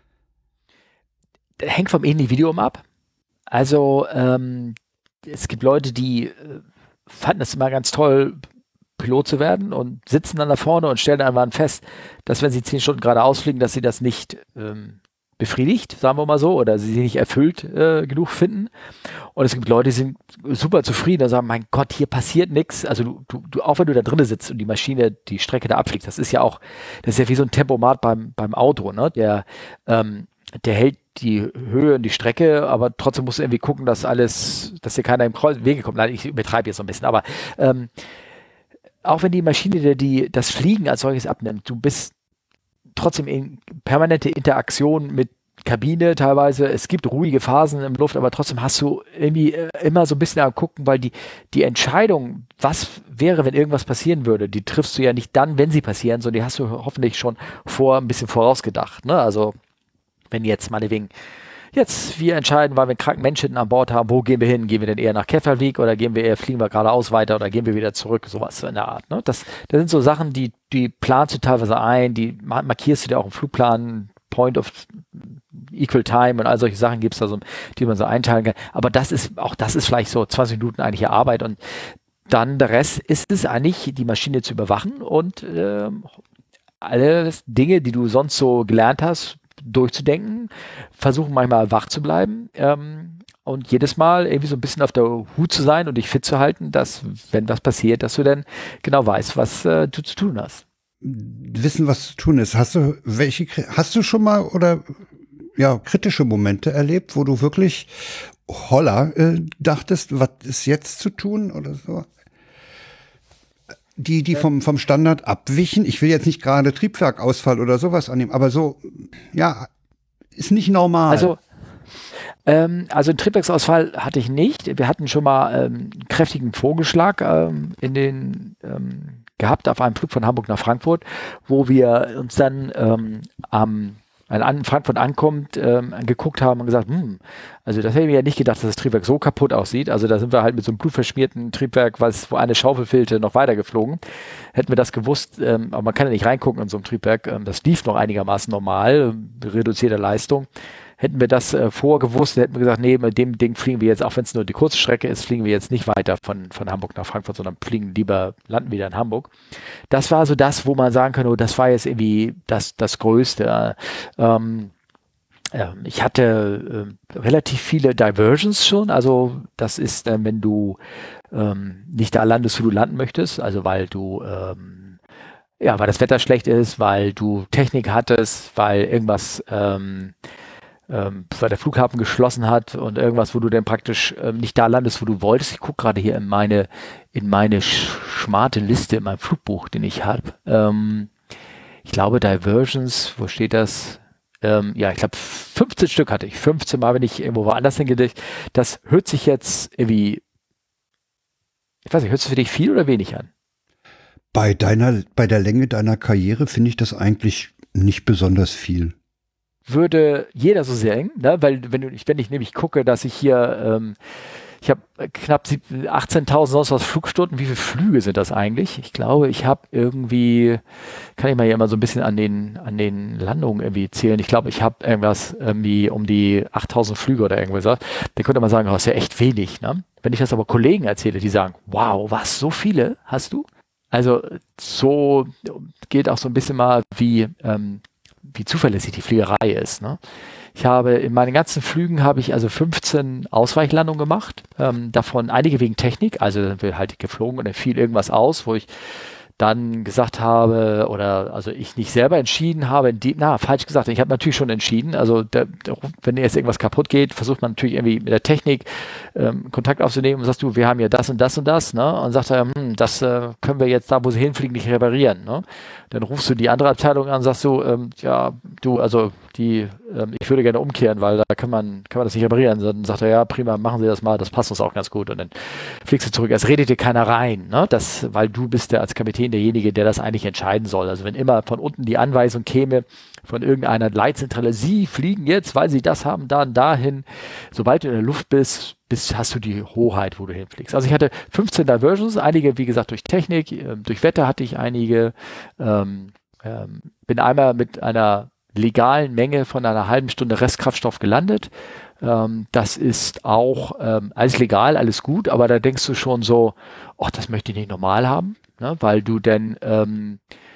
Das hängt vom Individuum ab. Also ähm, es gibt Leute, die äh, fanden es immer ganz toll, Pilot zu werden und sitzen dann da vorne und stellen dann fest, dass wenn sie zehn Stunden geradeaus fliegen, dass sie das nicht ähm, befriedigt, sagen wir mal so, oder sie nicht erfüllt äh, genug finden. Und es gibt Leute, die sind super zufrieden und sagen, mein Gott, hier passiert nichts. Also du, du, du, auch wenn du da drinnen sitzt und die Maschine die Strecke da abfliegt, das ist ja auch, das ist ja wie so ein Tempomat beim, beim Auto, ne? Der, ähm, der hält die Höhe und die Strecke, aber trotzdem musst du irgendwie gucken, dass alles, dass dir keiner im Kreuz Wege kommt. Nein, ich übertreibe jetzt so ein bisschen, aber ähm, auch wenn die Maschine dir die, das Fliegen als solches abnimmt, du bist trotzdem in permanente Interaktion mit Kabine teilweise. Es gibt ruhige Phasen im Luft, aber trotzdem hast du irgendwie äh, immer so ein bisschen am Gucken, weil die, die Entscheidung, was wäre, wenn irgendwas passieren würde, die triffst du ja nicht dann, wenn sie passieren, sondern die hast du hoffentlich schon vor ein bisschen vorausgedacht. Ne? Also wenn jetzt meinetwegen jetzt wir entscheiden, weil wir einen kranken Menschen an Bord haben, wo gehen wir hin? Gehen wir denn eher nach Keflavik oder gehen wir eher, fliegen wir geradeaus weiter oder gehen wir wieder zurück? Sowas in der Art. Ne? Das, das sind so Sachen, die, die planst du teilweise ein, die markierst du dir auch im Flugplan, Point of Equal Time und all solche Sachen gibt es da so, die man so einteilen kann. Aber das ist, auch das ist vielleicht so zwanzig Minuten eigentliche Arbeit und dann der Rest ist es eigentlich, die Maschine zu überwachen und äh, alle Dinge, die du sonst so gelernt hast, durchzudenken, versuchen manchmal wach zu bleiben ähm, und jedes Mal irgendwie so ein bisschen auf der Hut zu sein und dich fit zu halten, dass, wenn was passiert, dass du dann genau weißt, was äh, du zu tun hast. Wissen, was zu tun ist. Hast du welche, hast du schon mal oder ja, kritische Momente erlebt, wo du wirklich holla äh, dachtest, was ist jetzt zu tun oder so? Die, die vom, vom Standard abwichen. Ich will jetzt nicht gerade Triebwerkausfall oder sowas annehmen, aber so, ja, ist nicht normal. Also, ähm, also einen Triebwerksausfall hatte ich nicht. Wir hatten schon mal ähm, einen kräftigen Vogelschlag ähm, in den ähm, gehabt auf einem Flug von Hamburg nach Frankfurt, wo wir uns dann ähm, am an Frankfurt ankommt, ähm, geguckt haben und gesagt, hm, also das hätte ich mir ja nicht gedacht, dass das Triebwerk so kaputt aussieht. Also da sind wir halt mit so einem blutverschmierten Triebwerk, was, wo eine Schaufel fehlte, noch weitergeflogen. Hätten wir das gewusst, ähm, aber man kann ja nicht reingucken in so einem Triebwerk, ähm, das lief noch einigermaßen normal, äh, reduzierte Leistung. Hätten wir das äh, vorgewusst, hätten wir gesagt, nee, mit dem Ding fliegen wir jetzt, auch wenn es nur die kurze Strecke ist, fliegen wir jetzt nicht weiter von, von Hamburg nach Frankfurt, sondern fliegen lieber, landen wieder in Hamburg. Das war so das, wo man sagen kann, oh, das war jetzt irgendwie das, das Größte. Ähm, äh, ich hatte äh, relativ viele Diversions schon, also das ist, äh, wenn du ähm, nicht da landest, wo du landen möchtest, also weil du ähm, ja, weil das Wetter schlecht ist, weil du Technik hattest, weil irgendwas ähm, Ähm, weil der Flughafen geschlossen hat und irgendwas, wo du dann praktisch ähm, nicht da landest, wo du wolltest. Ich gucke gerade hier in meine, in meine sch schmarte Liste, in meinem Flugbuch, den ich habe. Ähm, ich glaube, Diversions, wo steht das? Ähm, ja, ich glaube, fünfzehn Stück hatte ich. fünfzehn Mal bin ich irgendwo woanders hingelegt. Das hört sich jetzt irgendwie, ich weiß nicht, hört sich für dich viel oder wenig an? Bei deiner, bei der Länge deiner Karriere finde ich das eigentlich nicht besonders viel. Würde jeder so sehen, ne? Weil wenn, du, wenn ich nämlich gucke, dass ich hier, ähm, ich habe knapp achtzehntausend sonst was Flugstunden, wie viele Flüge sind das eigentlich? Ich glaube, ich habe irgendwie, kann ich mal hier mal so ein bisschen an den, an den Landungen irgendwie zählen, ich glaube, ich habe irgendwas irgendwie um die achttausend Flüge oder irgendwas. Da könnte man sagen, oh, das ist ja echt wenig, ne? Wenn ich das aber Kollegen erzähle, die sagen, wow, was, so viele hast du? Also so geht auch so ein bisschen mal wie, ähm, wie zuverlässig die Fliegerei ist. Ne? Ich habe in meinen ganzen Flügen habe ich also fünfzehn Ausweichlandungen gemacht, ähm, davon einige wegen Technik, also sind wir halt geflogen und dann fiel irgendwas aus, wo ich dann gesagt habe, oder also ich nicht selber entschieden habe, die, na, falsch gesagt, ich habe natürlich schon entschieden, also der, der, wenn jetzt irgendwas kaputt geht, versucht man natürlich irgendwie mit der Technik ähm, Kontakt aufzunehmen und sagst du, wir haben ja das und das und das, ne? Und sagt er, hm, das äh, können wir jetzt da, wo sie hinfliegen, nicht reparieren, ne? Dann rufst du die andere Abteilung an und sagst du, ähm, ja, du, also die, ähm, ich würde gerne umkehren, weil da kann man, kann man das nicht reparieren. Dann sagt er, ja, prima, machen Sie das mal, das passt uns auch ganz gut. Und dann fliegst du zurück. Es redet dir keiner rein, ne? Das, weil du bist ja als Kapitän derjenige, der das eigentlich entscheiden soll. Also wenn immer von unten die Anweisung käme, von irgendeiner Leitzentrale, Sie fliegen jetzt, weil Sie das haben, dann dahin. Sobald du in der Luft bist, bist, hast du die Hoheit, wo du hinfliegst. Also ich hatte fünfzehn Diversions, einige, wie gesagt, durch Technik, äh, durch Wetter hatte ich einige. Ähm, ähm, bin einmal mit einer legalen Menge von einer halben Stunde Restkraftstoff gelandet. Ähm, das ist auch ähm, alles legal, alles gut, aber da denkst du schon so, ach, das möchte ich nicht normal haben, ne? Weil du dann, ähm,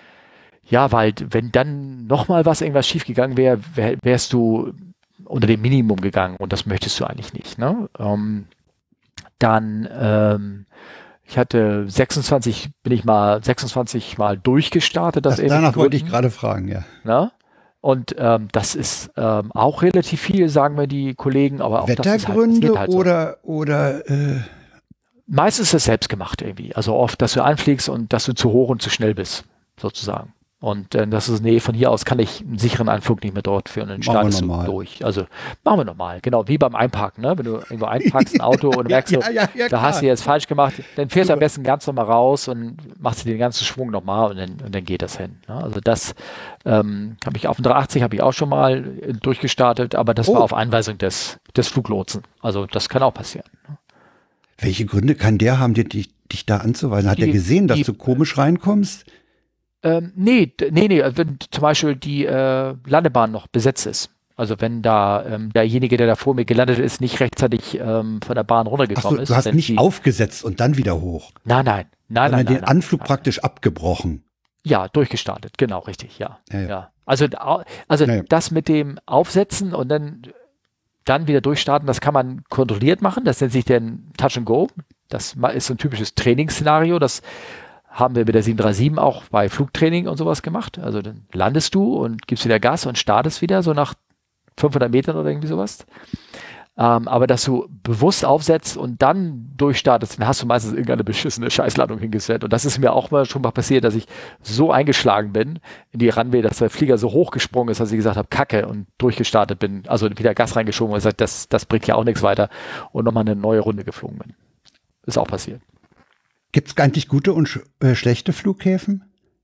ja, weil wenn dann nochmal was, irgendwas schiefgegangen wäre, wär, wärst du unter dem Minimum gegangen und das möchtest du eigentlich nicht. Ne? Ähm, dann, ähm, ich hatte sechsundzwanzig, bin ich mal sechsundzwanzig Mal durchgestartet. Das das danach wollte ich gerade fragen, ja. Na? Und ähm, das ist ähm, auch relativ viel, sagen mir die Kollegen, aber auch Wettergründe das ist halt, das geht halt so. oder, oder äh Meistens ist es selbst gemacht irgendwie. Also oft, dass du anfliegst und dass du zu hoch und zu schnell bist, sozusagen. Und äh, das ist, nee, von hier aus kann ich einen sicheren Anflug nicht mehr dort führen. Dann startest du durch. Also machen wir normal. Genau, wie beim Einparken, ne? Wenn du irgendwo einparkst, ein Auto und merkst ja, so, ja, ja, da hast du jetzt falsch gemacht, dann fährst du am besten ganz normal raus und machst du den ganzen Schwung nochmal und dann, und dann geht das hin. Ne? Also das ähm, habe ich auf dem dreihundertachtzig habe ich auch schon mal äh, durchgestartet, aber das oh. war auf Anweisung des, des Fluglotsen. Also das kann auch passieren. Ne? Welche Gründe kann der haben, dich, dich da anzuweisen? Hat Die, er gesehen, dass die, du komisch reinkommst? Ähm, nee, nee, nee, wenn zum Beispiel die äh, Landebahn noch besetzt ist. Also wenn da ähm, derjenige, der da vor mir gelandet ist, nicht rechtzeitig ähm, von der Bahn runtergekommen Ach so, ist. du hast nicht die, aufgesetzt und dann wieder hoch. Nein, nein, nein, sondern nein. den nein, Anflug nein, praktisch abgebrochen. Ja, durchgestartet, genau, richtig, ja. Ja, ja. ja. Also, also ja. das mit dem Aufsetzen und dann, dann wieder durchstarten, das kann man kontrolliert machen. Das nennt sich dann Touch and Go. Das ist so ein typisches Trainingsszenario. Das haben wir mit der sieben drei sieben auch bei Flugtraining und sowas gemacht. Also dann landest du und gibst wieder Gas und startest wieder, so nach fünfhundert Metern oder irgendwie sowas. Ähm, aber dass du bewusst aufsetzt und dann durchstartest, dann hast du meistens irgendeine beschissene Scheißlandung hingesetzt. Und das ist mir auch mal schon mal passiert, dass ich so eingeschlagen bin in die Runway, dass der Flieger so hochgesprungen ist, dass ich gesagt habe, Kacke, und durchgestartet bin. Also wieder Gas reingeschoben und gesagt, das, das bringt ja auch nichts weiter. Und nochmal eine neue Runde geflogen bin. Ist auch passiert. Gibt es eigentlich gute und sch äh, schlechte Flughäfen?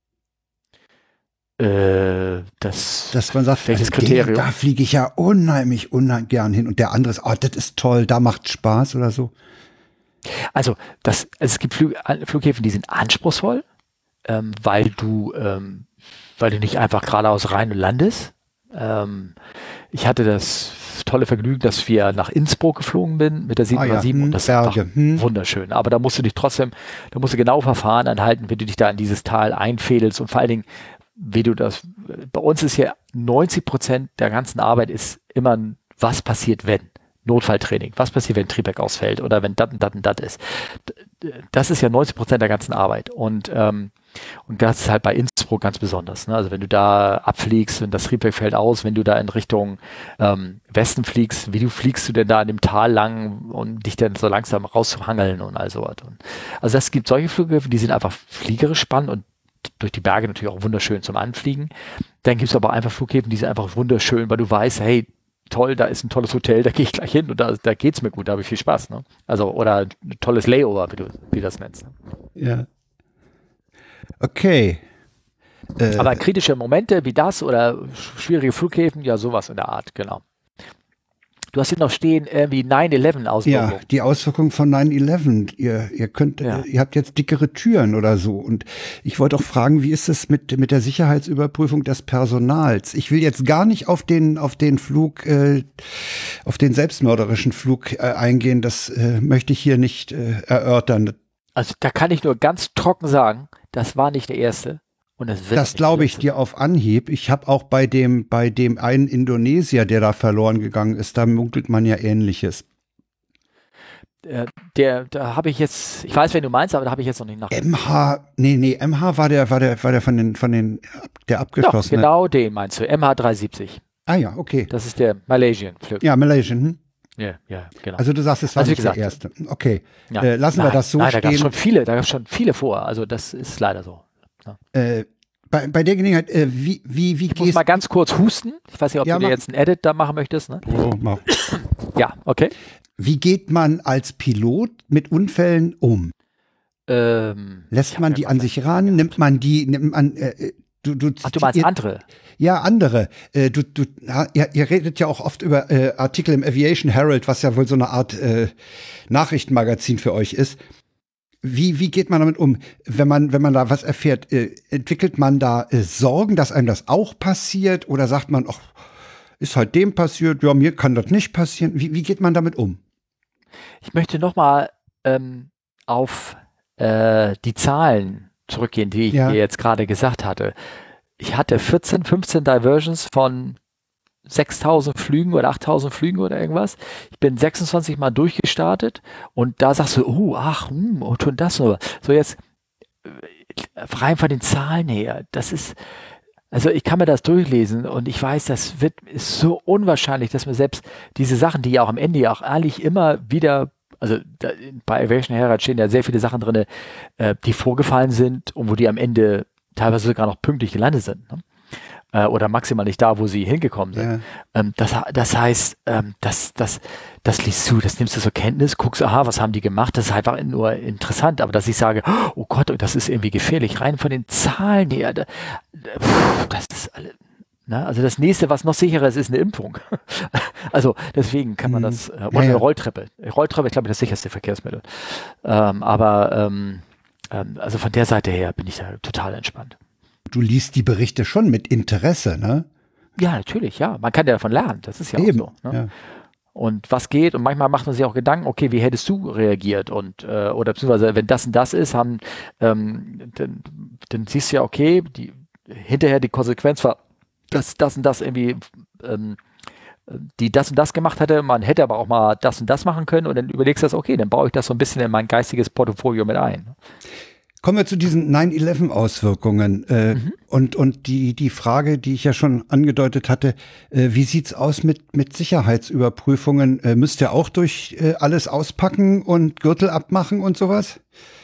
Äh, das Dass man sagt, welches also Kriterium? Den, da fliege ich ja unheimlich, unheimlich gern hin. Und der andere ist, oh, das ist toll, da macht Spaß oder so. Also, das, es gibt Flug, Flughäfen, die sind anspruchsvoll, ähm, weil du, ähm, weil du nicht einfach geradeaus rein und landest. Ähm, ich hatte das tolle Vergnügen, dass wir nach Innsbruck geflogen bin mit der sieben drei sieben ah, ja. hm, und das Berge. ist einfach Hm. wunderschön. Aber da musst du dich trotzdem, da musst du genau Verfahren anhalten, wie du dich da in dieses Tal einfädelst und vor allen Dingen, wie du das, bei uns ist ja neunzig Prozent der ganzen Arbeit ist immer, was passiert, wenn? Notfalltraining. Was passiert, wenn Triebwerk ausfällt oder wenn dat und dat und dat ist? Das ist ja neunzig Prozent der ganzen Arbeit. Und, ähm, und das ist halt bei Innsbruck ganz besonders. Ne? Also wenn du da abfliegst und das Triebwerk fällt aus, wenn du da in Richtung ähm, Westen fliegst, wie du fliegst du denn da in dem Tal lang und dich dann so langsam raushangeln und all sowas. Und also es gibt solche Flughäfen, die sind einfach fliegerisch spannend und durch die Berge natürlich auch wunderschön zum Anfliegen. Dann gibt es aber einfach Flughäfen, die sind einfach wunderschön, weil du weißt, hey, toll, da ist ein tolles Hotel, da gehe ich gleich hin und da, da geht es mir gut, da habe ich viel Spaß. Ne? Also, oder ein tolles Layover, wie du wie das nennst. Ne? Ja. Okay. Äh, aber kritische Momente wie das oder schwierige Flughäfen, ja, sowas in der Art, genau. Du hast hier noch stehen, irgendwie neun elf Auswirkungen. Ja, die Auswirkungen von neun elf. Ihr, ihr könnt, Ja. äh, ihr habt jetzt dickere Türen oder so. Und ich wollte auch fragen, wie ist es mit, mit der Sicherheitsüberprüfung des Personals? Ich will jetzt gar nicht auf den, auf den Flug, äh, auf den selbstmörderischen Flug äh, eingehen. Das äh, möchte ich hier nicht äh, erörtern. Also da kann ich nur ganz trocken sagen, das war nicht der erste. Und das wird Das glaube ich dir auf Anhieb. Ich habe auch bei dem, bei dem einen Indonesier, der da verloren gegangen ist, da munkelt man ja Ähnliches. Äh, der, da habe ich jetzt, ich weiß, wen du meinst, aber da habe ich jetzt noch nicht nach. M H, nee, nee, M H war der, war der, war der von den, von den, der Doch, abgeschossene. genau den meinst du, M H drei siebzig. Ah ja, okay. Das ist der Malaysian Flug. Ja, Malaysian. Hm? Ja, ja, genau. Also du sagst, es war Also wie nicht gesagt, der erste. Okay, ja. äh, lassen nein, wir das so nein, da gab es stehen. schon viele, da gab es schon viele vor. Also das ist leider so. Ja. Äh, bei, bei der Gelegenheit, äh, wie, wie, wie Ich muss gehst mal ganz kurz husten. Ich weiß nicht, ob Ja, du dir mach. jetzt ein Edit da machen möchtest. Ne? oh, mach. Ja, okay. Wie geht man als Pilot mit Unfällen um? Ähm, Lässt ich hab man ja die Gott an sei sich ran? Nimmt man die, nimmt man, äh, du, du, Ach, du meinst ihr, andere? Ja, andere. Äh, du, du, ja, ihr, ihr redet ja auch oft über äh, Artikel im Aviation Herald, was ja wohl so eine Art äh, Nachrichtenmagazin für euch ist. Wie, wie geht man damit um, wenn man, wenn man da was erfährt? Äh, entwickelt man da äh, Sorgen, dass einem das auch passiert? Oder sagt man, ach, ist halt dem passiert, ja, mir kann das nicht passieren. Wie, wie geht man damit um? Ich möchte nochmal ähm, auf äh, die Zahlen zurückgehen, die ich Ja. dir jetzt gerade gesagt hatte. Ich hatte vierzehn, fünfzehn Diversions von sechstausend Flügen oder achttausend Flügen oder irgendwas. Ich bin sechsundzwanzig Mal durchgestartet und da sagst du, oh, ach, hm, oh, tun das nur. So jetzt äh, rein von den Zahlen her, das ist, also ich kann mir das durchlesen und ich weiß, das wird, ist so unwahrscheinlich, dass mir selbst diese Sachen, die ja auch am Ende ja auch ehrlich immer wieder, also da, bei Aviation Herald stehen ja sehr viele Sachen drin, äh, die vorgefallen sind und wo die am Ende teilweise sogar noch pünktlich gelandet sind. Ne? Oder maximal nicht da, wo sie hingekommen sind. Ja. Ähm, das, das heißt, ähm, das, das, das liest du, das nimmst du zur Kenntnis, guckst, aha, was haben die gemacht? Das ist einfach nur interessant. Aber dass ich sage, oh Gott, das ist irgendwie gefährlich, rein von den Zahlen her, da, das ist alle, na, also das nächste, was noch sicherer ist, ist eine Impfung. Also deswegen kann man das, äh, oder ja, ja. eine Rolltreppe. Rolltreppe ist, glaube ich, das sicherste Verkehrsmittel. Ähm, aber ähm, ähm, also von der Seite her bin ich da total entspannt. Du liest die Berichte schon mit Interesse, ne? Ja, natürlich, ja. Man kann ja davon lernen, das ist ja Eben, auch so. Ne? Ja. Und was geht, und manchmal macht man sich auch Gedanken, okay, wie hättest du reagiert? Und äh, oder beziehungsweise, wenn das und das ist, haben, ähm, dann, dann siehst du ja, okay, die, hinterher die Konsequenz war, dass das und das irgendwie ähm, die das und das gemacht hatte, man hätte aber auch mal das und das machen können und dann überlegst du das, okay, dann baue ich das so ein bisschen in mein geistiges Portfolio mit ein. Kommen wir zu diesen neun elf Auswirkungen äh, mhm. und und die die Frage, die ich ja schon angedeutet hatte, äh, wie sieht's aus mit mit Sicherheitsüberprüfungen? Äh, müsst ihr auch durch äh, alles auspacken und Gürtel abmachen und sowas?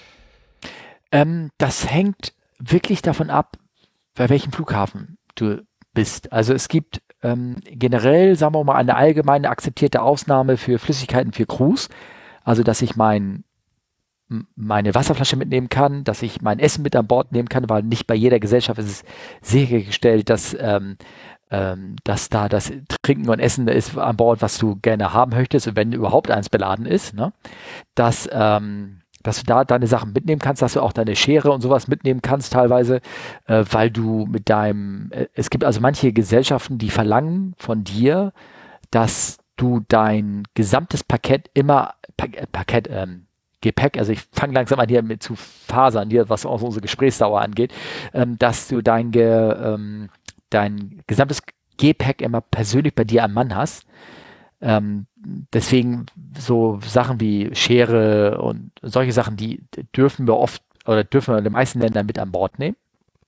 Ähm, das hängt wirklich davon ab, bei welchem Flughafen du bist. Also es gibt ähm, generell, sagen wir mal, eine allgemeine akzeptierte Ausnahme für Flüssigkeiten für Crews. Also dass ich mein meine Wasserflasche mitnehmen kann, dass ich mein Essen mit an Bord nehmen kann, weil nicht bei jeder Gesellschaft ist es sichergestellt, dass, ähm, ähm, dass da das Trinken und Essen ist an Bord, was du gerne haben möchtest und wenn überhaupt eins beladen ist, ne? dass, ähm, dass du da deine Sachen mitnehmen kannst, dass du auch deine Schere und sowas mitnehmen kannst teilweise, äh, weil du mit deinem, äh, es gibt also manche Gesellschaften, die verlangen von dir, dass du dein gesamtes Paket immer, pa Paket, ähm, Gepäck, also ich fange langsam an hier mit zu fasern, hier, was auch unsere Gesprächsdauer angeht, ähm, dass du dein, Ge, ähm, dein gesamtes Gepäck immer persönlich bei dir am Mann hast. Ähm, deswegen so Sachen wie Schere und solche Sachen, die dürfen wir oft oder dürfen wir in den meisten Ländern mit an Bord nehmen.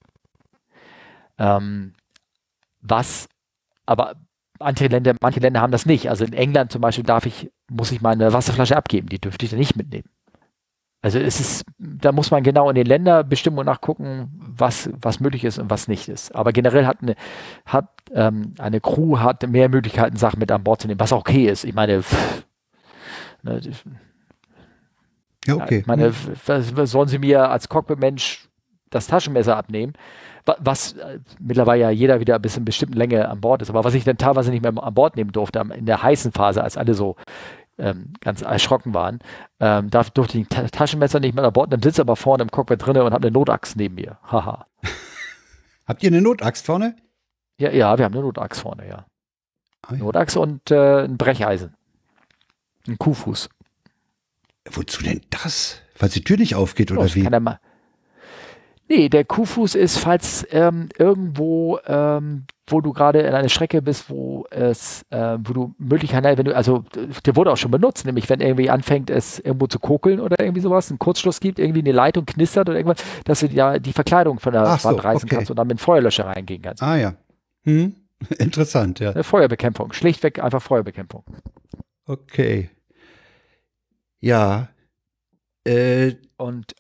Ähm, was aber manche Länder, manche Länder haben das nicht. Also in England zum Beispiel darf ich, muss ich meine Wasserflasche abgeben, die dürfte ich dann nicht mitnehmen. Also es ist, da muss man genau in den Länderbestimmungen nachgucken, was, was möglich ist und was nicht ist. Aber generell hat eine, hat, ähm, eine Crew hat mehr Möglichkeiten, Sachen mit an Bord zu nehmen, was auch okay ist. Ich meine, pff, ne, ja, okay. Ich meine, was, was sollen sie mir als Cockpit-Mensch das Taschenmesser abnehmen? Was, was äh, mittlerweile ja jeder wieder bis in einer bestimmten Länge an Bord ist. Aber was ich dann teilweise nicht mehr an Bord nehmen durfte, in der heißen Phase, als alle so Ähm, ganz erschrocken waren, ähm, da durfte ich ein Taschenmesser nicht mehr an Bord, dann sitze aber vorne im Cockpit drinne und habe eine Notaxt neben mir. Haha. Habt ihr eine Notaxt vorne? Ja, ja, wir haben eine Notaxt vorne, ja. Ah, ja. Notaxt und äh, ein Brecheisen. Ein Kuhfuß. Wozu denn das? Falls die Tür nicht aufgeht oder oh, wie? Kann er mal Nee, der Kuhfuß ist, falls ähm, irgendwo, ähm, wo du gerade in einer Strecke bist, wo es, äh, wo du Möglichkeiten, wenn du, also der wurde auch schon benutzt, nämlich wenn irgendwie anfängt, es irgendwo zu kokeln oder irgendwie sowas, einen Kurzschluss gibt, irgendwie eine Leitung knistert oder irgendwas, dass du ja die Verkleidung von der Ach Wand so, reißen okay. kannst und dann mit Feuerlöscher reingehen kannst. Ah ja. Hm. Interessant, ja. Eine Feuerbekämpfung, schlichtweg einfach Feuerbekämpfung. Okay. Ja. Äh, Und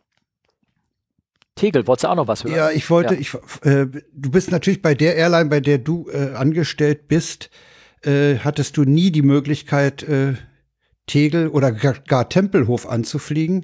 Tegel, wolltest du auch noch was hören? Ja, ich wollte, Ja. ich, äh, du bist natürlich bei der Airline, bei der du äh, angestellt bist, äh, hattest du nie die Möglichkeit, äh, Tegel oder gar, gar Tempelhof anzufliegen?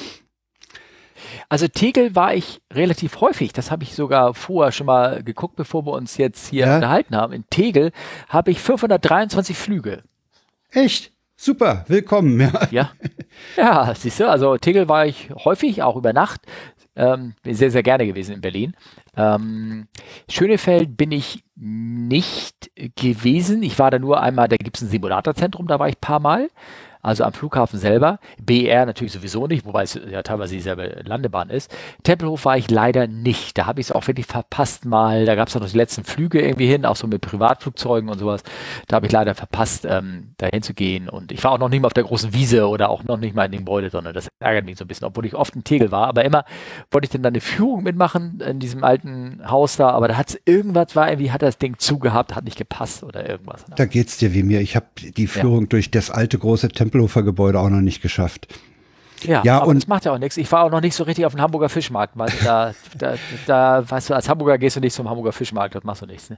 Also Tegel war ich relativ häufig, das habe ich sogar vorher schon mal geguckt, bevor wir uns jetzt hier Ja? unterhalten haben. In Tegel habe ich fünfhundertdreiundzwanzig Flüge. Echt? Super, willkommen. Ja. Ja, ja, siehst du, also Tegel war ich häufig, auch über Nacht. Ähm, bin sehr, sehr gerne gewesen in Berlin. Ähm, Schönefeld bin ich nicht gewesen. Ich war da nur einmal, da gibt es ein Simulatorzentrum, da war ich ein paar Mal. Also am Flughafen selber. B E R natürlich sowieso nicht, wobei es ja teilweise dieselbe Landebahn ist. Tempelhof war ich leider nicht. Da habe ich es auch wirklich verpasst mal. Da gab es noch die letzten Flüge irgendwie hin, auch so mit Privatflugzeugen und sowas. Da habe ich leider verpasst, ähm, da hinzugehen. Und ich war auch noch nicht mal auf der großen Wiese oder auch noch nicht mal in dem Gebäude, sondern das ärgert mich so ein bisschen, obwohl ich oft in Tegel war. Aber immer wollte ich dann, dann eine Führung mitmachen in diesem alten Haus da. Aber da hat es irgendwas, war irgendwie, hat das Ding zugehabt, hat nicht gepasst oder irgendwas. Da geht's dir wie mir. Ich habe die Führung ja. durch das alte große Tempelhofer Gebäude auch noch nicht geschafft. Ja, ja, aber und das macht ja auch nichts. Ich war auch noch nicht so richtig auf dem Hamburger Fischmarkt, weil da, da, da, weißt du, als Hamburger gehst du nicht zum Hamburger Fischmarkt, das machst du nichts. Ne?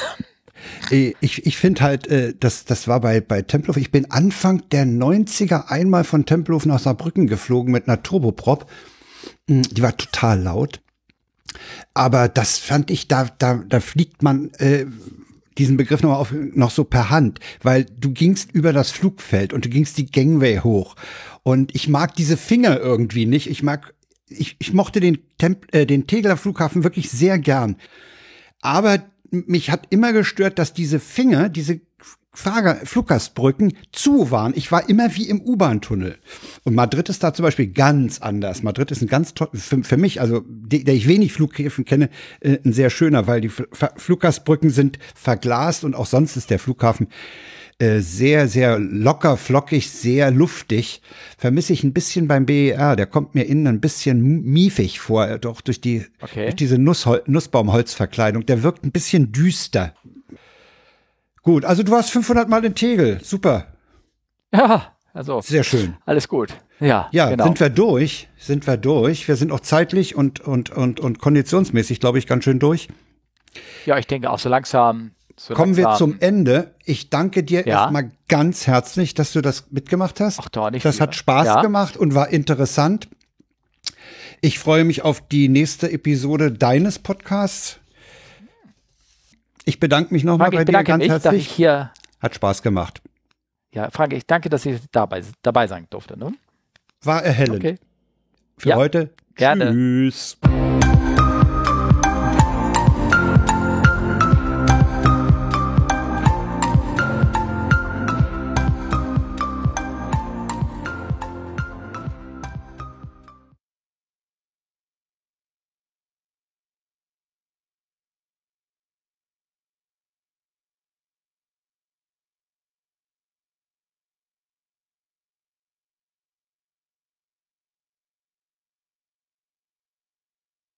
Ich, ich finde halt, das, das war bei, bei Tempelhof, ich bin Anfang der neunziger einmal von Tempelhof nach Saarbrücken geflogen mit einer Turboprop. Die war total laut. Aber das fand ich, da, da, da fliegt man äh, diesen Begriff noch, auf, noch so per Hand, weil du gingst über das Flugfeld und du gingst die Gangway hoch. Und ich mag diese Finger irgendwie nicht. Ich mag, ich, ich mochte den, Temp, äh, den Tegeler Flughafen wirklich sehr gern. Aber mich hat immer gestört, dass diese Finger, diese Fahrger Fluggastbrücken zu waren. Ich war immer wie im U-Bahn-Tunnel. Und Madrid ist da zum Beispiel ganz anders. Madrid ist ein ganz toll, für, für mich, also de, der ich wenig Flughäfen kenne, äh, ein sehr schöner, weil die Fluggastbrücken sind verglast und auch sonst ist der Flughafen äh, sehr, sehr locker, flockig, sehr luftig. Vermisse ich ein bisschen beim B E R. Der kommt mir innen ein bisschen miefig vor, doch durch die okay. durch diese Nuss, Nussbaumholzverkleidung. Der wirkt ein bisschen düster. Gut, also du warst fünfhundert Mal in Tegel. Super. Ja, also. Sehr schön. Alles gut. Ja, ja, genau. sind wir durch. Sind wir durch. Wir sind auch zeitlich und, und, und, und konditionsmäßig, glaube ich, ganz schön durch. Ja, ich denke auch so langsam. So Kommen langsam. wir zum Ende. Ich danke dir ja? erstmal ganz herzlich, dass du das mitgemacht hast. Ach, doch nicht. Das wieder. hat Spaß ja? gemacht und war interessant. Ich freue mich auf die nächste Episode deines Podcasts. Ich bedanke mich nochmal bei dir ganz mich, herzlich. Dass ich hier Hat Spaß gemacht. Ja, Frank, ich danke, dass ich dabei, dabei sein durfte. Ne? War erhellend. Okay. Für ja, heute. Gerne. Tschüss.